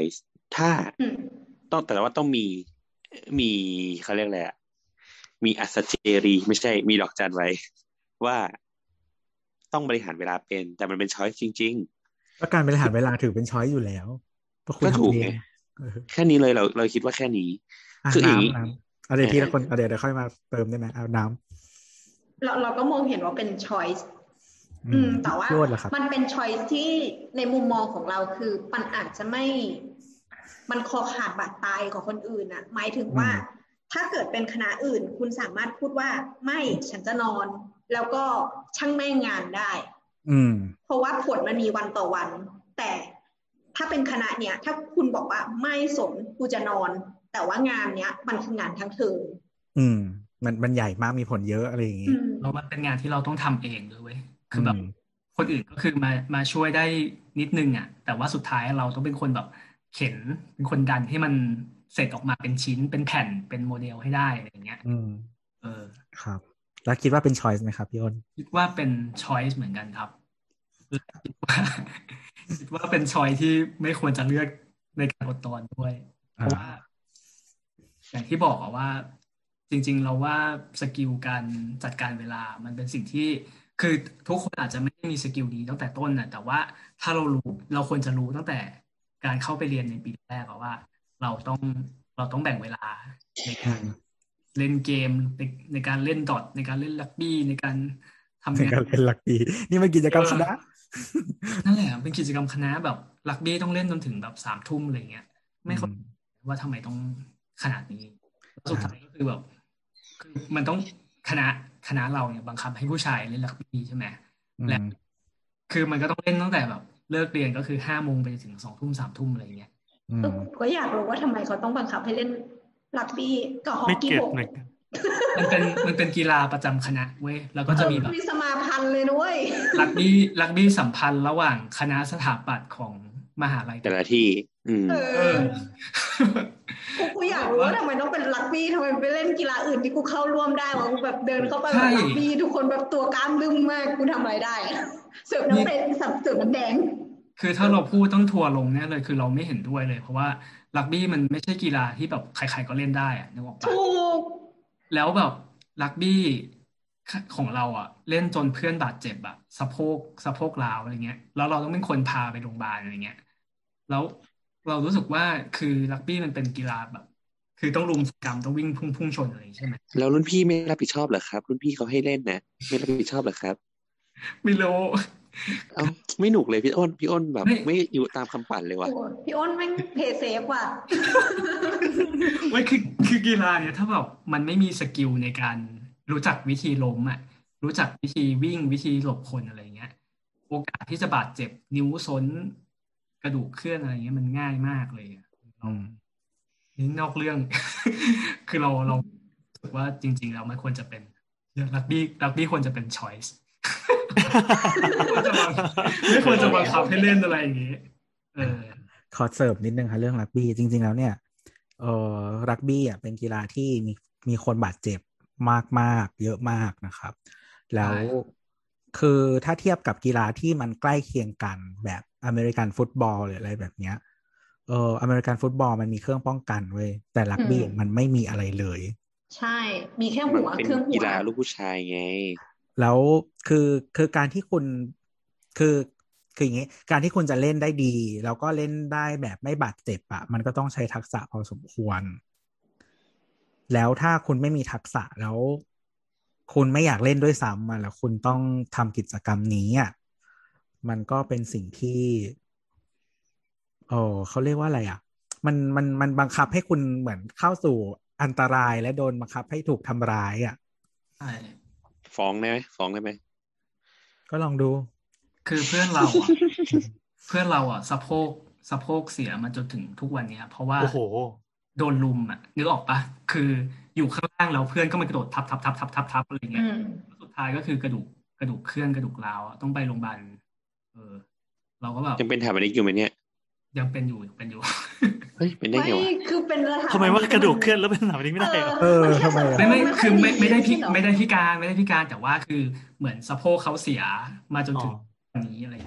ถ้าอืมต้องแต่ว่าต้องมีมีเขาเรียกอะไรอ่ะมีอัศเจรีไม่ใช่มีดอกจันไว้ว่าต้องบริหารเวลาเป็นแต่มันเป็นช้อยจริงก็การบริหารเวลาถือเป็นช้อยอยู่แล้วเพราะๆคุณก็ถูทำกเอไงงเออแค่นี้เลยเราเราคิดว่าแค่นี้อ่ะคืออย่างนี้น้ำน้ำเอาเดี๋ยวทีละคนเอาเดี๋ยวเดี๋ยวค่อยมาเติมได้ไหมเอาน้ำเราเราก็มองเห็นว่าเป็น choice อือืมม แต่ว่าพี่อ้นล่ะครับมันเป็น choice ที่ในมุมมองของเราคือมันอาจจะไม่ มันคอขาดบาดตายของคนอื่นน่ะ หมายถึงว่าอืมถ้าเกิดเป็นคณะอื่น คุณสามารถพูดว่าไม่ฉันจะนอน แล้วก็ช่างแม่งงานได้อืมเพราะว่าผลมันมีวันต่อวัน แต่ถ้าเป็นคณะเนี้ย ถ้าคุณบอกว่าไม่สนกูจะนอน แต่ว่างานเนี้ย มันคืองานทั้งเทอมอืม มันมันใหญ่มากมีผลเยอะอะไรอย่างอืงี้มแล้วมันเป็นงานที่เราต้องทำเองด้วยเว้ยคือือแบบมคนอื่นก็คือมามาช่วยได้นิดนึงอ่ะ แต่ว่าสุดท้ายเราต้องเป็นคนแบบเข็นเป็นคนดันให้มันเสร็จออกมาเป็นชิ้นเป็นแผ่นเป็นโมเดลให้ได้อะไรอย่างเงี้ยอืมเออครับ แล้วคิดว่าเป็นช้อยส์ไหมครับพี่อ้นคิดว่าเป็น choice เหมือนกันครับและคิดว่า คิดว่าเป็น choice ที่ไม่ควรจะเลือกในการอดนอนด้วย เพราะว่า อย่างที่บอกอะว่า จริงๆเราว่าสกิลการจัดการเวลามันเป็นสิ่งที่คือทุกคนอาจจะไม่ได้มีสกิลนี้ตั้งแต่ต้นนะแต่ว่าถ้าเรารู้เราควรจะรู้ตั้งแต่การเข้าไปเรียนในปีแรกอะว่า เราต้องเราต้องแบ่งเวลาในการเล่นเกมในในการเล่นดอทในการเล่นรักบี้ในการทำในงานการเล่นลักบี้นี่มันกิจกรรมคณะนั่นแหละเป็นกิจกรรมคณะแบบรักบี้ต้องเล่นจนถึงแบบสามทุ่มอะไรเงี้ยไม่เข้าใจว่าทำไมต้องขนาดนี้สุดท้ายก็คือแบบคือมันต้องคณะคณะเราเนี่ยบังคับให้ผู้ชายเล่นรักบี้ใช่ไหมอืมและคือมันก็ต้องเล่นตั้งแต่แบบเลิกเรียนก็คือห้าโมงไปถึงสองทุ่มสามทุ่มอะไรเงี้ยอืเอมอก็อยากรู้ว่าทำไมเขาต้องบังคับให้เล่นรักบี้กับฮอกไม่กี้เก็ตบกเหมือนกันมันเป็นมันเป็นกีฬาประจำคณะเว้ยแล้วก็จะมีแบบมีสมาพันธ์เลยนะเว้ยรักบี้รักบี้สัมพันธ์ระหว่างคณะสถาปัตย์ของมหาลัยแต่ละที่ อืมเอเอออกูกูอยากรู้ว่าทำไมต้องเป็นรักบี้ทำไมไปเล่นกีฬาอื่นที่กูเข้าร่วมได้วะกูแบบเดินเข้าไปใช่แบบรักบี้ทุกคนแบบตัวกล้ามบึ้มมากกูทำอะไรได้อะเสิร์ฟน้ำเป็นสับเสิร์ฟน้ำแดงคือถ้าเราพูดต้องทัวร์ลงเนี่ยเลยคือเราไม่เห็นด้วยเลย เพราะว่ารักบี้มันไม่ใช่กีฬาที่แบบใครๆก็เล่นได้อะนึกออกปะถูกแล้วแบบรักบี้ของเราอ่ะ เล่นจนเพื่อนบาดเจ็บอะสะโพกสะโพกร้าวอะไรเงี้ยแล้วเราต้องเป็นคนพาไปโรงพยาบาลอะไรเงี้ยแล้วเรารู้สึกว่าคือรักบี้มันเป็นกีฬาแบบ คือต้องรุมกรรมต้องวิ่งพุ่งพุ่งชนอะไรใช่ไหมแล้วรุ่นพี่ไม่รับผิดชอบเหรอครับ รุ่นพี่เขาให้เล่นนะไม่รับผิดชอบเหรอครับไม่รู้เอ้าไม่หนุกเลยพี่อ้นพี่อ้นแบบไม่ไม่อยู่ตามคำปั่นเลยว่ะโอ้พี่อ้นแม่งเพย์เซฟว่ะไม่คือคือกีฬาเนี่ยถ้าแบบมันไม่มีสกิลในการรู้จักวิธีล้มอ่ะรู้จักวิธีวิ่งวิธีหลบคนอะไรเงี้ย โอกาสที่จะบาดเจ็บนิ้วซ้นกระดูกเคลื่อนอะไรเงี้ยมันง่ายมากเลยอะอืมนี่นอกเรื่อง คือเราเรารู้สึกว่าจริงๆแล้วมันควรจะเป็นรักบี้รักบี้ควรจะเป็น choice ไม่ควรจะบังไม่ควรจะบังคับให้เล่นอะไรอย่างงี้เออขอเสริมนิดนึงค่ะเรื่องรักบี้จริง ๆ แล้วเนี่ยเอ่อรักบี้อ่ะเป็นกีฬาที่มีมีคนบาดเจ็บมากๆเยอะมากนะครับ แล้วคือถ้าเทียบกับกีฬาที่มันใกล้เคียงกันแบบอเมริกันฟุตบอลหรืออะไรแบบเนี้ยเอออเมริกันฟุตบอลมันมีเครื่องป้องกันเว้ยแต่รักบี้มันไม่มีอะไรเลยใช่ มีแค่มันหัวเป็นเครื่องหักีวฬาลูกผู้ชายไงแล้วคือคือการที่คุณคือคืออย่างงี้การที่คุณจะเล่นได้ดีแล้วก็เล่นได้แบบไม่บาดเจ็บอะมันก็ต้องใช้ทักษะพอสมควร แล้วถ้าคุณไม่มีทักษะแล้ว คุณไม่อยากเล่นด้วยซ้ำอะแล้วคุณต้องทำกิจกรรมนี้อะมันก็เป็นสิ่งที่โอ้เขาเรียกว่าอะไรอะมันมันมันบังคับให้คุณเหมือนเข้าสู่อันตรายและโดนบังคับให้ถูกทำร้ายอะใช่ฟ้องได้ไหมฟ้องได้ไหมก็ลองดูคือเพื่อนเราอ่ะ เพื่อนเราอ่ะสะโพกสะโพกเสียมาจนถึงทุกวันเนี้ยเพราะว่าโอ้โหโดนลุมอ่ะนึกออกปะคืออยู่ข้างล่างแล้วเพื่อนก็มากระโดดทับทับทับทับทับทับอะไรเงี้อืยมสุดท้ายก็คือกระดูกกระดูกเคลื่อนกระดูกร้าวอะต้องไปโรงพยาบาลเออ เราก็แบบยังเป็นแถบอันนี้อยู่ไหมเนี่ยยังเป็นอยู่ยังเป็นอยู่เฮ้ยเป็นได้ไม่ไงวะคือเป็นสถาทำไมว่ากระดูกเคลื่อนแล้วเป็นแบบนี้ไม่ได้เหรอเออมันแค่ทำไมอะไม่ไม่นคือไม่ไม่ได้พิเหรอไม่ได้พิการไม่ได้พิการแต่ว่าคือเหมือนสะโพกเขาเสียมาจนถึงอ๋อวันนี้อะไรอย่างนี้ไม่ได้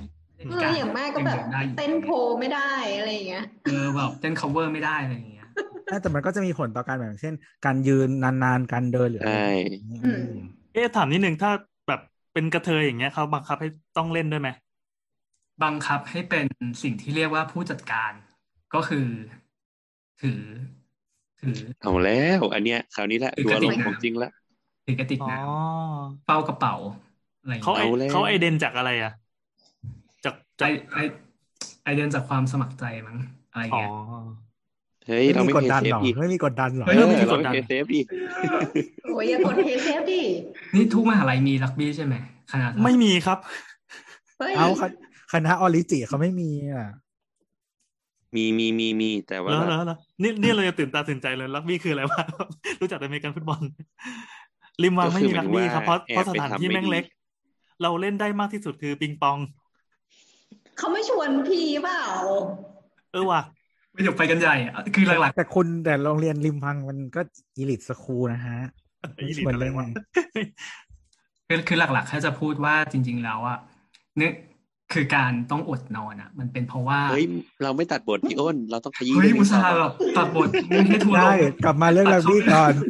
เอออย่างมากก็แบบเต้นโพไม่ได้อะไรอย่างเงี้ยเออแบบเต้น cover ไม่ได้อะไรอย่างเงี้ยแต่มันก็จะมีผลต่อการแบบเช่นการยืนนานๆการเดินหรืออะไรเอ๊ะถามนิดนึงถ้าแบบเป็นกระเทยอย่างเงี้ยเขาบังคับให้ต้องเล่นด้วยไหมบังคับให้เป็นสิ่งที่เรียกว่าผู้จัดการก็คือถือถือเอาแล้วอันเนี้ยคราวนี้แหละดูอารมณ์ของจริงละถือกระติกน้ำเป้ากระเป๋าอะไรเขาเขาไอเดนจากอะไรอ่ะจากไอไอไอเดนจากความสมัครใจมั้งอะไรเงี้ยเฮ้ยเราไม่กดดันหรอไม่มีกดดันหรอเราไม่กดดันเซฟดิโอ้ยอย่ากดเซฟดินี่ทุกมหาลัยมีรักบี้ใช่ไหมคณะไม่มีครับเอาคณะออริจิเขาไม่มีอ่ะมีมีมีมีแต่ว่าแล้วแล้วนี่นี่เราจะตื่นตาตื่นใจเลยรักบี้คืออะไรวะรู้จักแต่อเมริกันฟุตบอลริมวังไม่มีรักบี้ครับเพราะเพราะสถานที่แม่งเล็กเราเล่นได้มากที่สุดคือปิงปองเขาไม่ชวนพี่เปล่าเออว่ะไม่เดี๋ยวไปกันใหญ่คือหลักๆแต่คุณแต่โรงเรียนริมพังมันก็อีลิทสคูลนะฮะอีลิทอะไรวะคือคือหลักๆแค่จะพูดว่าจริงๆแล้วอ่ะเนี่ยคือการต้องอดนอนอ่ะมันเป็นเพราะว่าเฮ้ยเราไม่ตัดบทพี่อ้นเราต้องขยี้เฮ้ยมุสาแบบตัดบทให้ทัวร์ลงกลับมาเรื่องรักบี้ก่อน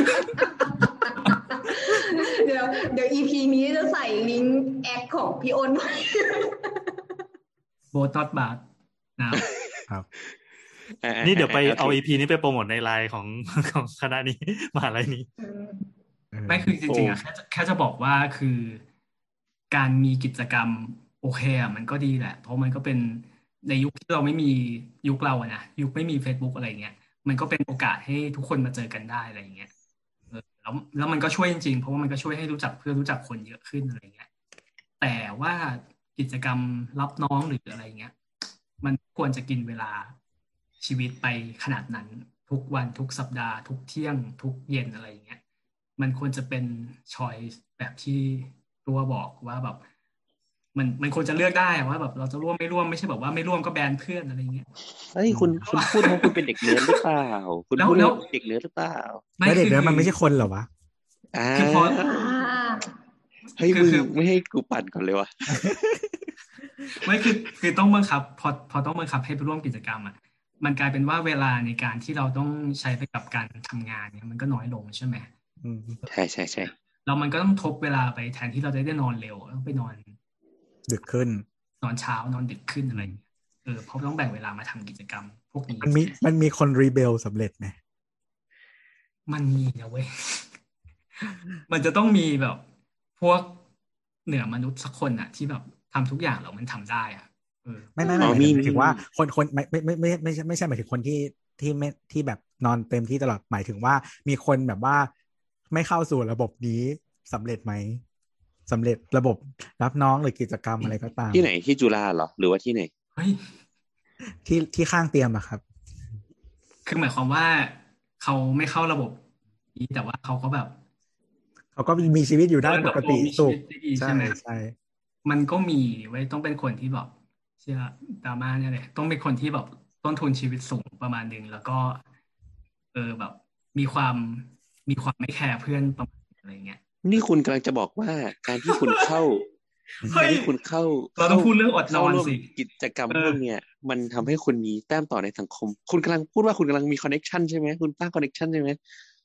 เดี๋ยวเดี๋ยว อี พี นี้จะใส่ลิงก์แอคของพี่อ้นไว้โบตอดบาทนะครับนี่เดี๋ยวไปเอา อี พี นี้ไปโปรโมทในไลน์ของของคณะนี้มหาลัยนี้ไม่คือจริงๆอ่ะแค่แค่จะบอกว่าคือการมีกิจกรรมโอเคอ่ะมันก็ดีแหละเพราะมันก็เป็นในยุคที่เราไม่มียุคเราอะนะยุคไม่มี Facebook อะไรเงี้ยมันก็เป็นโอกาสให้ทุกคนมาเจอกันได้อะไรเงี้ยเออแล้วแล้วมันก็ช่วยจริงๆเพราะว่ามันก็ช่วยให้รู้จักเพื่อนรู้จักคนเยอะขึ้นอะไรเงี้ยแต่ว่ากิจกรรมรับน้องหรืออะไรเงี้ยมันควรจะกินเวลาชีวิตไปขนาดนั้นทุกวันทุกสัปดาห์ทุกเที่ยงทุกเย็นอะไรเงี้ยมันควรจะเป็นชอยแบบที่ตัวบอกว่าแบบมันมันควรจะเลือกได้ว่าแบบเราจะร่วมไม่ร่วมไม่ใช่แบบว่าไม่ร่วมก็แบนเพื่อนอะไรเงี้ยเฮ้ยคุณคุณพูดว่าคุณเป็นเด็กเนิร์ดหรือเปล่าคุณพูดว่าเด็กเนิร์ดหรือเปล่าไม่เด็กเนิร์ดมันไม่ใช่คนเหรอวะคือพอเฮ้ยมึงไม่ให้กูปั่นก่อนเลยวะไม่คือคือต้องบังคับพอพอต้องบังคับให้ไปร่วมกิจกรรมอ่ะมันกลายเป็นว่าเวลาในการที่เราต้องใช้ไปกับการทำงานเนี่ยมันก็น้อยลงใช่ไหมใช่ใช่ใช่แล้วมันก็ต้องทบเวลาไปแทนที่เราจะได้นอนเร็วต้องไปนอนดึกขึ้นนอนเช้านอนดึกขึ้นอะไรเออเพราะต้องแบ่งเวลามาทำกิจกรรมพวกนี้มันมีมันมีคนรีเบลสำเร็จไหมมันมีนะเว้ยมันจะต้องมีแบบพวกเหนือมนุษย์สักคนอะที่แบบทำทุกอย่างแล้วมันทำได้อ่ะไม่ไม่ไม่หมายถึงว่าคนคนไม่ไม่ไม่ไม่ไม่ใช่ไม่ใช่หมายถึงคนที่ที่ไม่ที่แบบนอนเต็มที่ตลอดหมายถึงว่ามีคนแบบว่าไม่เข้าสู่ระบบนี้สำเร็จไหมสำเร็จระบบรับน้องหรือกิจกรรมอะไรก็ตามที่ไหนที่จุฬาเหรอหรือว่าที่ไหนเฮ้ยที่ที่ข้างเตรียมอะครับคือหมายความว่าเขาไม่เข้าระบบนี้แต่ว่าเขาก็แบบเขาก็มีชีวิตอยู่ได้ปกติสุขใช่ไหมใช่มันก็มีไว้ต้องเป็นคนที่แบบเชื่อดราม่าเนี่ยเลยต้องเป็นคนที่แบบต้นทุนชีวิตสูงประมาณนึงแล้วก็เออแบบมีความมีความไม่แคร์เพื่อนประมาณอะไรเงี้ยนี่คุณกำลังจะบอกว่าการที่คุณเข้าการที่คุณเข้าเราต้องพูดเรื่องอดนอนสิกิจกรรมพวกเนี้ยมันทำให้คุณมีแต้มต่อในสังคมคุณกำลังพูดว่าคุณกำลังมีคอนเนคชั่นใช่ไหมคุณสร้างคอนเนคชั่นใช่ไหม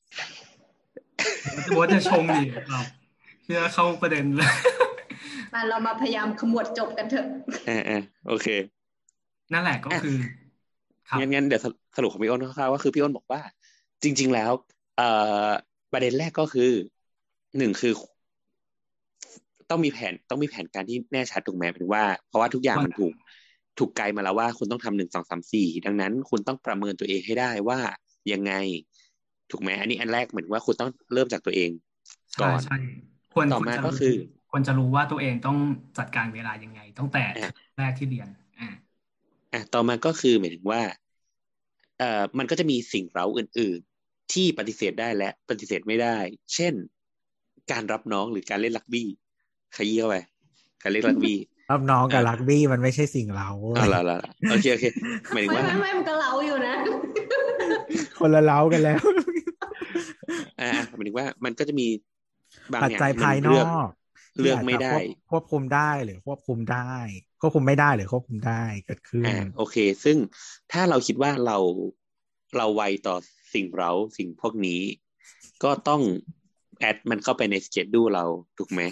จะว่าจะชงดิเราเพื่อเข้าประเด็นเลยมาเรามาพยายามขมวดจบกันเถอะอ่าอ่าโอเคนั่นแหละก็คืองั้นงั้นเดี๋ยวสรุปของพี่อ้นคร่าวๆว่าคือพี่อ้นบอกว่าจริงๆแล้วเอ่อประเด็นแรกก็คือหนึ่งคือต้องมีแผนต้องมีแผนการที่แน่ชัดถูกไหมถึงว่าเพราะว่าทุกอย่างมันถูกถูกไกด์มาแล้วว่าคุณต้องทำหนึ่งสองสามสี่ดังนั้นคุณต้องประเมินตัวเองให้ได้ว่ายังไงถูกไหมอันนี้อันแรกเหมือนว่าคุณต้องเริ่มจากตัวเองก่อนควรต่อมาก็คือควรจะรู้ว่าตัวเองต้องจัดการเวลายังไงตั้งแต่แรกที่เรียนอ่าอ่ะต่อมาก็คือหมายถึงว่าเอ่อมันก็จะมีสิ่งเร้าอื่นๆที่ปฏิเสธได้และปฏิเสธไม่ได้เช่นการรับน้องหรือการเล่นรักบี้ขยี้เข้าไปการเล่นรักบี้รับน้องกับรักบี้มันไม่ใช่สิ่งเร้าอ๋อละละโอเคโอเคหมายถึงว่าไม่ไม่มันก็เร้าอยู่นะคนละเร้ากันแล้วอ่าหมายถึงว่ามันก็จะมีบางอย่างปัจจัยภายนอกเลือกไม่ได้ควบคุมได้หรือควบคุมได้ควบคุมไม่ได้หรือควบคุมได้เกิดขึ้นอ่าโอเคซึ่งถ้าเราคิดว่าเราเราไวต่อสิ่งเร้าสิ่งพวกนี้ก็ต้องแอดมันเข้าไปในสเกจดูเราถูกไหม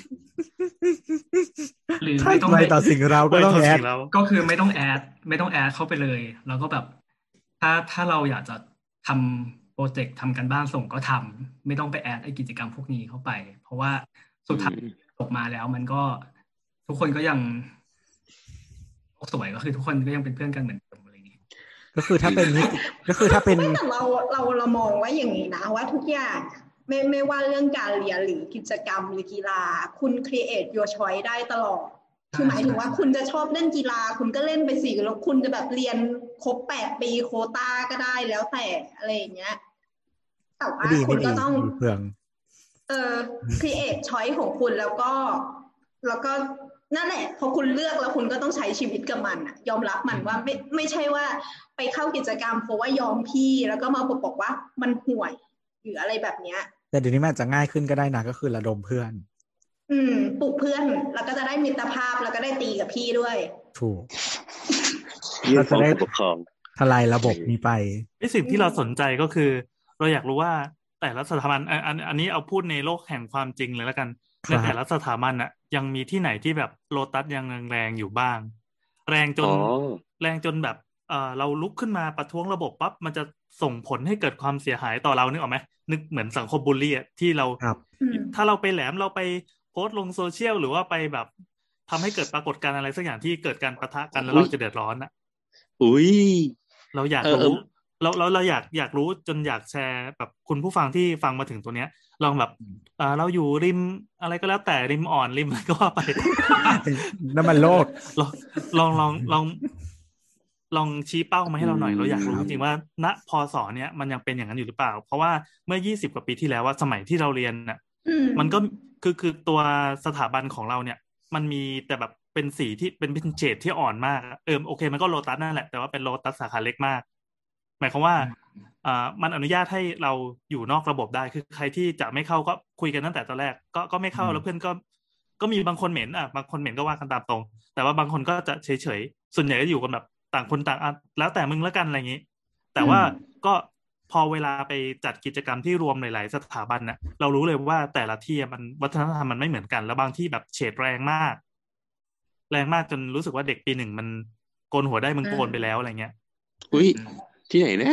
หรือไม่ต้องไวต่อสิ่งเราก็ต้องแอดก็คือไม่ต้องแอดไม่ต้องแอดเข้าไปเลยแล้วก็แบบถ้าถ้าเราอยากจะทำโปรเจกต์ทำกันบ้านส่งก็ทำไม่ต้องไปแอดไอ้กิจกรรมพวกนี้เข้าไปเพราะว่าสุดท้ายออกมาแล้วมันก็ทุกคนก็ยังสวยก็คือทุกคนก็ยังเป็นเพื่อนกันเหมือนเดิมอะไรอย่างนี้ก็คือถ้าเป็นก็คือถ้าเป็นแต่เราเราเรามองว่าอย่างนี้นะว่าทุกอย่างไม่ไม่ว่าเรื่องการเรียนหรือกิจกรรมหรือกีฬาคุณ create your choice ได้ตลอดคือหมายถึงว่าคุณจะชอบเล่นกีฬาคุณก็เล่นไปสิแล้วคุณจะแบบเรียนครบแปดปีโควต้าก็ได้แล้วแต่อะไรอย่างเงี้ยแต่ว่าคุณก็ต้องเพื่องเออ create choice ของคุณแล้วก็แล้วก็นั่นแหละพอคุณเลือกแล้วคุณก็ต้องใช้ชีวิตกับมันอะยอมรับมันว่าไม่ไม่ใช่ว่าไปเข้ากิจกรรมเพราะว่ายอมพี่แล้วก็มาบอกว่ามันห่วยหรืออะไรแบบเนี้ยแต่เดี๋ยวนี้มันจะง่ายขึ้นก็ได้นะก็คือระดมเพื่อนอืมปลุกเพื่อนแล้วก็จะได้มิตรภาพแล้วก็ได้ตีกับพี่ด้วยถูกเราจะได้ปกครองทลายระบบนี้ไปไอ้สิ่งที่เราสนใจก็คือเราอยากรู้ว่าแต่ละสถาบันอันอันนี้เอาพูดในโลกแห่งความจริงเลยแล้วกันในแต่ละสถาบันน่ะยังมีที่ไหนที่แบบโลตัสยังแรงอยู่บ้างแรงจนแรงจนแบบเออเราลุกขึ้นมาประท้วงระบบปั๊บมันจะส่งผลให้เกิดความเสียหายต่อเรานึกออกไหมนึกเหมือนสังคมบูลลี่อ่ะที่เราถ้าเราไปแหลมเราไปโพสต์ลงโซเชียลหรือว่าไปแบบทำให้เกิดปรากฏการณ์อะไรสักอย่างที่เกิดการปะทะกันแล้วเราจะเดือดร้อนอ่ะอุ้ยเราอยากรู้เราเราเราอยากอยากรู้จนอยากแชร์แบบคุณผู้ฟังที่ฟังมาถึงตัวเนี้ยลองแบบเออเราอยู่ริมอะไรก็แล้วแต่ริมอ่อนริมอะไรก็ว่าไปน้ำมันโลกลองลองลองลองชี้เป้ามาให้เราหน่อยเราอยากรู้จริงๆว่าณพศเนี้ยมันยังเป็นอย่างนั้นอยู่หรือเปล่าเพราะว่าเมื่อยี่สิบกว่าปีที่แล้วว่าสมัยที่เราเรียนน่ะมันก็คือคือตัวสถาบันของเราเนี่ยมันมีแต่แบบเป็นสีที่เป็นเป็นเฉดที่อ่อนมากเออโอเคมันก็โลตัสนั่นแหละแต่ว่าเป็นโลตัสสาขาเล็กมากหมายความว่าอ่ามันอนุญาตให้เราอยู่นอกระบบได้คือใครที่จะไม่เข้าก็คุยกันตั้งแต่ตอนแรกก็ก็ไม่เข้าแล้วเพื่อนก็ก็มีบางคนเหม็นอ่ะบางคนเหม็นก็ว่ากันตามตรงแต่ว่าบางคนก็จะเฉยๆส่วนใหญ่ก็อยู่กันแบบต่างคนต่างอ่ะแล้วแต่มึงแล้วกันอะไรอย่างนี้แต่ว่าก็พอเวลาไปจัดกิจกรรมที่รวมหลายๆสถาบันน่ะเรารู้เลยว่าแต่ละที่มันวัฒนธรรมมันไม่เหมือนกันแล้วบางที่แบบเฉดแรงมากแรงมากจนรู้สึกว่าเด็กปีหนึ่งมันโกนหัวได้มึงโกนไปแล้วอะไรเงี้ยอุ้ยที่ไหนนะ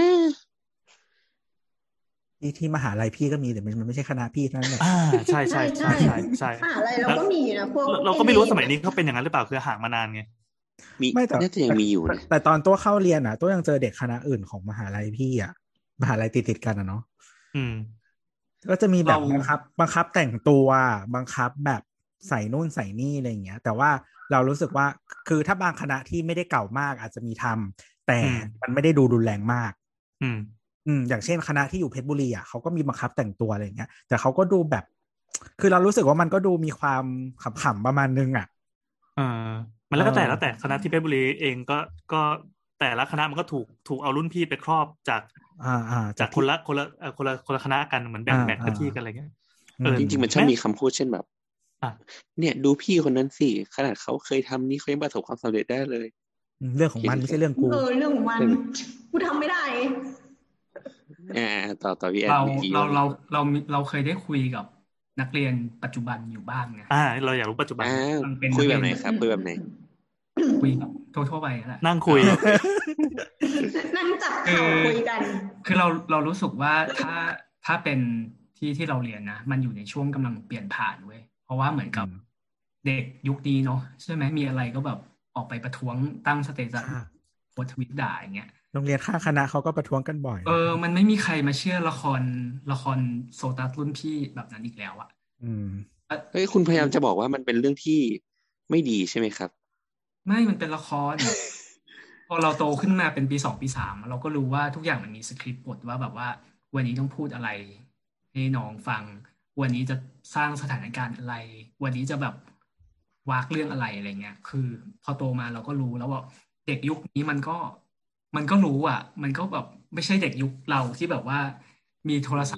ที่ที่มหาลัยพี่ก็มีแต่มันไม่ใช่คณะพี่นั่นแหละอ่าใช่ใช่ใช่ใช่ใช่มหาลัยเราก็มีนะพวกเราก็ไม่รู้สมัยนี้เขาเป็นอย่างนั้นหรือเปล่าคือห่างมานานไงมีไม่แต่น่าจะยังมีอยู่นะแต่ตอนตัวเข้าเรียนอ่ะตัวยังเจอเด็กคณะอื่นของมหาลัยพี่อ่ะมหาลัยติดติดกันอะเนาะอืมก็จะมีแบบบังคับบังคับแต่งตัวบังคับแบบใส่นู่นใส่นี่อะไรอย่างเงี้ยแต่ว่าเรารู้สึกว่าคือถ้าบางคณะที่ไม่ได้เก่ามากอาจจะมีทำแต่มันไม่ได้ดูรุนแรงมากอืมอืมอย่างเช่นคณะที่อยู่เพชรบุรีอ่ะเขาก็มีบังคับแต่งตัวอะไรอย่างเงี้ยแต่เขาก็ดูแบบคือเรารู้สึกว่ามันก็ดูมีความขำๆประมาณนึงอ่ะอ่ามันแล้วก็แต่แล้วแต่คณะที่เพชรบุรีเองก็ก็แต่ละคณะมันก็ถูกถูกเอารุ่นพี่ไปครอบจากอ่าอ่าจากคนละคนละคนละคนละคณะกันเหมือนแบ่งแบ่งหน้าที่กันอะไรเงี้ยเออจริงๆมันชอบมีคำพูดเช่นแบบอ่ะเนี่ยดูพี่คนนั้นสิขนาดเขาเคยทำนี่เขายังประสบความสำเร็จได้เลยเรื่องของมันไม่ใช่เรื่องกูเออเรื่องของมันกูทำไม่ได้อ่าต่อต่อพี่แอนเราเราเราเราเราเคยได้คุยกับนักเรียนปัจจุบันอยู่บ้างไงอ่าเราอยากรู้ปัจจุบันคุยแบบไหนครับคุยแบบไหนคุยแบบทั่วๆไปแหละนั่งคุยนั่งจับเข่าคุยกันคือเราเรารู้สึกว่าถ้าถ้าเป็นที่ที่เราเรียนนะมันอยู่ในช่วงกำลังเปลี่ยนผ่านเว้ยเพราะว่าเหมือนกับเด็กยุคนี้เนาะใช่ไหมมีอะไรก็แบบออกไปประท้วงตั้งสเตตัสโพสต์ทวิตด่าอย่างเงี้ยโรงเรียนข้างคณะเขาก็ประท้วงกันบ่อยเออมันไม่มีใครมาเชื่อละครละครโซตัสรุ่นพี่แบบนั้นอีกแล้วอ่ะอืมเฮ้ยคุณพยายามจะบอกว่ามันเป็นเรื่องที่ไม่ดีใช่ไหมครับไม่มันเป็นละคร พอเราโตขึ้นมาเป็นปีสองปีสามเราก็รู้ว่าทุกอย่างมันมีสคริปต์บทว่าแบบว่าวันนี้ต้องพูดอะไรให้น้องฟังวันนี้จะสร้างสถานการณ์อะไรวันนี้จะแบบวากเรื่องอะไรอะไรเงี้ยคือพอโตมาเราก็รู้แล้วว่าเด็กยุคนี้มันก็มันก็รู้อ่ะมันก็แบบไม่ใช่เด็กยุคเราที่แบบว่ามีโทรศัพท์โท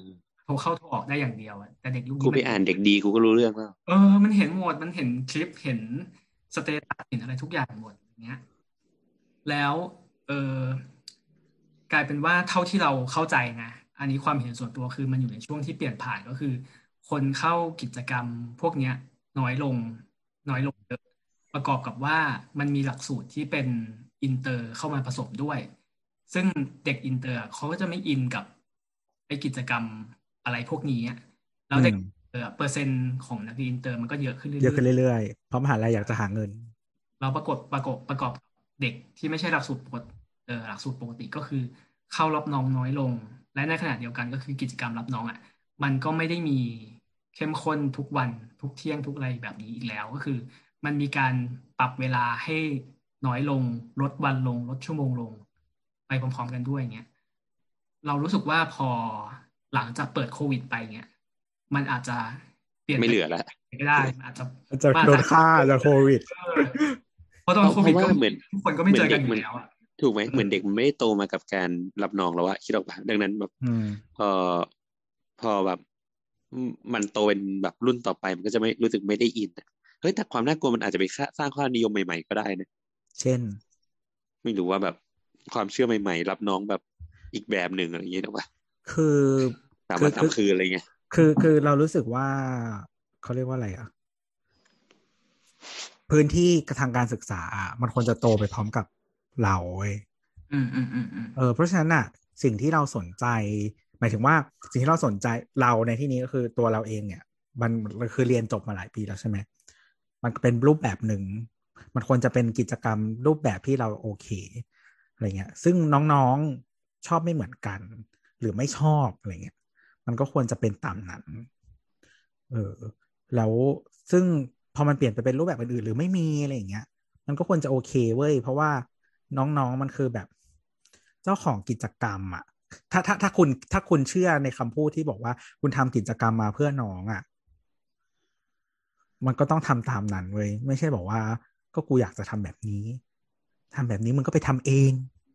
รเข้าโทรออกได้อย่างเดียวอะแต่เด็กยุคกูนี้ไปมันอ่านเด็กดีกูก็รู้เรื่องแล้วเออมันเห็นหมดมันเห็นคลิปเห็นสเตตัสเห็นอะไรทุกอย่างหมดอย่างเงี้ยแล้วเออกลายเป็นว่าเท่าที่เราเข้าใจนะอันนี้ความเห็นส่วนตัวคือมันอยู่ในช่วงที่เปลี่ยนผ่านก็คือ คนเข้ากิจกรรมพวกเนี้ยน้อยลงน้อยลงเยอะประกอบกับว่ามันมีหลักสูตรที่เป็นอินเตอร์เข้ามาผสมด้วย ซึ่งเด็กอินเตอร์เขาก็จะไม่อินกับไอกิจกรรมอะไรพวกนี้อะแล้วเด็กอืมเออเปอร์เซ็นต์ของนักเรียนอินเตอร์มันก็เยอะขึ้นเรื่เยอะอยขึ้นเรื่อยๆเพราะมหาลัยอยากจะหาเงินๆเราประกอบประกอบประกอบกับเด็กที่ไม่ใช่หลักสูตรปกติเออหลักสูตรปกติก็คือเข้ารับน้องน้อยลง และในขณะเดียวกันก็คือกิจกรรมรับน้องอ่ะมันก็ไม่ได้มีเข้มข้นทุกวันทุกเที่ยงทุกอะไรแบบนี้อีกแล้วก็คือ มันมีการปรับเวลาให้น้อยลงลดวันลงลดชั่วโมงลง ไปพร้อมๆกันด้วยเงี้ยเรารู้สึกว่าพอหลังจากเปิดโควิดไปเงี้ยมันอาจจะเปลี่ยนไม่เหลือแล้วก็ได้มันอาจจะจะมันอาจโดจะนฆ่าจากโควิดเออเพราะตอนโควิดเพราะก็ว่าเหมือนทุกคนก็ไม่เจอกันอยู่แล้วอะถูกไหมเหมือนเด็กมันไม่ได้โตมากับการรับน้องแล้วอะคิดออกปะดังนั้นแบบอืมพอพอแบบมันโตเป็นแบบรุ่นต่อไปมันก็จะไม่รู้สึกไม่ได้อินอะเฮ้ยแต่ความน่ากลัวมันอาจจะไปสร้างความนิยมใหม่ๆก็ได้นะเช่นไม่รู้ว่าแบบความเชื่อใหม่ๆรับน้องแบบอีกแบบหนึ่งอะไรอย่างเงี้ยหรอปะคือตามคืมาอตามคืนอะไรเงี้ยคือคือเรารู้สึกว่าเขาเรียกว่าอะไรอ่ะ พื้นที่ทางการศึกษาอะมันควรจะโตไปพร้อมกับเราเว้ยอืมอืมอืมอืมเออเพราะฉะนั้นอ่ะสิ่งที่เราสนใจ หมายถึงว่าสิ่งที่เราสนใจเราในที่นี้ก็คือตัวเราเองเนี่ย มันมันคือเรียนจบมาหลายปีแล้วใช่ไหมมันเป็นรูปแบบหนึ่ง มันควรจะเป็นกิจกรรมรูปแบบที่เราโอเคอะไรเงี้ยซึ่งน้องๆชอบไม่เหมือนกัน หรือไม่ชอบอะไรเงี้ยมันก็ควรจะเป็นตามนั้นเออแล้วซึ่งพอมันเปลี่ยนไปเป็นรูปแบบอื่นๆหรือไม่มีอะไรอย่างเงี้ยมันก็ควรจะโอเคเว้ยเพราะว่าน้องๆมันคือแบบเจ้าของกิจกรรมอ่ะถ้าถ้าถ้าคุณถ้าคุณเชื่อในคำพูดที่บอกว่าคุณทำกิจกรรมมาเพื่อน้องอ่ะมันก็ต้องทำตามนั้นเว้ยไม่ใช่บอกว่าก็กูอยากจะทำแบบนี้ทำแบบนี้มึงก็ไปทำเอง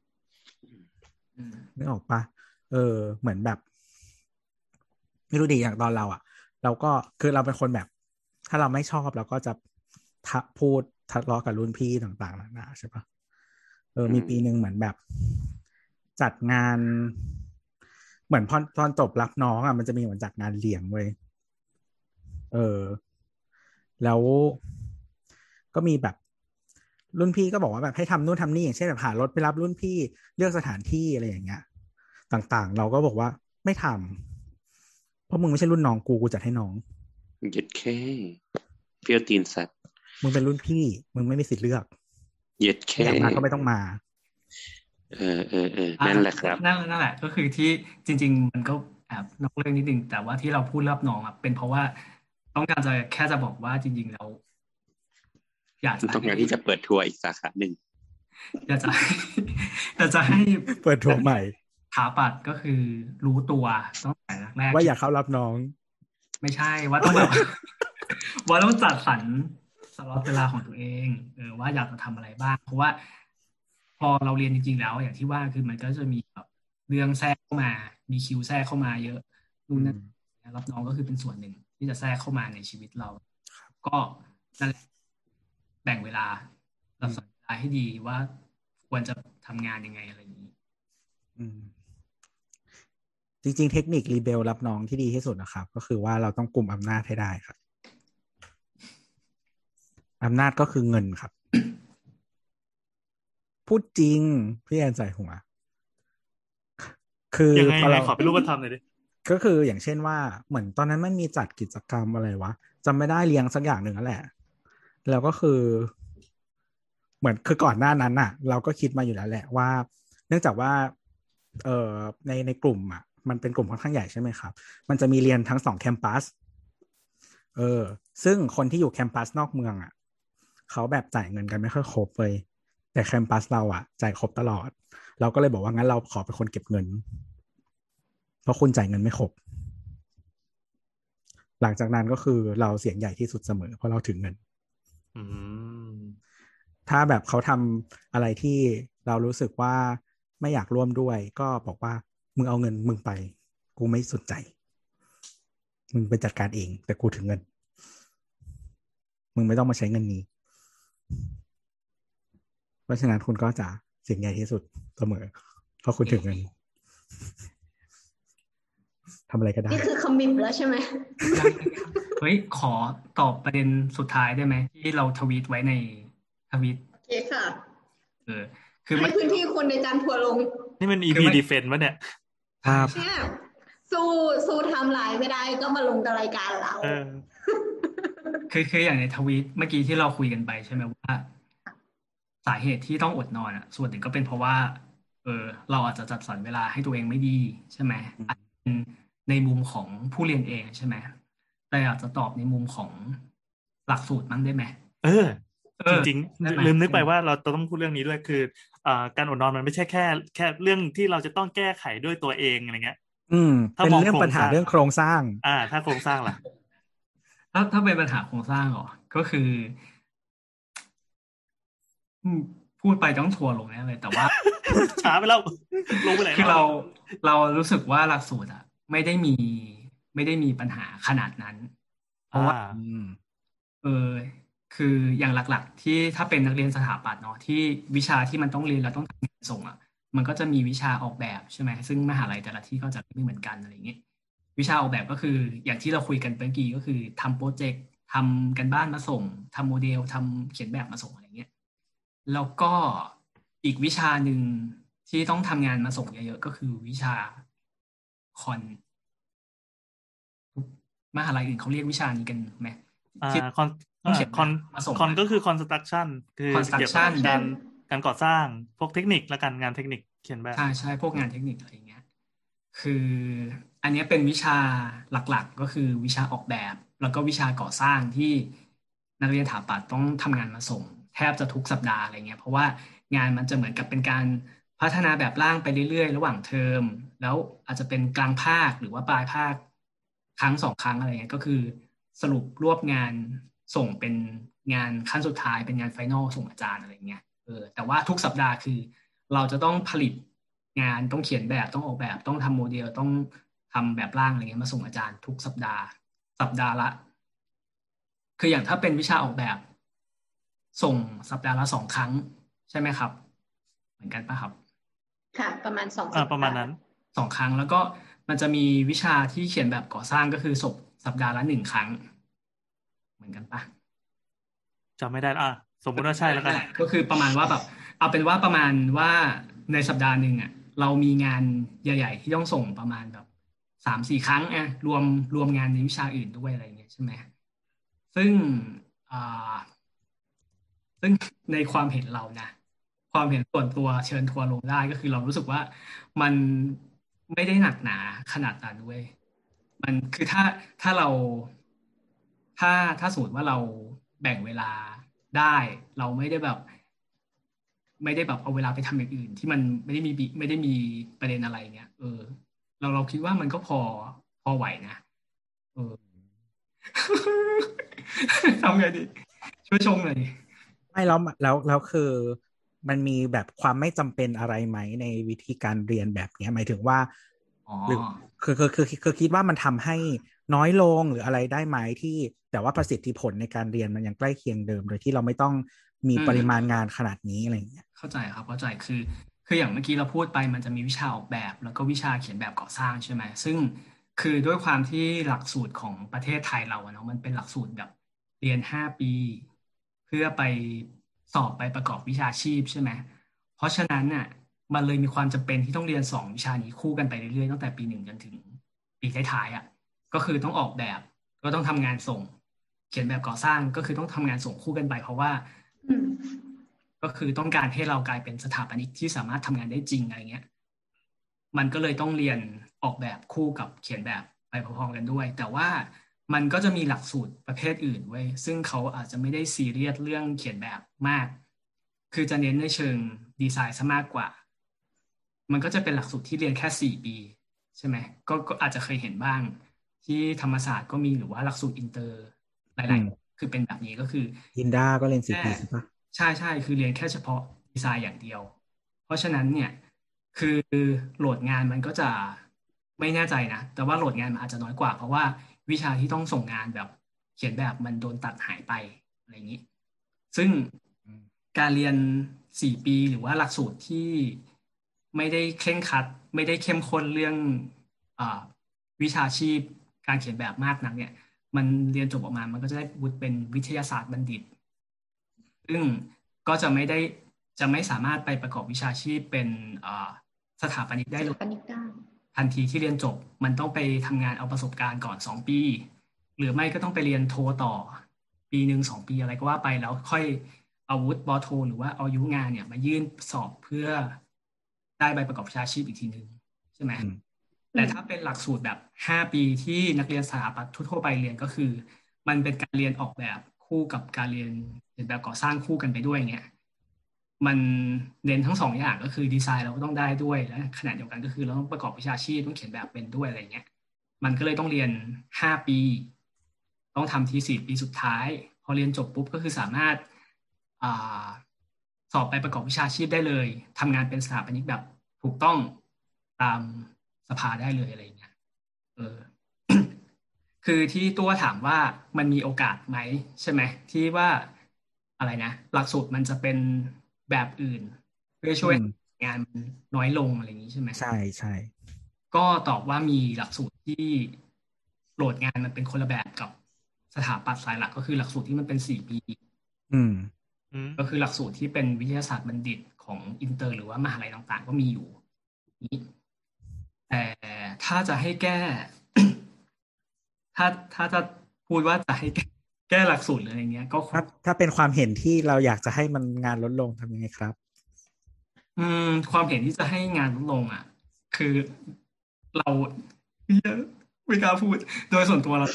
นึกออกปะเออเหมือนแบบไม่รู้ดีอย่างตอนเราอ่ะเราก็คือเราเป็นคนแบบถ้าเราไม่ชอบเราก็จะพูดทะเลาะกับรุ่นพี่ต่างๆนานาใช่ปะเออมีปีหนึ่งเหมือนแบบจัดงานเหมือนพอตอนจบรับน้องอ่ะมันจะมีเหมือนจัดงานเลี้ยงเว้ยเออแล้วก็มีแบบรุ่นพี่ก็บอกว่าแบบให้ทำนู่นทำนี่อย่างเช่นแบบหารถไปรับรุ่นพี่เลือกสถานที่อะไรอย่างเงี้ยต่างๆเราก็บอกว่าไม่ทำเพราะมึงไม่ใช่รุ่นน้องกูกูจัดให้น้องเย็ดแค่เปรี้ยวตีนสัตว์มึงเป็นรุ่นพี่มึงไม่มีสิทธิ์เลือกเย็ดแค่อยากมาก็ไม่ต้องมาเออเออเออนั่นแหละครับนั่นนั่นแหละก็คือที่จริงๆมันก็แอบนอกเรื่องนิดนึงแต่ว่าที่เราพูดรับน้องอ่ะเป็นเพราะว่าต้องการจะแค่จะบอกว่าจริงๆแล้วอยากจะต้องการที่จะเปิดทัวร์อีกสาขาหนึ่งอยากจะอยากจะให้เปิดทัวร์ใหม่ถาปัดก็คือรู้ตัวตั้งแต่แรกว่าอยากเข้ารับน้องไม่ใช่ว่าต้องแบบว่าต้องจัดสรรสล็อตเวลาของตัวเองเออว่าอยากจะทำอะไรบ้างเพราะว่าพอเราเรียนจริงๆแล้วอย่างที่ว่าคือมันก็จะมีแบบเรื่องแทรกเข้ามามีคิวแทรกเข้ามาเยอะนู่นนั่นรับน้องก็คือเป็นส่วนหนึ่งที่จะแทรกเข้ามาในชีวิตเราก็นั่นแหละแบ่งเวลาจัดสรรเวลาให้ดีว่าควรจะทำงานยังไงอะไรอย่างนี้จริงๆเทคนิครีเบลรับน้องที่ดีที่สุดนะครับก็คือว่าเราต้องกุมอำนาจให้ได้ครับอำนาจก็คือเงินครับพูดจริงพี่แอนใส่หัวคือยังไงไงขอเป็นรูปธรรมหน่อยดิก็คืออย่างเช่นว่าเหมือนตอนนั้นมันมีจัดกิจกรรมอะไรวะจำไม่ได้เลี้ยงสักอย่างหนึ่งนั่นแหละแล้วก็คือเหมือนคือก่อนหน้านั้นน่ะเราก็คิดมาอยู่แล้วแหละว่าเนื่องจากว่าเอ่อในในกลุ่มอ่ะมันเป็นกลุ่มค่อนข้างใหญ่ใช่ไหมครับมันจะมีเรียนทั้งสองแคมปัสเออซึ่งคนที่อยู่แคมปัสนอกเมืองอ่ะเขาแบบจ่ายเงินกันไม่ค่อยครบเลยแต่แคมปัสเราอ่ะจ่ายครบตลอดเราก็เลยบอกว่างั้นเราขอเป็นคนเก็บเงินเพราะคุณจ่ายเงินไม่ครบหลังจากนั้นก็คือเราเสียงใหญ่ที่สุดเสมอเพราะเราถึงเงินถ้าแบบเขาทำอะไรที่เรารู้สึกว่าไม่อยากร่วมด้วยก็บอกว่ามึงเอาเงินมึงไปกูไม่สนใจมึงไปจัดการเองแต่กูถึงเงินมึงไม่ต้องมาใช้เงินนี้เพราะฉะนั้นคุณก็จะเสี่ยงใหญ่ที่สุดเสมอเพราะคุณถึงเงินทำอะไรก็ได้นี่คือคอมมิตแล้วใช่ไหมเฮ้ยขอตอบประเด็นสุดท้ายได้ไหมที่เราทวีตไว้ในทวีตโอเคค่ะเออคือให้พื้นที่คนในการทัวร์ลงนี่มัน อี พี Defense วะเนี่ยครับเนี่ยสู้สู้ทำลายไม่ได้ก็มาลงกับรายการเราคือคืออย่างในทวีตเมื่อกี้ที่เราคุยกันไปใช่ไหมว่าสาเหตุที่ต้องอดนอนอ่ะส่วนหนึ่งก็เป็นเพราะว่าเออเราอาจจะจัดสรรเวลาให้ตัวเองไม่ดีใช่ไหมในมุมของผู้เรียนเองใช่ไหมแต่อยากจะตอบในมุมของหลักสูตรมั้งได้ไหมเออจริงๆลืมนึกไปว่าเราต้องพูดเรื่องนี้ด้วยคืออ่าการอดนอนมันไม่ใช่แค่แค่เรื่องที่เราจะต้องแก้ไขด้วยตัวเองอะไรเงี้ยอืมเป็นเรื่องปัญหาเรื่องโครงสร้างอ่าถ้าโครงสร้างล่ะถ้าถ้าเป็นปัญหาโครงสร้างเหรอก็คือพูดไปต้องทัวร์ลงแน่เลยแต่ว่าช้าไปแล้วลงไปไหนคือเราเรารู้สึกว่าหลักสูตรอ่ะไม่ได้มีไม่ได้มีปัญหาขนาดนั้นเพราะว่าเออคืออย่างหลักๆที่ถ้าเป็นนักเรียนสถาปัตย์เนาะที่วิชาที่มันต้องเรียนเราต้องทำงานส่งอ่ะมันก็จะมีวิชาออกแบบใช่ไหมซึ่งมหาลัยแต่ละที่ก็จะไม่เหมือนกันอะไรอย่างเงี้ยวิชาออกแบบก็คืออย่างที่เราคุยกันเมื่อกี้ก็คือทำโปรเจกต์ทำกันบ้านมาส่งทำโมเดลทำเขียนแบบมาส่งอะไรเงี้ยแล้วก็อีกวิชาหนึ่งที่ต้องทำงานมาส่งเยอะๆก็คือวิชาคอนมหาลัยอื่นเขาเรียกวิชานี้กันไหมอ่าคอนคอนคอนก็คือ construction คือเกี่ยวกับการการก่อสร้างพวกเทคนิคและการงานเทคนิคเขียนแบบใช่ใช่พวกงานเทคนิคอะไรเงี้ยคืออันนี้เป็นวิชาหลักๆก็คือวิชาออกแบบแล้วก็วิชาก่อสร้างที่นักเรียนสถาปัตย์ต้องทำงานมาส่งแทบจะทุกสัปดาห์อะไรเงี้ยเพราะว่างานมันจะเหมือนกับเป็นการพัฒนาแบบร่างไปเรื่อยๆระหว่างเทอมแล้วอาจจะเป็นกลางภาคหรือว่าปลายภาคครั้งสองครั้งอะไรเงี้ยก็คือสรุปรวบงานส่งเป็นงานขั้นสุดท้ายเป็นงานไฟนอลส่งอาจารย์อะไรเงี้ยเออแต่ว่าทุกสัปดาห์คือเราจะต้องผลิตงานต้องเขียนแบบต้องออกแบบต้องทำโมเดลต้องทำแบบร่างอะไรเงี้ยมาส่งอาจารย์ทุกสัปดาห์สัปดาห์ละคืออย่างถ้าเป็นวิชาออกแบบส่งสัปดาห์ละสองครั้งใช่ไหมครับเหมือนกันป่ะครับค่ะประมาณสองอ่าประมาณนั้นสองครั้งแล้วก็มันจะมีวิชาที่เขียนแบบก่อสร้างก็คือศพสัปดาห์ละหนึ่งครั้งเหมือนกันป่ะจำไม่ได้อ่ะสมมติว่าใช่แล้วกันก็คือประมาณว่าแบบเอาเป็นว่าประมาณว่าในสัปดาห์หนึ่งอ่ะเรามีงานใหญ่ๆที่ต้องส่งประมาณแบบสามสี่ครั้งอ่ะรวมรวมงานในวิชาอื่นด้วยอะไรเงี้ยใช่ไหมซึ่งอ่าซึ่งในความเห็นเรานะความเห็นส่วนตัวเชิญทัวร์ลงได้ก็คือเรารู้สึกว่ามันไม่ได้หนักหนาขนาดนั้นเว้ยมันคือถ้าถ้าเราถ้าถ้าสมมติว่าเราแบ่งเวลาได้เราไม่ได้แบบไม่ได้แบบเอาเวลาไปทำอย่างอื่นที่มันไม่ได้มีไม่ได้มีประเด็นอะไรเงี้ยเออเราเราคิดว่ามันก็พอพอไหวนะเออ ทำไงดีช่วยชงหน่อยไม่แล้วแล้วแล้วคือมันมีแบบความไม่จำเป็นอะไรไหมในวิธีการเรียนแบบนี้หมายถึงว่าหรือคือคือคือคือคิดว่ามันทำให้น้อยลงหรืออะไรได้ไหมที่แต่ว่าประสิทธิผลในการเรียนมันยังใกล้เคียงเดิมโดยที่เราไม่ต้องมีปริมาณงานขนาดนี้อะไรอย่างเงี้ยเข้าใจครับเข้าใจคือคืออย่างเมื่อกี้เราพูดไปมันจะมีวิชาออกแบบแล้วก็วิชาเขียนแบบก่อสร้างใช่ไหมซึ่งคือด้วยความที่หลักสูตรของประเทศไทยเราเนาะมันเป็นหลักสูตรแบบเรียนห้าปีเพื่อไปสอบไปประกอบวิชาชีพใช่ไหมเพราะฉะนั้นน่ะมันเลยมีความจำเป็นที่ต้องเรียนสองวิชานี้คู่กันไปเรื่อยๆตั้งแต่ปีหนึ่งจนถึงปีท้ายๆอ่ะก็คือต้องออกแบบก็ต้องทำงานส่งเขียนแบบก่อสร้างก็คือต้องทำงานส่งคู่กันไปเพราะว่าก็คือต้องการให้เรากลายเป็นสถาปนิกที่สามารถทำงานได้จริงอะไรเงี้ยมันก็เลยต้องเรียนออกแบบคู่กับเขียนแบบไปพร้อมๆกันด้วยแต่ว่ามันก็จะมีหลักสูตรประเภทอื่นไว้ซึ่งเขาอาจจะไม่ได้ซีเรียสเรื่องเขียนแบบมากคือจะเน้นในเชิงดีไซน์ซะมากกว่ามันก็จะเป็นหลักสูตรที่เรียนแค่สี่ปีใช่ไหมก็ก็อาจจะเคยเห็นบ้างที่ธรรมศาสตร์ก็มีหรือว่าหลักสูตรอินเตอร์หลายๆคือเป็นแบบนี้ก็คืออินดาก็เรียนสี่ปีใช่ปะใช่ใช่คือเรียนแค่เฉพาะดีไซน์อย่างเดียวเพราะฉะนั้นเนี่ยคือโหลดงานมันก็จะไม่แน่ใจนะแต่ว่าโหลดงานมันอาจจะน้อยกว่าเพราะว่าวิชาที่ต้องส่งงานแบบเขียนแบบมันโดนตัดหายไปอะไรอย่างนี้ซึ่งการเรียนสี่ปีหรือว่าหลักสูตรที่ไม่ได้เคร่งครัดไม่ได้เข้มข้นเรื่องอ่าวิชาชีพการเขียนแบบมากนักเนี่ยมันเรียนจบออกมามันก็จะได้วุฒิเป็นวิทยาศาสตร์บัณฑิตซึ่งก็จะไม่ได้จะไม่สามารถไปประกอบวิชาชีพเป็นสถาปนิกได้เลยทันทีที่เรียนจบมันต้องไปทำงานเอาประสบการณ์ก่อนสองปีหรือไม่ก็ต้องไปเรียนโทต่อปีหนึ่งสองปีอะไรก็ว่าไปแล้วค่อยเอาวุฒิป.โทหรือว่าเอาอายุงานเนี่ยมายื่นสอบเพื่อได้ใบประกอบวิชาชีพอีกทีนึงใช่ไหมแต่ถ้าเป็นหลักสูตรแบบห้าปีที่นักเรียนสถาปัตย์ทั่วไปเรียนก็คือมันเป็นการเรียนออกแบบคู่กับการเรียนเรียนแบบก่อสร้างคู่กันไปด้วยเงี้ยมันเน้นทั้งสองอย่างก็คือดีไซน์เราก็ต้องได้ด้วยและขณะเดียวกันก็คือเราต้องประกอบวิชาชีพต้องเขียนแบบเป็นด้วยอะไรเงี้ยมันก็เลยต้องเรียนห้าปีต้องทำทีสิสปีสุดท้ายพอเรียนจบปุ๊บก็คือสามารถอ่าสอบไปประกอบวิชาชีพได้เลยทำงานเป็นสถาปนิกแบบถูกต้องตามสภาได้เลยอะไรเงี้ยเออ คือที่ตัวถามว่ามันมีโอกาสไหมใช่ไหมที่ว่าอะไรนะหลักสูตรมันจะเป็นแบบอื่นเพื่อช่วยงานมันน้อยลงอะไรอย่างนี้ใช่ไหมใช่ใช่ก็ตอบว่ามีหลักสูตรที่โหลดงานมันเป็นคนละแบบกับสถาปัตย์สายหลักก็คือหลักสูตรที่มันเป็นสี่ปีอืมก็คือหลักสูตรที่เป็นวิทยาศาสตร์บัณฑิตของอินเตอร์หรือว่ามหาลัยต่างๆก็มีอยู่นี้แต่ถ้าจะให้แก้ ถ้าถ้าจะพูดว่าจะให้แก้หลักสูตรหรืออะไรเงี้ยก็ถ้าถ้าเป็นความเห็นที่เราอยากจะให้มันงานลดลงทำยังไงครับอืมความเห็นที่จะให้งานลดลงอ่ะคือเราไม่กล้าพูดโดยส่วนตัวเรา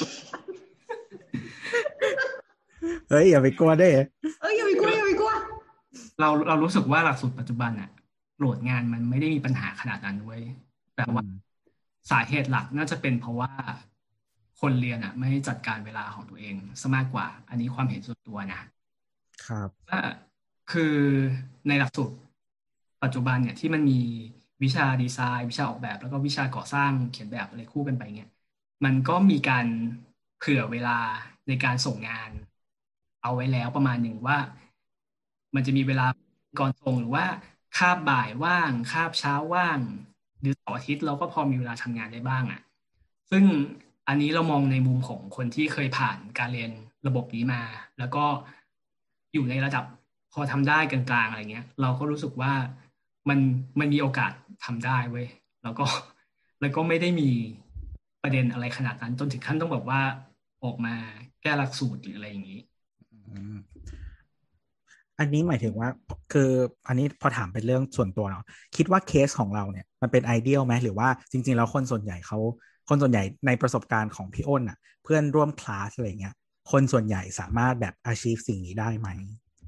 เฮ้ยอย่าไปกลัวได้เอ้ยอย่าไปกลัวอย่าไปกลัวเราเรารู้สึกว่าหลักสูตรปัจจุบันอ่ะโหลดงานมันไม่ได้มีปัญหาขนาดนั้นเว้ยแต่ว่าสาเหตุหลักน่าจะเป็นเพราะว่าคนเรียนอ่ะไม่จัดการเวลาของตัวเองซะมากกว่าอันนี้ความเห็นส่วนตัวนะครับว่าคือในหลักสูตรปัจจุบันเนี่ยที่มันมีวิชาดีไซน์วิชาออกแบบแล้วก็วิชาก่อสร้างเขียนแบบอะไรคู่กันไปเนี่ยมันก็มีการเผื่อเวลาในการส่งงานเอาไว้แล้วประมาณหนึ่งว่ามันจะมีเวลาก่อนส่งหรือว่าคาบบ่ายว่างคาบเช้าว่างหรือเสาร์อาทิตย์เราก็พอมีเวลาทำงานได้บ้างอ่ะซึ่งอันนี้เรามองในมุมของคนที่เคยผ่านการเรียนระบบนี้มาแล้วก็อยู่ในระดับพอทำได้กลางๆอะไรเงี้ยเราก็รู้สึกว่ามันมันมีโอกาสทำได้เว้ยแล้วก็แล้วก็ไม่ได้มีประเด็นอะไรขนาดนั้นจนถึงขั้นต้องแบบว่าออกมาแก้หลักสูตรหรืออะไรอย่างนี้อันนี้หมายถึงว่าคืออันนี้พอถามเป็นเรื่องส่วนตัวเนาะคิดว่าเคสของเราเนี่ยมันเป็นไอเดียลไหมหรือว่าจริงๆแล้วคนส่วนใหญ่เขาคนส่วนใหญ่ในประสบการณ์ของพี่อ้นอ่ะเพื่อนร่วมคลาสอะไรเงี้ยคนส่วนใหญ่สามารถแบบ achieve สิ่งนี้ได้ไหม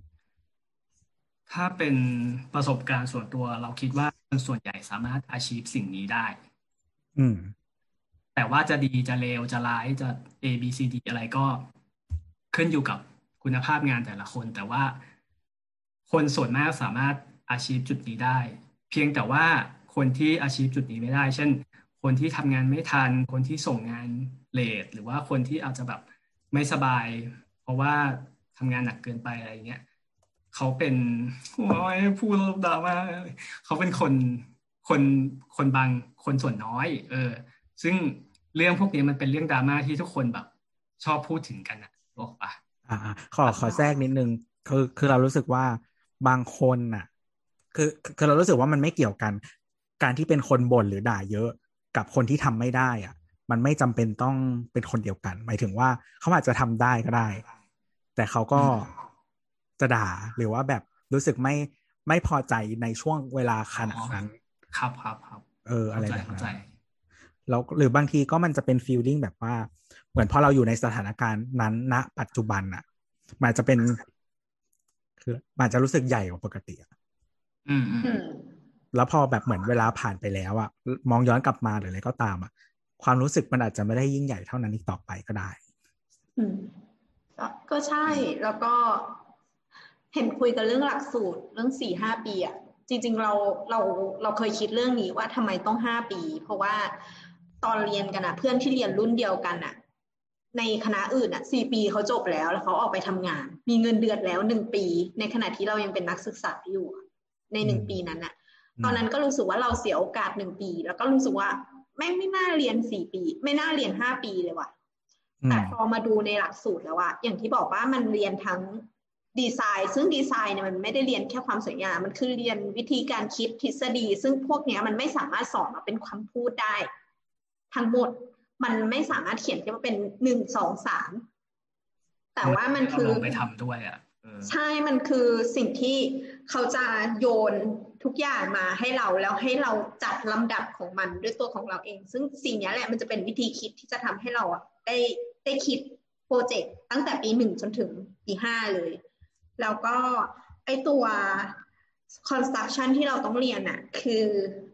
ถ้าเป็นประสบการณ์ส่วนตัวเราคิดว่าคนส่วนใหญ่สามารถ achieve สิ่งนี้ได้อืมแต่ว่าจะดีจะเลวจะร้ายจะ A B C D อะไรก็ขึ้นอยู่กับคุณภาพงานแต่ละคนแต่ว่าคนส่วนมากสามารถ achieve จุดนี้ได้เพียงแต่ว่าคนที่ achieve จุดนี้ไม่ได้เช่นคนที่ทำงานไม่ทันคนที่ส่งงานเลทหรือว่าคนที่อาจจะแบบไม่สบายเพราะว่าทำงานหนักเกินไปอะไรเงี้ยเขาเป็นโอ้ยพูดแล้วดราม่าเขาเป็นคนคนคนบางคนส่วนน้อยเออซึ่งเรื่องพวกนี้มันเป็นเรื่องดราม่าที่ทุกคนแบบชอบพูดถึงกันนะบอกปะอ่าขอขอแทรกนิดนึงคือคือเรารู้สึกว่าบางคนน่ะคือคือเรารู้สึกว่ามันไม่เกี่ยวกันการที่เป็นคนบ่นหรือด่าเยอะกับคนที่ทำไม่ได้อ่ะมันไม่จำเป็นต้องเป็นคนเดียวกันหมายถึงว่าเขาอาจจะทำได้ก็ได้แต่เขาก็จะด่าหรือว่าแบบรู้สึกไม่ไม่พอใจในช่วงเวลาขนาดนั้นครับครับครับเอออะไรแบบนั้นแล้วหรือบางทีก็มันจะเป็นฟีลลิ่งแบบว่าเหมือนพอเราอยู่ในสถานการณ์นั้นณปัจจุบันอ่ะมันจะเป็นคือมันจะรู้สึกใหญ่กว่าปกติอ่ะอืมอืมแล้วพอแบบเหมือนเวลาผ่านไปแล้วอ่ะมองย้อนกลับมาหรืออะไรก็ตามอ่ะความรู้สึกมันอาจจะไม่ได้ยิ่งใหญ่เท่านั้นอีกต่อไปก็ได้อืมก็ใช่แล้วก็เห็นคุยกันเรื่องหลักสูตรเรื่องสี่ห้าปีอ่ะจริงๆเราเราเราเคยคิดเรื่องนี้ว่าทำไมต้องห้าปีเพราะว่าตอนเรียนกันอ่ะเพื่อนที่เรียนรุ่นเดียวกันอ่ะในคณะอื่นอ่ะสี่ปีเขาจบแล้วแล้วเขาออกไปทำงานมีเงินเดือนแล้วหนึ่งปีในขณะที่เรายังเป็นนักศึกษาอยู่ในหนึ่งปีนั้นอ่ะตอนนั้นก็รู้สึกว่าเราเสียโอกาสหนึ่งปีแล้วก็รู้สึกว่าไม่ไม่น่าเรียนสี่ปีไม่น่าเรียนห้าปีเลยว่ะแต่พอมาดูในหลักสูตรแล้วอะอย่างที่บอกว่ามันเรียนทั้งดีไซน์ซึ่งดีไซน์เนี่ยมันไม่ได้เรียนแค่ความสวยงามมันคือเรียนวิธีการคิดทฤษฎีซึ่งพวกนี้มันไม่สามารถสอนมาเป็นคำพูดได้ทั้งหมดมันไม่สามารถเขียนขึ้นมาเป็นหนึ่งสองสามแต่ว่ามันคือเราลองไปทำด้วยอ่ะใช่มันคือสิ่งที่เขาจะโยนทุกอย่างมาให้เราแล้วให้เราจัดลำดับของมันด้วยตัวของเราเองซึ่งสิ่งนี้แหละมันจะเป็นวิธีคิดที่จะทำให้เราอะได้ได้คิดโปรเจกต์ตั้งแต่ปีหนึ่งจนถึงปีห้าเลยแล้วก็ไอตัว construction ที่เราต้องเรียนอะคือ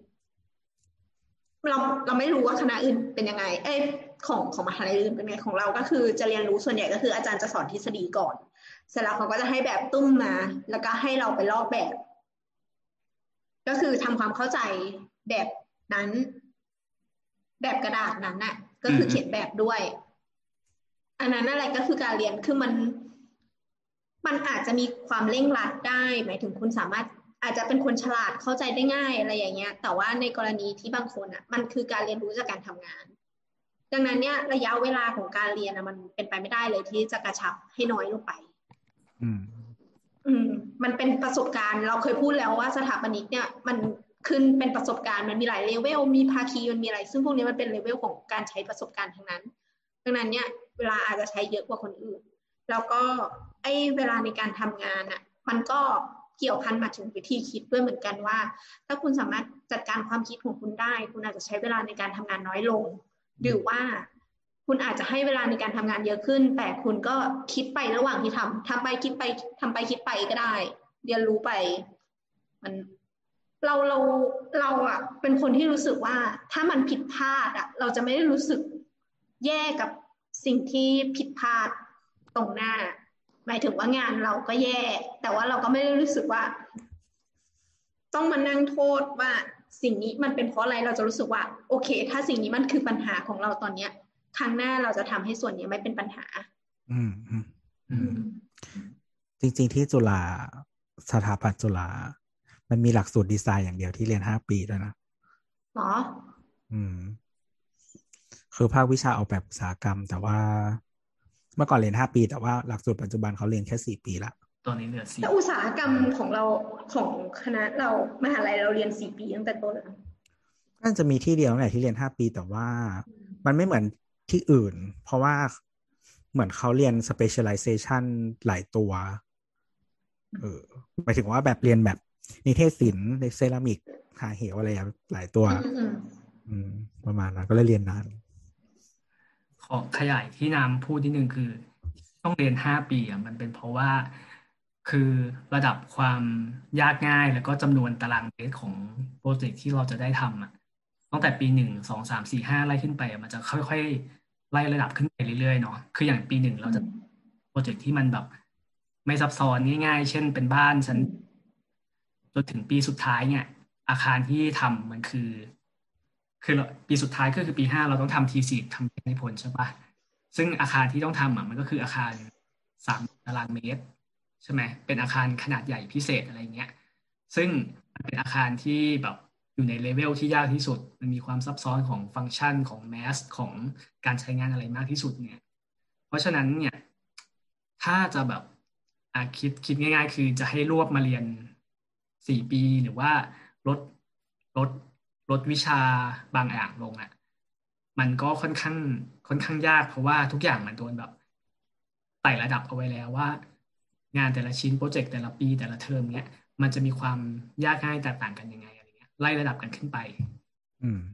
เราเราไม่รู้ว่าคณะอื่นเป็นยังไงเอ้ของของมหาลัยอื่นเป็นไงของเราก็คือจะเรียนรู้ส่วนใหญ่ก็คืออาจารย์จะสอนทฤษฎีก่อนเสร็จแล้วเขาก็จะให้แบบตุ้มมาแล้วก็ให้เราไปลอกแบบก็คือทำความเข้าใจแบบนั้นแบบกระดาษนั้นน่ะก็คือเขียนแบบด้วยอันนั้นอะไรก็คือการเรียนคือมันมันอาจจะมีความเร่งรัดได้หมายถึงคุณสามารถอาจจะเป็นคนฉลาดเข้าใจได้ง่ายอะไรอย่างเงี้ยแต่ว่าในกรณีที่บางคนอ่ะมันคือการเรียนรู้จากการทำงานดังนั้นเนี่ยระยะเวลาของการเรียนนะมันเป็นไปไม่ได้เลยที่จะกระชับให้น้อยลงไปอืมอืมมันเป็นประสบการณ์เราเคยพูดแล้วว่าสถาปนิกเนี่ยมันขึ้นเป็นประสบการณ์มันมีหลายเลเวลมีภาคีมันมีอะไรซึ่งพวกนี้มันเป็นเลเวลของการใช้ประสบการณ์ทั้งนั้นดังนั้นเนี่ยเวลาอาจจะใช้เยอะกว่าคนอื่นแล้วก็ไอ้เวลาในการทำงานอ่ะมันก็เกี่ยวพันมาถึงวิธีคิดด้วยเหมือนกันว่าถ้าคุณสามารถจัดการความคิดของคุณได้คุณอาจจะใช้เวลาในการทำงานน้อยลงหรือว่าคุณอาจจะให้เวลาในการทำงานเยอะขึ้นแต่คุณก็คิดไประหว่างที่ทำทำไปคิดไปทำไปคิดไปก็ได้เรียนรู้ไปมันเราเราเราอ่ะเป็นคนที่รู้สึกว่าถ้ามันผิดพลาดอ่ะเราจะไม่ได้รู้สึกแย่กับสิ่งที่ผิดพลาดตรงหน้าหมายถึงว่างานเราก็แย่แต่ว่าเราก็ไม่ได้รู้สึกว่าต้องมานั่งโทษว่าสิ่งนี้มันเป็นเพราะอะไรเราจะรู้สึกว่าโอเคถ้าสิ่งนี้มันคือปัญหาของเราตอนเนี้ยครั้งหน้าเราจะทำให้ส่วนนี้ไม่เป็นปัญหาอืมอืมอืมจริงๆที่จุฬาสถาปัตย์จุฬามันมีหลักสูตรดีไซน์อย่างเดียวที่เรียนห้าปีด้วยนะหรออืมคือภาควิชาออกแบบอุตสาหกรรมแต่ว่าเมื่อก่อนเรียนห้าปีแต่ว่าหลักสูตรปัจจุบันเขาเรียนแค่สี่ปีละตอนนี้เหลือสี่แต่อุตสาหกรรมของเราของคณะเรามหาลัยเราเรียนสี่ปีตั้งแต่ต้นแล้วน่าจะมีที่เดียวแหละที่เรียนห้าปีแต่ว่ามันไม่เหมือนที่อื่นเพราะว่าเหมือนเขาเรียน specialization หลายตัวเออหมายถึงว่าแบบเรียนแบบนิเทศศิลป์เซรามิกหาเหวอะไรหลายตัวอืมประมาณนั้นก็เลยเรียนนานขอขยายที่น้ำพูดนิดนึงคือต้องเรียนห้าปีอ่ะมันเป็นเพราะว่าคือระดับความยากง่ายแล้วก็จำนวนตารางเมตรของโปรเจกต์ที่เราจะได้ทำอ่ะตั้งแต่ปีหนึ่งสองสามสี่ห้าไล่ขึ้นไปมันจะค่อยๆไล่ระดับขึ้นไปเรื่อยๆเนาะคืออย่างปีหนึ่งเราจะโปรเจกต์ที่มันแบบไม่ซับซ้อนง่ายๆเช่นเป็นบ้านชั้นจนถึงปีสุดท้ายเนี่ยอาคารที่ทำมันคือคือปีสุดท้ายก็คือปีห้าเราต้องทำทีสิททำเป็นผลใช่ปะซึ่งอาคารที่ต้องทำอ่ะมันก็คืออาคารสามตารางเมตรใช่ไหมเป็นอาคารขนาดใหญ่พิเศษอะไรเงี้ยซึ่งมันเป็นอาคารที่แบบอยู่ในเลเวลที่ยากที่สุดมันมีความซับซ้อนของฟังก์ชันของแมสของการใช้งานอะไรมากที่สุดเนี่ยเพราะฉะนั้นเนี่ยถ้าจะแบบอ่ะคิดคิดง่ายๆคือจะให้รวบมาเรียนสี่ปีหรือว่าลดลดลดวิชาบางอย่างลงอ่ะมันก็ค่อนข้างค่อนข้างยากเพราะว่าทุกอย่างมันโดนแบบไต่ระดับเอาไว้แล้วว่างานแต่ละชิ้นโปรเจกต์แต่ละปีแต่ละเทอมเนี้ยมันจะมีความยากง่ายแตกต่างกันยังไงอะไรเงี้ยไล่ระดับกันขึ้นไปอืม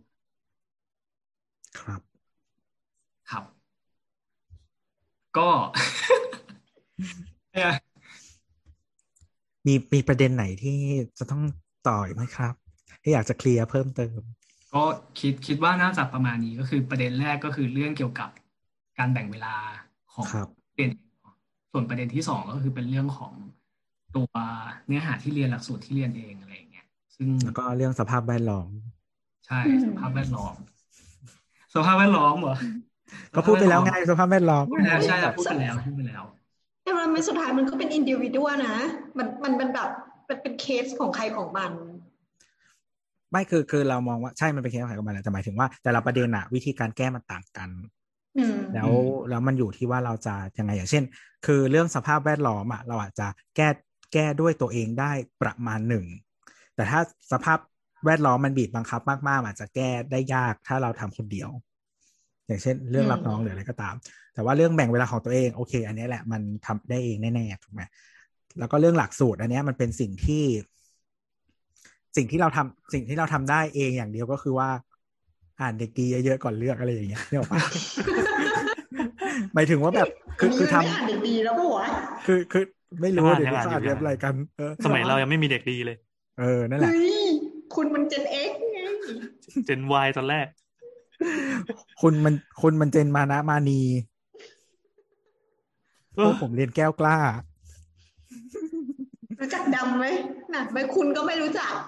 ครับครับก็มีมีประเด็นไหนที่จะต้องต่ออีกไหมครับที่อยากจะเคลียร์เพิ่มเติมก็คิดคิดว่าน่าจะประมาณนี้ก็คือประเด็นแรกก็คือเรื่องเกี่ยวกับการแบ่งเวลาของเรียนส่วนประเด็นที่สองก็คือเป็นเรื่องของตัวเนื้อหาที่เรียนหลักสูตรที่เรียนเองอะไรอย่างเงี้ยซึ่งแล้วก็เรื่องสภาพแวดล้อมใช่สภาพแวดล้อมสภาพแวดล้อมเหรอก็พูดไปแล้วไงสภาพแวดล้อมพูดไปแล้วใช่เราพูดไปแล้วพูดไปแล้วแต่มันเป็นสุดท้ายมันก็เป็นอินดิวิวนะมันมันเป็นแบบมันเป็นเคสของใครของมันไม่คือคือเรามองว่าใช่มันเป็นเคสของใครของมันแหละแต่หมายถึงว่าแต่ละประเด็นอะวิธีการแก้มันต่างกันอืมแล้วแล้วมันอยู่ที่ว่าเราจะยังไงอย่างเช่น คือเรื่องสภาพแวดล้อมอะเราอาจจะแก้แก้ด้วยตัวเองได้ประมาณหนึ่งแต่ถ้าสภาพแวดล้อมมันบีบบังคับมากๆอาจจะแก้ได้ยากถ้าเราทำคนเดียว อย่างเช่นเรื่องรับน้องหรืออะไรก็ตามแต่ว่าเรื่องแบ่งเวลาของตัวเองโอเคอันนี้แหละมันทำได้เองแน่ๆถูกไหมแล้วก็เรื่องหลักสูตรอันนี้มันเป็นสิ่งที่สิ่งที่เราทำสิ่งที่เราทำได้เองอย่างเดียวก็คือว่าอ่านเด็กดีเยอะๆก่อนเลือกอะไรอย่างเงี้ยเนี่ยหรอปะ หมายถึงว่าแบบคือคือทำอ่านเด็กดีแล้วปะวะคือคือไม่รู้เดี๋ยวนี้เขาอ่านเว็บอะไรกันเออสมัยเรายังไม่มีเด็กดีเลยเออนั่นแหละเฮ้ยคุณมันเจน X ไงเจน Y ตอนแรกคุณมันคุณมันเจนมานะมานีพวกผมเรียนแก้วกล้ารู้จักดำไหมน่ะไม่คุณก็ไม่รู้จัก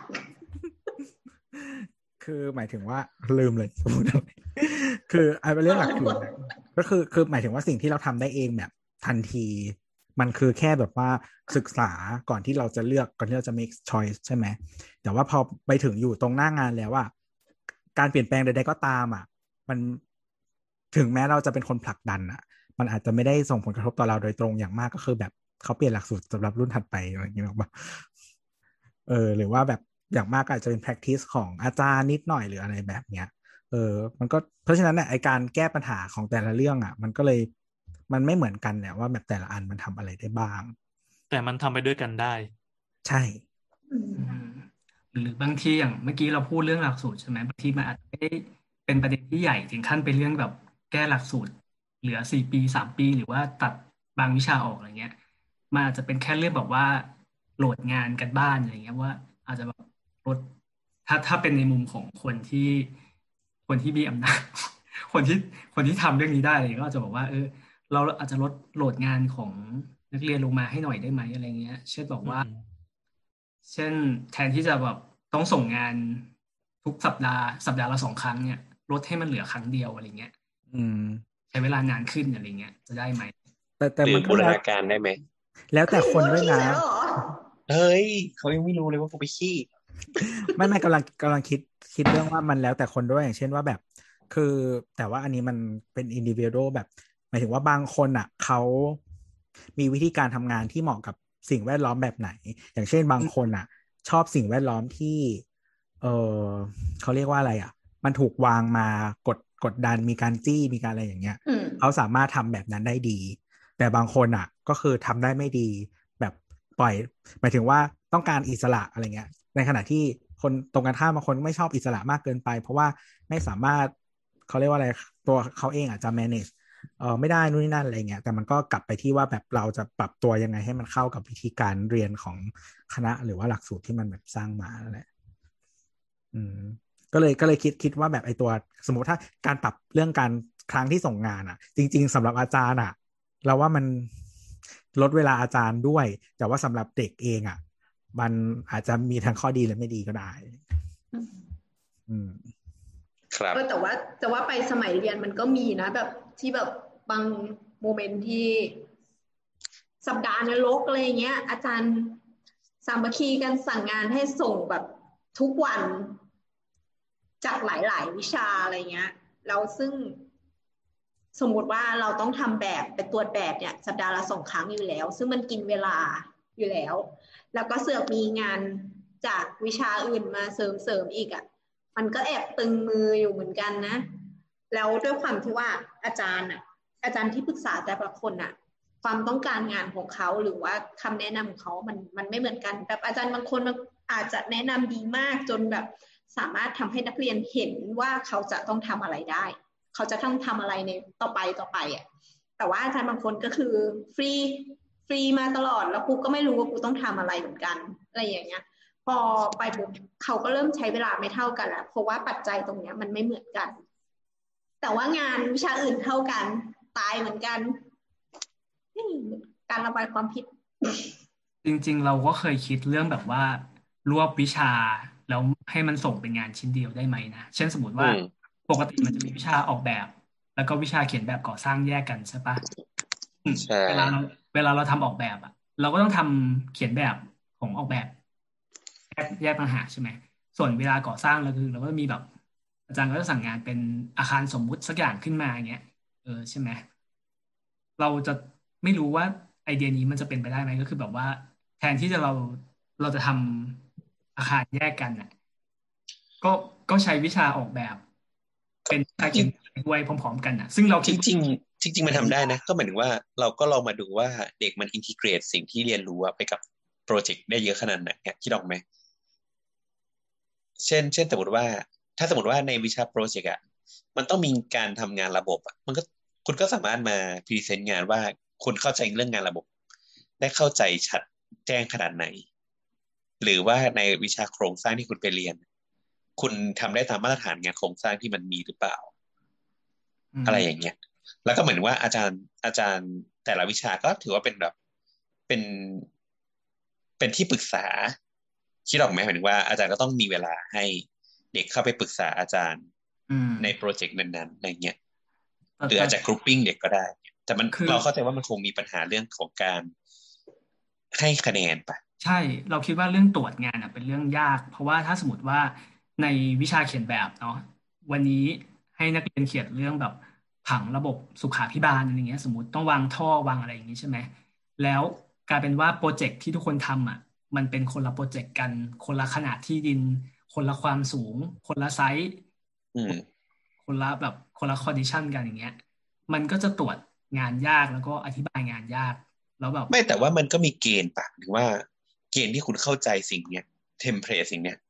คือหมายถึงว่าลืมเลยสมมติคือไอ้เรื่องหลักสูตรก็คือคือหมายถึงว่าสิ่งที่เราทำได้เองแบบทันทีมันคือแค่แบบว่าศึกษาก่อนที่เราจะเลือกก่อนที่เราจะ make choice ใช่ไหมแต่ว่าพอไปถึงอยู่ตรงหน้างานแล้วว่าการเปลี่ยนแปลงใดๆก็ตามอ่ะมันถึงแม้เราจะเป็นคนผลักดันอ่ะมันอาจจะไม่ได้ส่งผลกระทบต่อเราโดยตรงอย่างมากก็คือแบบเขาเปลี่ยนหลักสูตรสำหรับรุ่นถัดไปอะไรอย่างเงี้ยหรอกปะเออหรือว่าแบบอย่างมากอาจจะเป็น practice ของอาจารย์นิดหน่อยหรืออะไรแบบเนี้ยเออมันก็เพราะฉะนั้นเนี่ยไอการแก้ปัญหาของแต่ละเรื่องอ่ะมันก็เลยมันไม่เหมือนกันเนี่ยว่าแบบแต่ละอันมันทำอะไรได้บ้างแต่มันทำไปด้วยกันได้ใช่หรือบางทีอย่างเมื่อกี้เราพูดเรื่องหลักสูตรใช่ไหมบางทีมันอาจจะไม่ได้เป็นประเด็นที่ใหญ่ถึงขั้นไปเรื่องแบบแก้หลักสูตรเหลือสี่ปีสามปีหรือว่าตัดบางวิชาออกอะไรเงี้ยมันอาจจะเป็นแค่เรื่องแบบว่าโหลดงานกันบ้านอะไรเงี้ยว่าอาจจะแบบลดถ้าถ้าเป็นในมุมของคนที่คนที่มีอำนาจ คนที่คนที่ทำเรื่องนี้ได้เลยก็อาจจะบอกว่าเออเราอาจจะลดโหลดงานของนักเรียนลงมาให้หน่อยได้ไหมอะไรเงี้ยเช่นบอกว่าเช่นแทนที่จะแบบต้องส่งงานทุกสัปดาห์สัปดาห์ละสองครั้งเนี่ยลดให้มันเหลือครั้งเดียวอะไรเงี้ยใช้เวลานานขึ้นอะไรเงี้ยจะได้ไหมแต่แต่มันบูรณาการได้ไหมแล้วแต่คนด้วยนะเฮ้ยเขายังไม่รู้เลยว่าเขาไปขี้ไม่ไม่กำลังกำลังคิดคิดเรื่องว่ามันแล้วแต่คนด้วยอย่างเช่นว่าแบบคือแต่ว่าอันนี้มันเป็นอินดิวิโดแบบหมายถึงว่าบางคนอ่ะเขามีวิธีการทำงานที่เหมาะกับสิ่งแวดล้อมแบบไหนอย่างเช่นบางคนอ่ะชอบสิ่งแวดล้อมที่เออเขาเรียกว่าอะไรอ่ะมันถูกวางมากดกดดันมีการจี้มีการอะไรอย่างเงี้ยเขาสามารถทำแบบนั้นได้ดีแต่บางคนอ่ะก็คือทำได้ไม่ดีแบบปล่อยหมายถึงว่าต้องการอิสระอะไรเงี้ยในขณะที่คนตรงกันข้ามบางคนไม่ชอบอิสระมากเกินไปเพราะว่าไม่สามารถเขาเรียกว่าอะไรตัวเขาเองอาจจะ manage เออไม่ได้นู่นนี่นั่นอะไรเงี้ยแต่มันก็กลับไปที่ว่าแบบเราจะปรับตัวยังไงให้มันเข้ากับวิธีการเรียนของคณะหรือว่าหลักสูตรที่มันแบบสร้างมาแล้วแหละอืมก็เลยก็เลยคิดคิดว่าแบบไอ้ตัวสมมติถ้าการปรับเรื่องการครั้งที่ส่งงานอ่ะจริงๆสำหรับอาจารย์อ่ะเราว่ามันลดเวลาอาจารย์ด้วยแต่ว่าสำหรับเด็กเองอ่ะมันอาจจะมีทั้งข้อดีและไม่ดีก็ได้อืมครับแต่ว่าแต่ว่าไปสมัยเรียนมันก็มีนะแบบที่แบบบางโมเมนต์ที่สัปดาห์นรกอะไรเงี้ยอาจารย์สามัคคีกันสั่งงานให้ส่งแบบทุกวันจากหลายๆวิชาอะไรเงี้ยแล้วซึ่งสมมติว่าเราต้องทำแบบไปตรวจแบบเนี่ยสัปดาห์ละสองครั้งอยู่แล้วซึ่งมันกินเวลาอยู่แล้วแล้วก็เสือกมีงานจากวิชาอื่นมาเสริมเสริมอีกอ่ะมันก็แอบตึงมืออยู่เหมือนกันนะแล้วด้วยความที่ว่าอาจารย์อ่ะอาจารย์ที่ปรึกษาแต่ละคนอ่ะความต้องการงานของเขาหรือว่าคำแนะนำของเขามันมันไม่เหมือนกันแบบอาจารย์บางคนมันอาจจะแนะนำดีมากจนแบบสามารถทำให้นักเรียนเห็นว่าเขาจะต้องทำอะไรได้เขาจะต้องทำอะไรในต่อไปต่อไปอ่ะแต่ว่าอาจารย์บางคนก็คือฟรีฟรีมาตลอดแล้วกูก็ไม่รู้ว่ากูต้องทำอะไรเหมือนกันอะไรอย่างเงี้ยพอไปปุ๊บเขาก็เริ่มใช้เวลาไม่เท่ากันแล้วเพราะว่าปัจจัยตรงเนี้ยมันไม่เหมือนกันแต่ว่างานวิชาอื่นเท่ากันตายเหมือนกันการระบายความผิดจริงๆเราก็เคยคิดเรื่องแบบว่ารวบวิชาแล้วให้มันส่งเป็นงานชิ้นเดียวได้ไหมนะเช่นสมมติว่าปกติมันจะมีวิชาออกแบบแล้วก็วิชาเขียนแบบก่อสร้างแยกกันใช่ปะอืมใช่เวลาเราเวลาเราทำออกแบบอ่ะเราก็ต้องทำเขียนแบบของออกแบบแยกแยกต่างหากใช่ไหมส่วนเวลาก่อสร้างเราคือเราก็มีแบบอาจารย์ก็จะสั่งงานเป็นอาคารสมมุติสักอย่างขึ้นมาอย่างเงี้ยเออใช่ไหมเราจะไม่รู้ว่าไอเดียนี้มันจะเป็นไปได้ไหมก็คือแบบว่าแทนที่จะเราเราจะทำอาคารแยกกันอ่ะก็ก็ใช้วิชาออกแบบเป็นวิชาเขียนแบบด้วยพร้อมๆกันอ่ะซึ่งเราจคิดว่าริงๆจริงๆจริงๆมันทำได้นะก็หมายถึงว่าเราก็ลองมาดูว่าเด็กมันอินทิเกรตสิ่งที่เรียนรู้อะไปกับโปรเจกต์ได้เยอะขนาดไหนเนี่ยคิดออกไหมเช่นเช่นสมมติว่าถ้าสมมติว่าในวิชาโปรเจกต์อะมันต้องมีการทำงานระบบอะมันก็คุณก็สามารถมาพรีเซนต์งานว่าคุณเข้าใจเรื่องงานระบบได้เข้าใจชัดแจ้งขนาดไหนหรือว่าในวิชาโครงสร้างที่คุณไปเรียนคุณทำได้ตามมาตรฐานงานโครงสร้างที่มันมีหรือเปล่าอือะไรอย่างมเงี้ยแล้วก็เหมือนว่าอาจารย์อาจารย์แต่ละวิชาก็ถือว่าเป็นแบบเป็นเป็นที่ปรึกษาคิดออกไหมหมายถึงว่าอาจารย์ก็ต้องมีเวลาให้เด็กเข้าไปปรึกษาอาจารย์อืมในโปรเจกต์นั้นๆอะไรเงี้ยแต่แต่หรืออาจจะกรุ๊ปปิ้งเด็กก็ได้แต่มันคือเราเข้าใจว่ามันคงมีปัญหาเรื่องของการให้คะแนนปะใช่เราคิดว่าเรื่องตรวจงานอ่ะเป็นเรื่องยากเพราะว่าถ้าสมมติว่าในวิชาเขียนแบบเนาะวันนี้ให้นักเรียนเขียนเรื่องแบบผังระบบสุขาภิบาลอะไรเงี้ยสมมติต้องวางท่อวางอะไรอย่างนี้ใช่ไหมแล้วกลายเป็นว่าโปรเจกต์ที่ทุกคนทำอ่ะมันเป็นคนละโปรเจกต์กันคนละขนาดที่ดินคนละความสูงคนละไซส์อืมคนละแบบคนละคอนดิชันกันอย่างเงี้ยมันก็จะตรวจงานยากแล้วก็อธิบายงานยากแล้วแบบไม่แต่ว่ามันก็มีเกณฑ์ปะหรือว่าเกณฑ์ที่คุณเข้าใจสิ่งเนี้ยเทมเพลตสิ่งเนี้ย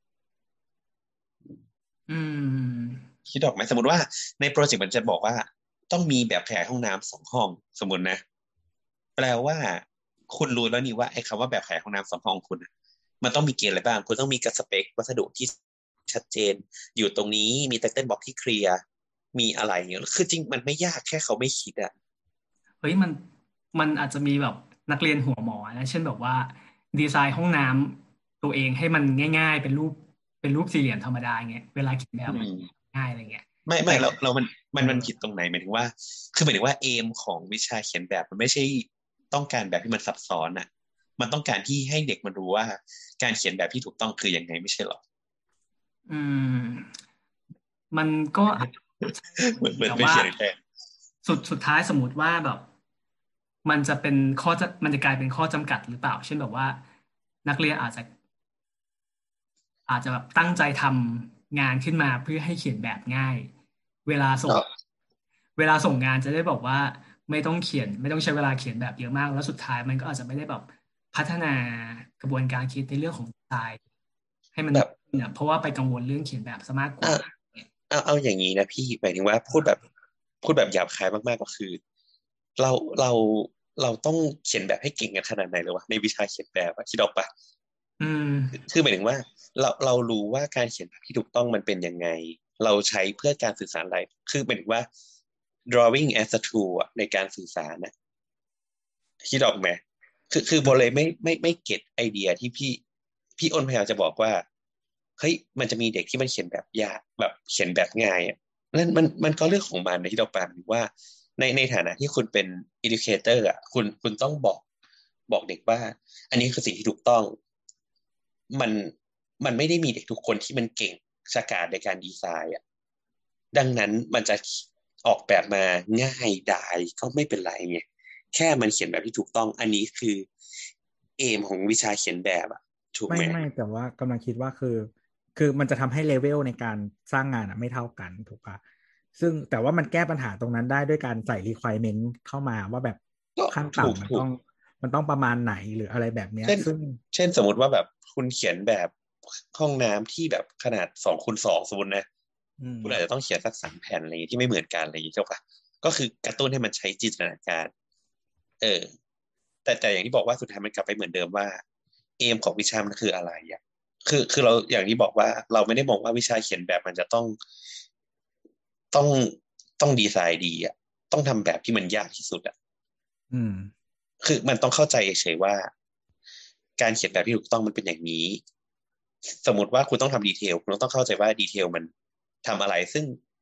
อืมคิดออกไหมสมมติว่าในโปรเจกต์มันจะบอกว่าต้องมีแบบขยายห้องน้ำสองห้องสมมตินะแปลว่าคุณรู้แล้วนี่ว่าไอ้คำว่าแบบขยายห้องน้ำสองห้องคุณอะมันต้องมีเกณฑ์อะไรบ้างคุณต้องมีกระสเปควัสดุที่ชัดเจนอยู่ตรงนี้มีไตเติ้ลบล็อกที่เคลียร์มีอะไรอย่างเงี้ยคือจริงมันไม่ยากแค่เขาไม่คิดอะเฮ้ยมันมันอาจจะมีแบบนักเรียนหัวหมอนะเช่นแบบว่าดีไซน์ห้องน้ำตัวเองให้มันง่ายๆเป็นรูปเป็นรูปสี่เหลี่ยมธรรมดาเงี้ยเวลาเขียนแบบอืมันมง่ายอะไรเงี้ยไม่แต่ไม่เราเรามันเออมันมันผิดตรงไหนหมายถึงว่าคือหมายถึงว่าเอมของวิชาเขียนแบบมันไม่ใช่ต้องการแบบที่มันซับซ้อนอะมันต้องการที่ให้เด็กมันรู้ว่าการเขียนแบบที่ถูกต้องคือยังไงไม่ใช่หรออืมมันก็อาจจะใช่ส่วนหเหมือนเหมือนไม่นึ่งแต่ว่าเขียนแค่สุดสุดท้ายสมมติว่าแบบ มันจะเป็นข้อจะมันจะกลายเป็นข้อจำกัดหรือเปล่าเช่นแบบว่านักเรียนอาจจะอาจจะแบบตั้งใจทำงานขึ้นมาเพื่อให้เขียนแบบง่ายเวลาส่งเนาะเวลาส่งงานจะได้บอกว่าไม่ต้องเขียนไม่ต้องใช้เวลาเขียนแบบเยอะมากแล้วสุดท้ายมันก็อาจจะไม่ได้แบบพัฒนากระบวนการคิดในเรื่องของดีไซน์ให้มันแบบเนี่ยเพราะว่าไปกังวลเรื่องเขียนแบบซะมากกอ่ะว่าเอาเอาอย่างนี้นะพี่หมายถึงว่าพูดแบบพูดแบบหยาบคายมากๆก็คือเราเราเราต้องเขียนแบบให้เก่งกันขนาดไหนเลยวะในวิชาเขียนแบบอะคิดออกปะอืมคือหมายถึงว่าเราเรารู้ว่าการเขียนแบบที่ถูกต้องมันเป็นยังไงเราใช้เพื่อการสื่อสารอะไรคือหมายถึงว่า drawing as a tool อะในการสื่อสารนะคิดออกไหมคือคือโบเลยไม่ไม่ไม่เก็ตไอเดียที่พี่พี่อ้นพยายามจะบอกว่า เฮ้ยมันจะมีเด็กที่มันเขียนแบบยากแบบเขียนแบบง่ายอ่ะนั่นมันมันก็เรื่องของมันนะที่เราแปลว่าในในฐานะที่คุณเป็น educator อ่ะคุณคุณต้องบอกบอกเด็กว่าอันนี้คือสิ่งที่ถูกต้องมันมันไม่ได้มีเด็กทุกคนที่มันเก่งฉกาจในการดีไซน์อ่ะดังนั้นมันจะออกแบบมาง่ายได้ก็ไม่เป็นไรไงแค่มันเขียนแบบที่ถูกต้องอันนี้คือเอมของวิชาเขียนแบบอ่ะถูกไม่ไหมไม่แต่ว่ากำลังคิดว่าคือคือมันจะทำให้เลเวลในการสร้างงานอะไม่เท่ากันถูกปะซึ่งแต่ว่ามันแก้ปัญหาตรงนั้นได้ด้วยการใส่ requirement เข้ามาว่าแบบก็ขั้นถูกต่ำมันถูกต้องมันต้องประมาณไหนหรืออะไรแบบเนี้ยเช่นซึ่งเช่นสมมติว่าแบบคุณเขียนแบบห้องน้ำที่แบบขนาดสองคูณสองสมมตินะอืมคุณอาจจะต้องเขียนสักสามแผ่นอะไรอย่างงี้ที่ไม่เหมือนกันอะไรอย่างงี้ใช่ปะก็คือกระตุ้นให้มันใช้จินตนาการเออแต่แต่อย่างที่บอกว่าสุดท้ายมันกลับไปเหมือนเดิมว่าเอมของวิชามันคืออะไรอ่ะคือคือเราอย่างที่บอกว่าเราไม่ได้มองว่าวิชาเขียนแบบมันจะต้องต้องต้องดีไซน์ดีอ่ะต้องทำแบบที่มันยากที่สุดอ่ะอืมคือมันต้องเข้าใจเฉยๆว่าการเขียนแบบที่ถูกต้องมันเป็นอย่างนี้สมมติว่าคุณต้องทำดีเทลคุณต้องเข้าใจว่าดีเทลมันทำอะไรซึ่ง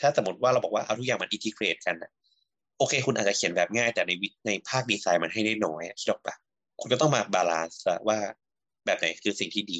ถ้าสมมติว่าเราบอกว่าเอาทุกอย่างมันอินทิเกรตกันนะโอเคคุณอาจจะเขียนแบบง่ายแต่ในในภาคดีไซน์มันให้ได้น้อยคิดออกปะคุณก็ต้องมาบาลานซ์ว่าแบบไหนคือสิ่งที่ดี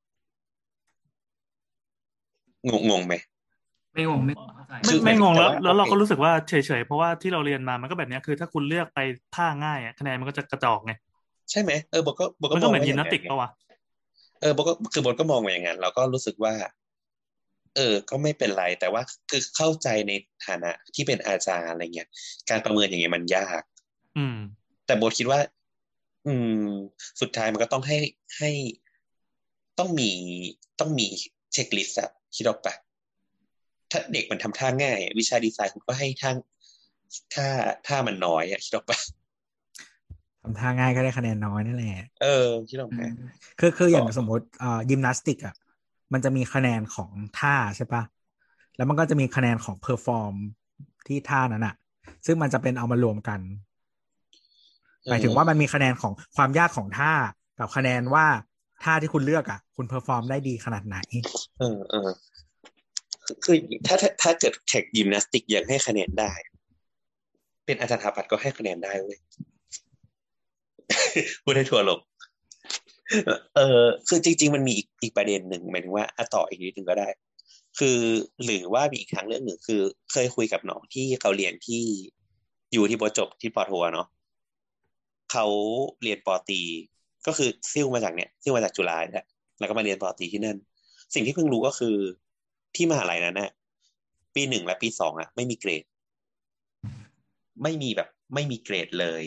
งงงงไหมไม่งงไม่เข้าใจไม่ไม่งงแล้วแล้วเราก็รู้สึกว่าเฉยๆเพราะว่าที่เราเรียนมามันก็แบบนี้คือถ้าคุณเลือกไปท่าง่ายอ่ะคะแนนมันก็จะกระจอกไงใช่ไหมเออโบก็โบก็มันก็เหมือนยิมนาสติกป่ะวะเออโบก็คือโบก็มองมาอย่างนั้นเราก็รู้สึกว่าเออก็ไม่เป็นไรแต่ว่าคือเข้าใจในฐานะที่เป็นอาจารย์อะไรเงี้ยการประเมินอย่างเงี้ยมันยากอืมแต่โบคิดว่าอืมสุดท้ายมันก็ต้องให้ให้ต้องมีต้องมีเช็คลิสต์อะคิดออกปะถ้าเด็กมันทำท่าง่ายวิชาดีไซน์คุณก็ให้ท่าถ้าถ้ามันน้อยอะคิดออกปะทำท่าง่ายก็ได้คะแนนน้อยนั่นแหละเออคิดออกไหมคือคืออย่างสมมติอ่ายิมนาสติกอ่ะมันจะมีคะแนนของท่าใช่ปะแล้วมันก็จะมีคะแนนของเพอร์ฟอร์มที่ท่านั้นอ่ะซึ่งมันจะเป็นเอามารวมกันหมายถึงว่ามันมีคะแนนของความยากของท่ากับคะแนนว่าท่าที่คุณเลือกอ่ะคุณเพอร์ฟอร์มได้ดีขนาดไหนเออเออคือถ้าถ้าถ้าเกิดแข่งยิมนาสติกยังให้คะแนนได้เป็นอาจารย์ถาปัตย์ก็ให้คะแนนได้เว้ยพูดให้ทัวร์ลงเออคือจริงๆมันมีอีกอีกประเด็นหนึ่งหมายถึงว่าต่ออีกนิดนึงก็ได้คือหรือว่ามีอีกทางเรื่องหนึ่งคือเคยคุยกับน้องที่เขาเรียนที่อยู่ที่ปจบที่ปอโทเนาะเขาเรียนปอตรีก็คือซิ่วมาจากเนี่ยซิ่วมาจากจุฬาเนี่ยแล้วก็มาเรียนปอตรีที่นั่นสิ่งที่เพิ่งรู้ก็คือที่มหาลัยนั้นน่ะปีหนึ่งและปีสองอ่ะไม่มีเกรดไม่มีแบบไม่มีเกรดเลย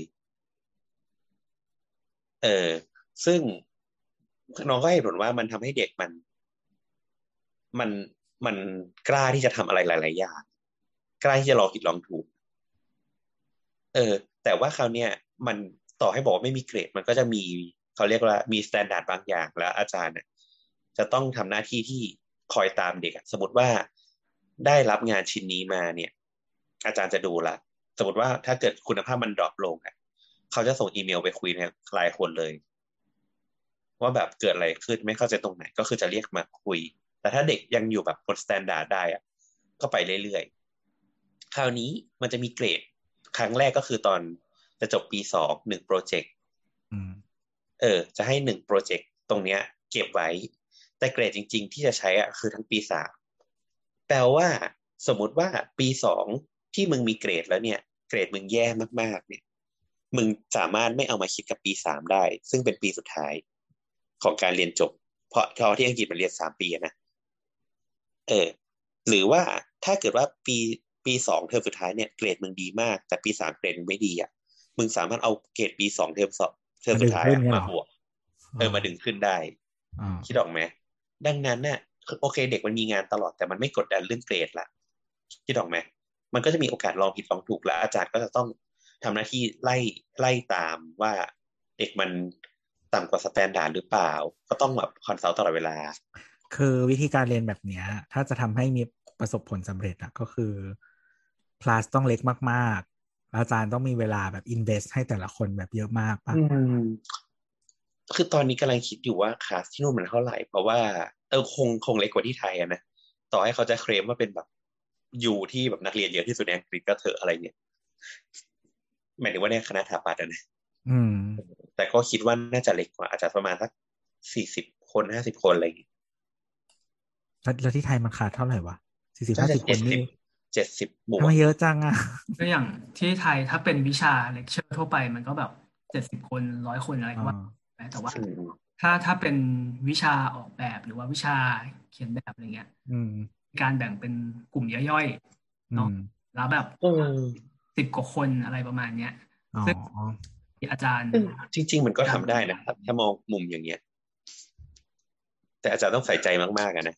เออซึ่งน้องก็ให้ผลว่ามันทำให้เด็กมันมันมันกล้าที่จะทำอะไรหลายๆอย่างกล้าที่จะลองผิดลองถูกเออแต่ว่าคราวเนี้ยมันต่อให้บอกว่าไม่มีเกรดมันก็จะมีเขาเรียกว่ามีสแตนดาร์ดบางอย่างแล้วอาจารย์เนี่ยจะต้องทำหน้าที่ที่คอยตามเด็กสมมติว่าได้รับงานชิ้นนี้มาเนี่ยอาจารย์จะดูละสมมติว่าถ้าเกิดคุณภาพมันดรอปลงอ่ะเขาจะส่งอีเมลไปคุยในรายคนเลยว่าแบบเกิดอะไรขึ้นไม่เข้าใจตรงไหนก็คือจะเรียกมาคุยแต่ถ้าเด็กยังอยู่แบบบนสแตนดาร์ดได้อ่ะก็ไปเรื่อยๆคราวนี้มันจะมีเกรดครั้งแรกก็คือตอนจะจบปีสองหนึ่งโปรเจกต์เออจะให้หนึ่งโปรเจกต์ตรงเนี้ยเก็บไว้แต่เกรดจริงๆที่จะใช้อ่ะคือทั้งปีสามแปลว่าสมมุติว่าปีสองที่มึงมีเกรดแล้วเนี่ยเกรดมึงแย่มากๆเนี่ยมึงสามารถไม่เอามาคิดกับปีสามได้ซึ่งเป็นปีสุดท้ายของการเรียนจบเพราะทอที่อังกฤษมันเรียนสามปีนะเออหรือว่าถ้าเกิดว่าปีปีสองเทอมสุดท้ายเนี่ยเกรดมึงดีมากแต่ปีสามเกรดมึงไม่ดีอ่ะมึงสามารถเอาเกรดปีสองเทอมสองเทอมสุดท้ายมาบวกเออมาดึงขึ้นได้คิดออกไหมดังนั้นเนี่ยโอเคเด็กมันมีงานตลอดแต่มันไม่กดดันเรื่องเกรดละคิดออกไหมมันก็จะมีโอกาสลองผิดลองถูกแล้วอาจารย์ก็จะต้องทำหน้าที่ไล่ไล่ตามว่าเด็กมันต่ำกว่าสแตนดาร์ดหรือเปล่าก็ต้องแบบคอนซัลท์ตลอดเวลาคือวิธีการเรียนแบบเนี้ยถ้าจะทำให้มีประสบผลสำเร็จอะก็คือคลาสต้องเล็กมากๆอาจารย์ต้องมีเวลาแบบ invest ให้แต่ละคนแบบเยอะมากป่ะคือตอนนี้กำลังคิดอยู่ว่าคลาสที่นู่นมันเท่าไหร่เพราะว่าเออคงคงเล็กกว่าที่ไทยอะนะต่อให้เขาจะเคลมว่าเป็นแบบอยู่ที่แบบนักเรียนเยอะที่สุดในอังกฤษก็เถอะอะไรเนี่ยหมายถึงว่าในคณะสถาปัตย์นะอืมแต่ก็คิดว่าน่าจะเล็กกว่าอาจจะประมาณสักสี่สิบคนห้าสิบคนอะไรอย่างเงี้ยแล้วที่ไทยมันขาดเท่าไหร่วะสี่สิบห้าสิบคนนี่เจ็ดสิบบวกทำไมเยอะจังอ่ะก็อย่างที่ไทยถ้าเป็นวิชาเลคเชอร์ทั่วไปมันก็แบบเจ็ดสิบคนร้อยคนอะไรก็ว่าแต่ว่าถ้าถ้าเป็นวิชาออกแบบหรือว่าวิชาเขียนแบบอะไรเงี้ยการแบ่งเป็นกลุ่มย่อยๆเนาะแล้วแบบสิบกว่าคนอะไรประมาณเนี้ยซึ่งอาจารย์จริงๆมันก็ทำได้นะครับถ้ามองมุมอย่างเงี้ยแต่อาจารย์ต้องใส่ใจมากๆอะนะ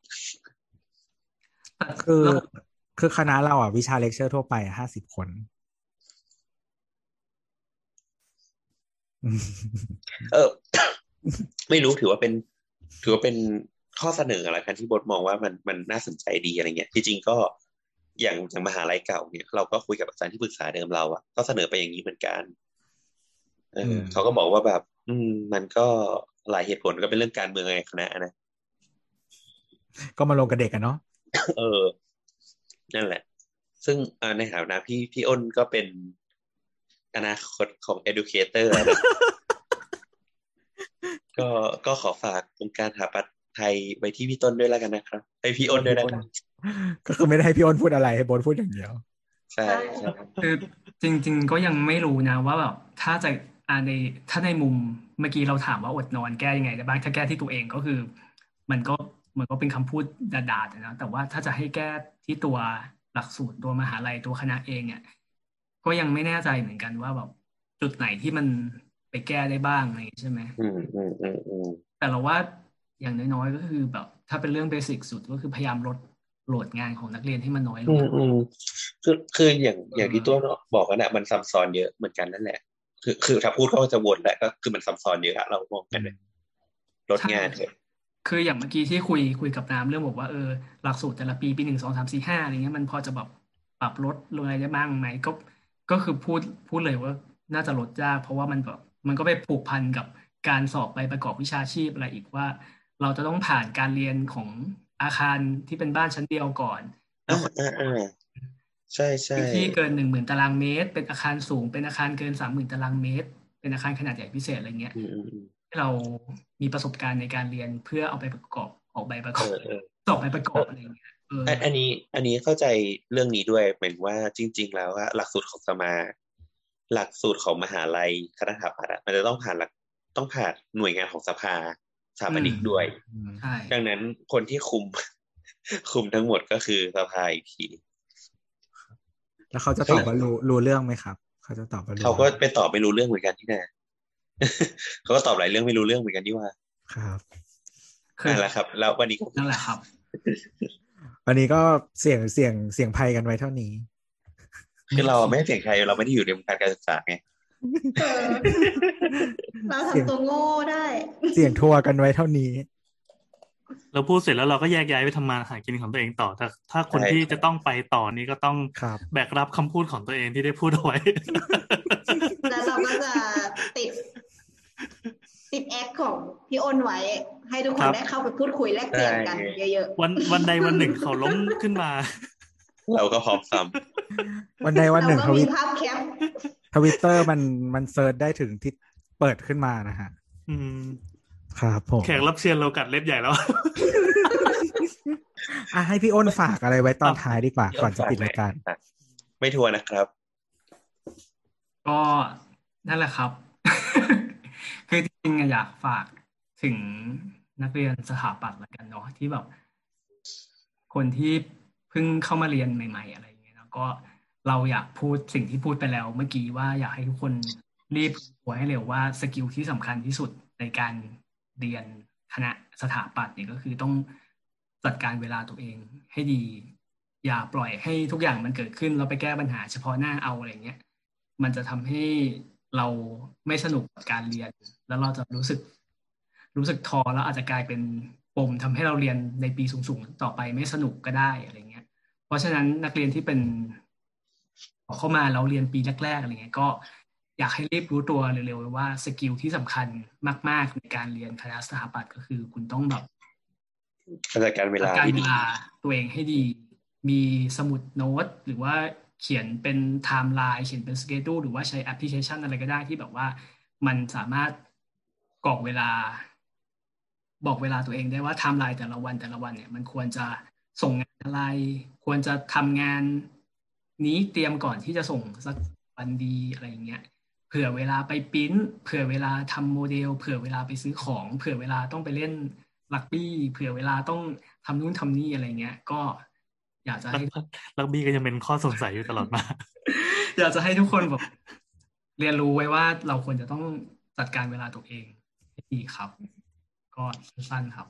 คือคือคณะเราอ่ะวิชาเลคเชอร์ทั่วไปอ่ะห้าสิบคนเออ ไม่รู้ถือว่าเป็นถือว่าเป็นข้อเสนออะไรกันที่บทมองว่ามันมันน่าสนใจดีอะไรเงี้ยจริงๆก็อย่างอย่างมหาลัยเก่าเนี่ยเราก็คุยกับอาจารย์ที่ปรึกษาเดิมเราอ่ะก็เสนอไปอย่างนี้เหมือนกันเออเขาก็บอกว่าแบบอืมมันก็หลายเหตุผลก็เป็นเรื่องการเมืองไงคณะนะก็มาลงกับเด็กกันเนาะเออนั่นแหละซึ่งในฐานะพี่พี่อ้นก็เป็นอนาคตของ educator นะ ก็ก็ขอฝากองค์การสถาปัตย์ไทยไว้ที่พี่ต้นด้วยแล้วกันนะครับให้พี่อ้นด้วยนะครับก็คือไม่ได้ให้พี่อ้นพูดอะไรให้โบนพูดอย่างเดียวใช่ใช่คือจริงๆก็ยังไม่รู้นะว่าแบบถ้าจะอ่าในถ้าในมุมเมื่อกี้เราถามว่าอดนอนแก้ยังไงได้บ้างถ้าแก้ที่ตัวเองก็คือมันก็มันก็เป็นคำพูดด่าๆนะแต่ว่าถ้าจะให้แก้ที่ตัวหลักสูตรตัวมหาลัยตัวคณะเองเนี่ยก็ยังไม่แน่ใจเหมือนกันว่าแบบจุดไหนที่มันไปแก้ได้บ้างอะไรใช่ไหมอืมอืมอืมอืมแต่เราว่าอย่างน้อยๆก็คือแบบถ้าเป็นเรื่องเบสิกสุดก็คือพยายามลดโหลดงานของนักเรียนให้มันน้อยลอืงมอืมคือคืออย่างอย่างที่ตัวบอกกันนะมันซับซ้อนเยอะเหมือนกันนั่นแหละคือคือถ้าพูดก็จะวนแหละก็คือมันซับซ้อนเยอะเรามองกันเลยลดงานเถอะคืออย่างเมื่อกี้ที่คุยคุยกับน้ำเรื่องบอกว่าเออหลักสูตรแต่ละปีปีหนึ่งสองสามสี่ห้าอะไรเงี้ยมันพอจะแบบปรับลดลงอะไรได้บ้างไหมก็ก็คือพูดพูดเลยว่าน่าจะลดยากเพราะว่ามันแบบมันก็ไปผูกพันกับการสอบใบประกอบวิชาชีพอะไรอีกว่าเราจะต้องผ่านการเรียนของอาคารที่เป็นบ้านชั้นเดียวก่อนอ่าอ่าอ่าใช่ใช่ที่เกินหนึ่งหมื่นตารางเมตรเป็นอาคารสูงเป็นอาคารเกินสามหมื่นตารางเมตรเป็นอาคารขนาดใหญ่พิเศษอะไรเงี้ยให้เรามีประสบการณ์ในการเรียนเพื่อเอาไปประกอบออกใบประกอบสอบใบประกอบอะไรเงี้ยเอออันนี้อันนี้เข้าใจเรื่องนี้ด้วยเหมือนว่าจริงๆแล้วว่าหลักสูตรของสมาหลักสูตรของมหาลัยคณะสถาปัตย์มันจะต้องผ่านหลักต้องผ่านหน่วยงานของสภาสถาปนิกด้วยดังนั้นคนที่คุมคุมทั้งหมดก็คือสภาอีกทีแล้วเขาจะตอบว่ารู้รู้เรื่องไหมครับเขาจะตอบว่าเขาก็ไปตอบไม่รู้เรื่องเหมือนกันที่ไหนเขาก็ตอบหลายเรื่องไม่รู้เรื่องเหมือนกันที่ว่าครับนั่นแหละครับแล้ววันนี้ก็นั่นแหละครับวันนี้ก็เสี่ยงเสี่ยงเสี่ยงภัยกันไว้เท่านี้คือเราไม่เสี่ยงภัยเราไม่ได้อยู่ในวงการการศึกษาไงเราทำตัวโง่ได้เสี่ยงทัวร์กันไว้เท่านี้เราพูดเสร็จแล้วเราก็แยกย้ายไปทำงานหากินของตัวเองต่อถ้าถ้าคนที่จะต้องไปต่อนี้ก็ต้องแบกรับคำพูดของตัวเองที่ได้พูดเอาไว้แล้วเราก็จะติดติดแอคของพี่อ้นไว้ให้ทุกคนได้เข้าไปพูดคุยแลกเปลี่ยนกันเยอะๆวันวันใดวันหนึ่งเขาล้มขึ้นมาเราก็พร้อมซ้ำวันใดวันหนึ่งทวิตทวิตเตอร์มันมันเซิร์ชได้ถึงที่เปิดขึ้นมานะฮะอืมครับผมแขกรับเชิญเรากัดเล็บใหญ่แล้วอ่ะให้พี่อ้นฝากอะไรไว้ตอนท้ายดีกว่าก่อนจะปิดรายการไม่ทัวร์นะครับก็นั่นแหละครับคือจริงๆอยากฝากถึงนักเรียนสถาปัตย์ละกันเนาะที่แบบคนที่เพิ่งเข้ามาเรียนใหม่ๆอะไรอย่างเงี้ยแล้วก็เราอยากพูดสิ่งที่พูดไปแล้วเมื่อกี้ว่าอยากให้ทุกคนรีบหัวให้เร็วว่าสกิลที่สำคัญที่สุดในการเรียนคณะสถาปัตย์เนี่ยก็คือต้องจัดการเวลาตัวเองให้ดีอย่าปล่อยให้ทุกอย่างมันเกิดขึ้นแล้วไปแก้ปัญหาเฉพาะหน้าเอาอะไรเงี้ยมันจะทำให้เราไม่สนุกกับการเรียนแล้วเราจะรู้สึกรู้สึกท้อแล้วอาจจะกลายเป็นปมทำให้เราเรียนในปีสูงๆต่อไปไม่สนุกก็ได้อะไรเงี้ยเพราะฉะนั้นนักเรียนที่เป็นเข้ามาเราเรียนปีแรกๆอะไรเงี้ยก็อยากให้รีบรู้ตัวเร็วๆว่าสกิลที่สำคัญมากๆในการเรียนคณะสถาปัตย์ก็คือคุณต้องแบบจัดการเวลาการเวลาตัวเองให้ดีมีสมุดโน้ตหรือว่าเขียนเป็นไทม์ไลน์เขียนเป็นสเกดูลหรือว่าใช้แอปพลิเคชันอะไรก็ได้ที่แบบว่ามันสามารถกรอกเวลาบอกเวลาตัวเองได้ว่าไทม์ไลน์แต่ละวันแต่ละวันเนี่ยมันควรจะส่งงานอะไรควรจะทำงานนี้เตรียมก่อนที่จะส่งสักวันดีอะไรอย่างเงี้ยเผื่อเวลาไปปริ้นเผื่อเวลาทำโมเดลเผื่อเวลาไปซื้อของเผื่อเวลาต้องไปเล่นรักบี้เผื่อเวลาต้องทำนู่นทำนี่อะไรเงี้ยก็อยากจะให้รักบี้ก็ยังเป็นข้อสงสัยอยู่ตลอดมาอยากจะให้ทุกคนแบบเรียนรู้ไว้ว่าเราควรจะต้องจัดการเวลาตัวเองให้ดีครับก็สั้นๆครับ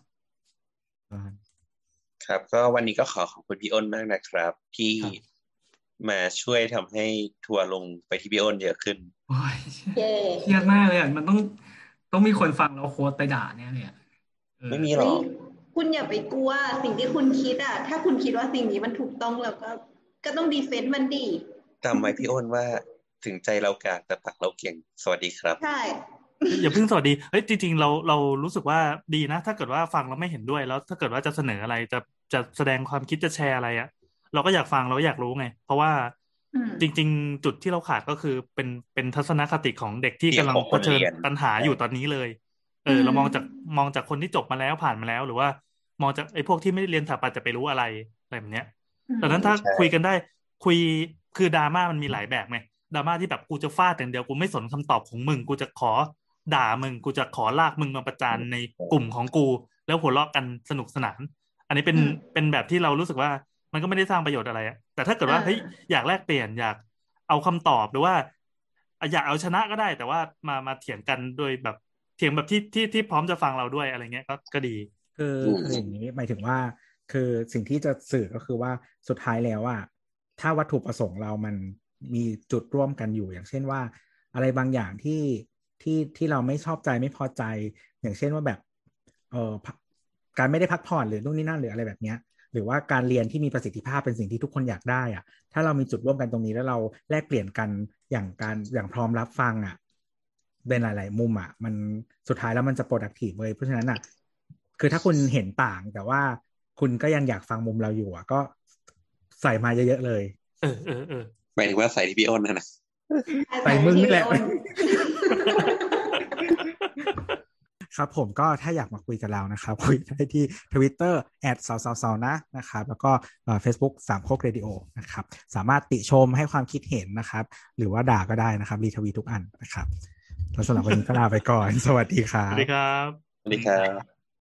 ครับก็วันนี้ก็ขอขอบคุณพี่อ้นมากนะครับที่มาช่วยทำให้ทัวร์ลงไปที่พี่อ้นเยอะขึ้นโอ้ยเครียดมากเลยอ่ะมันต้องต้องมีคนฟังเราโค้ดไปด่าแน่เลยอ่ะไม่มีหรอกคุณอย่าไปกลัวสิ่งที่คุณคิดอ่ะถ้าคุณคิดว่าสิ่งนี้มันถูกต้องแล้วก็ก็ต้องดีเฟนต์มันดีจำไว้พี่อ้นว่าถึงใจเรากากแต่ปากเราเก่งสวัสดีครับใช่อย่าเพิ่งสวัสดีเฮ้ยจริงๆเราเรารู้สึกว่าดีนะถ้าเกิดว่าฟังแล้วไม่เห็นด้วยแล้วถ้าเกิดว่าจะเสนออะไรจะจะแสดงความคิดจะแชร์อะไรอ่ะเราก็อยากฟังเราก็อยากรู้ไงเพราะว่าอืมจริงๆจุดที่เราขาดก็คือเป็นเป็นทัศนคติของเด็กที่เสียงกำลังของเผคนชิญเรียนปัญหาใช่อยู่ตอนนี้เลยเอออืมเรามองจากมองจากคนที่จบมาแล้วผ่านมาแล้ว หรือว่ามองจากไอ้พวกที่ไม่ได้เรียนสถาปัตย์จะไปรู้อะไรอะไรแบบเนี้ยอืมดังนั้นถ้าใช่คุยกันได้คุยคือดราม่ามันมีหลายแบบไงดราม่าที่แบบกูจะฟาดอย่างเดียวกูไม่สนคำตอบของมึงกูจะขอด่ามึงกูจะขอลากมึงมาประจานในกลุ่มของกูแล้วหัวเราะกันสนุกสนาน อันนี้เป็นอืมเป็นแบบที่เรารู้สึกว่ามันก็ไม่ได้สร้างประโยชน์อะไรอะแต่ถ้าเกิดว่าอ่าเฮ้ยอยากแลกเปลี่ยนอยากเอาคำตอบหรือว่าอยากเอาชนะก็ได้ แต่ว่ามามาเถียงกันโดยแบบเถียงแบบที่ที่ที่พร้อมจะฟังเราด้วยอะไรเงี้ยก็ก็ดีคืออืมคืออย่างนี้หมายถึงว่าคือสิ่งที่จะสื่อก็คือว่าสุดท้ายแล้วอะถ้าวัตถุประสงค์เรามันมีจุดร่วมกันอยู่ อย่างเช่นว่าอะไรบางอย่างที่ที่ที่เราไม่ชอบใจไม่พอใจ อย่างเช่นว่าแบบเออการไม่ได้พักผ่อนหรือนู่นนี่นั่นหรืออะไรแบบเนี้ยหรือว่าการเรียนที่มีประสิทธิภาพเป็นสิ่งที่ทุกคนอยากได้อะถ้าเรามีจุดร่วมกันตรงนี้แล้วเราแลกเปลี่ยนกันอย่างการอย่างพร้อมรับฟังอะเป็นหลายๆมุมอะมันสุดท้ายแล้วมันจะ productive เลยเพราะฉะนั้นอะคือถ้าคุณเห็นต่างแต่ว่าคุณก็ยังอยากฟังมุมเราอยู่อะก็ใส่มาเยอะๆเลยเออเออเออหมายถึงว่าใส่ที่พี่อ้นนะนะใส่มึงนี่แหละใส่ที่ครับผมก็ถ้าอยากมาคุยกับเรานะครับ คุยได้ที่ Twitter แอท สาวสาวสาวนะนะครับแล้วก็เอ่อ Facebook สามโคกเรดิโอนะครับสามารถติชมให้ความคิดเห็นนะครับหรือว่าด่าก็ได้นะครับรีทวีตทุกอันนะครับแล้วสำหรับวันนี้ก็ลาไปก่อน สวัสดีครัสวับสดีครับสวัสดีครับ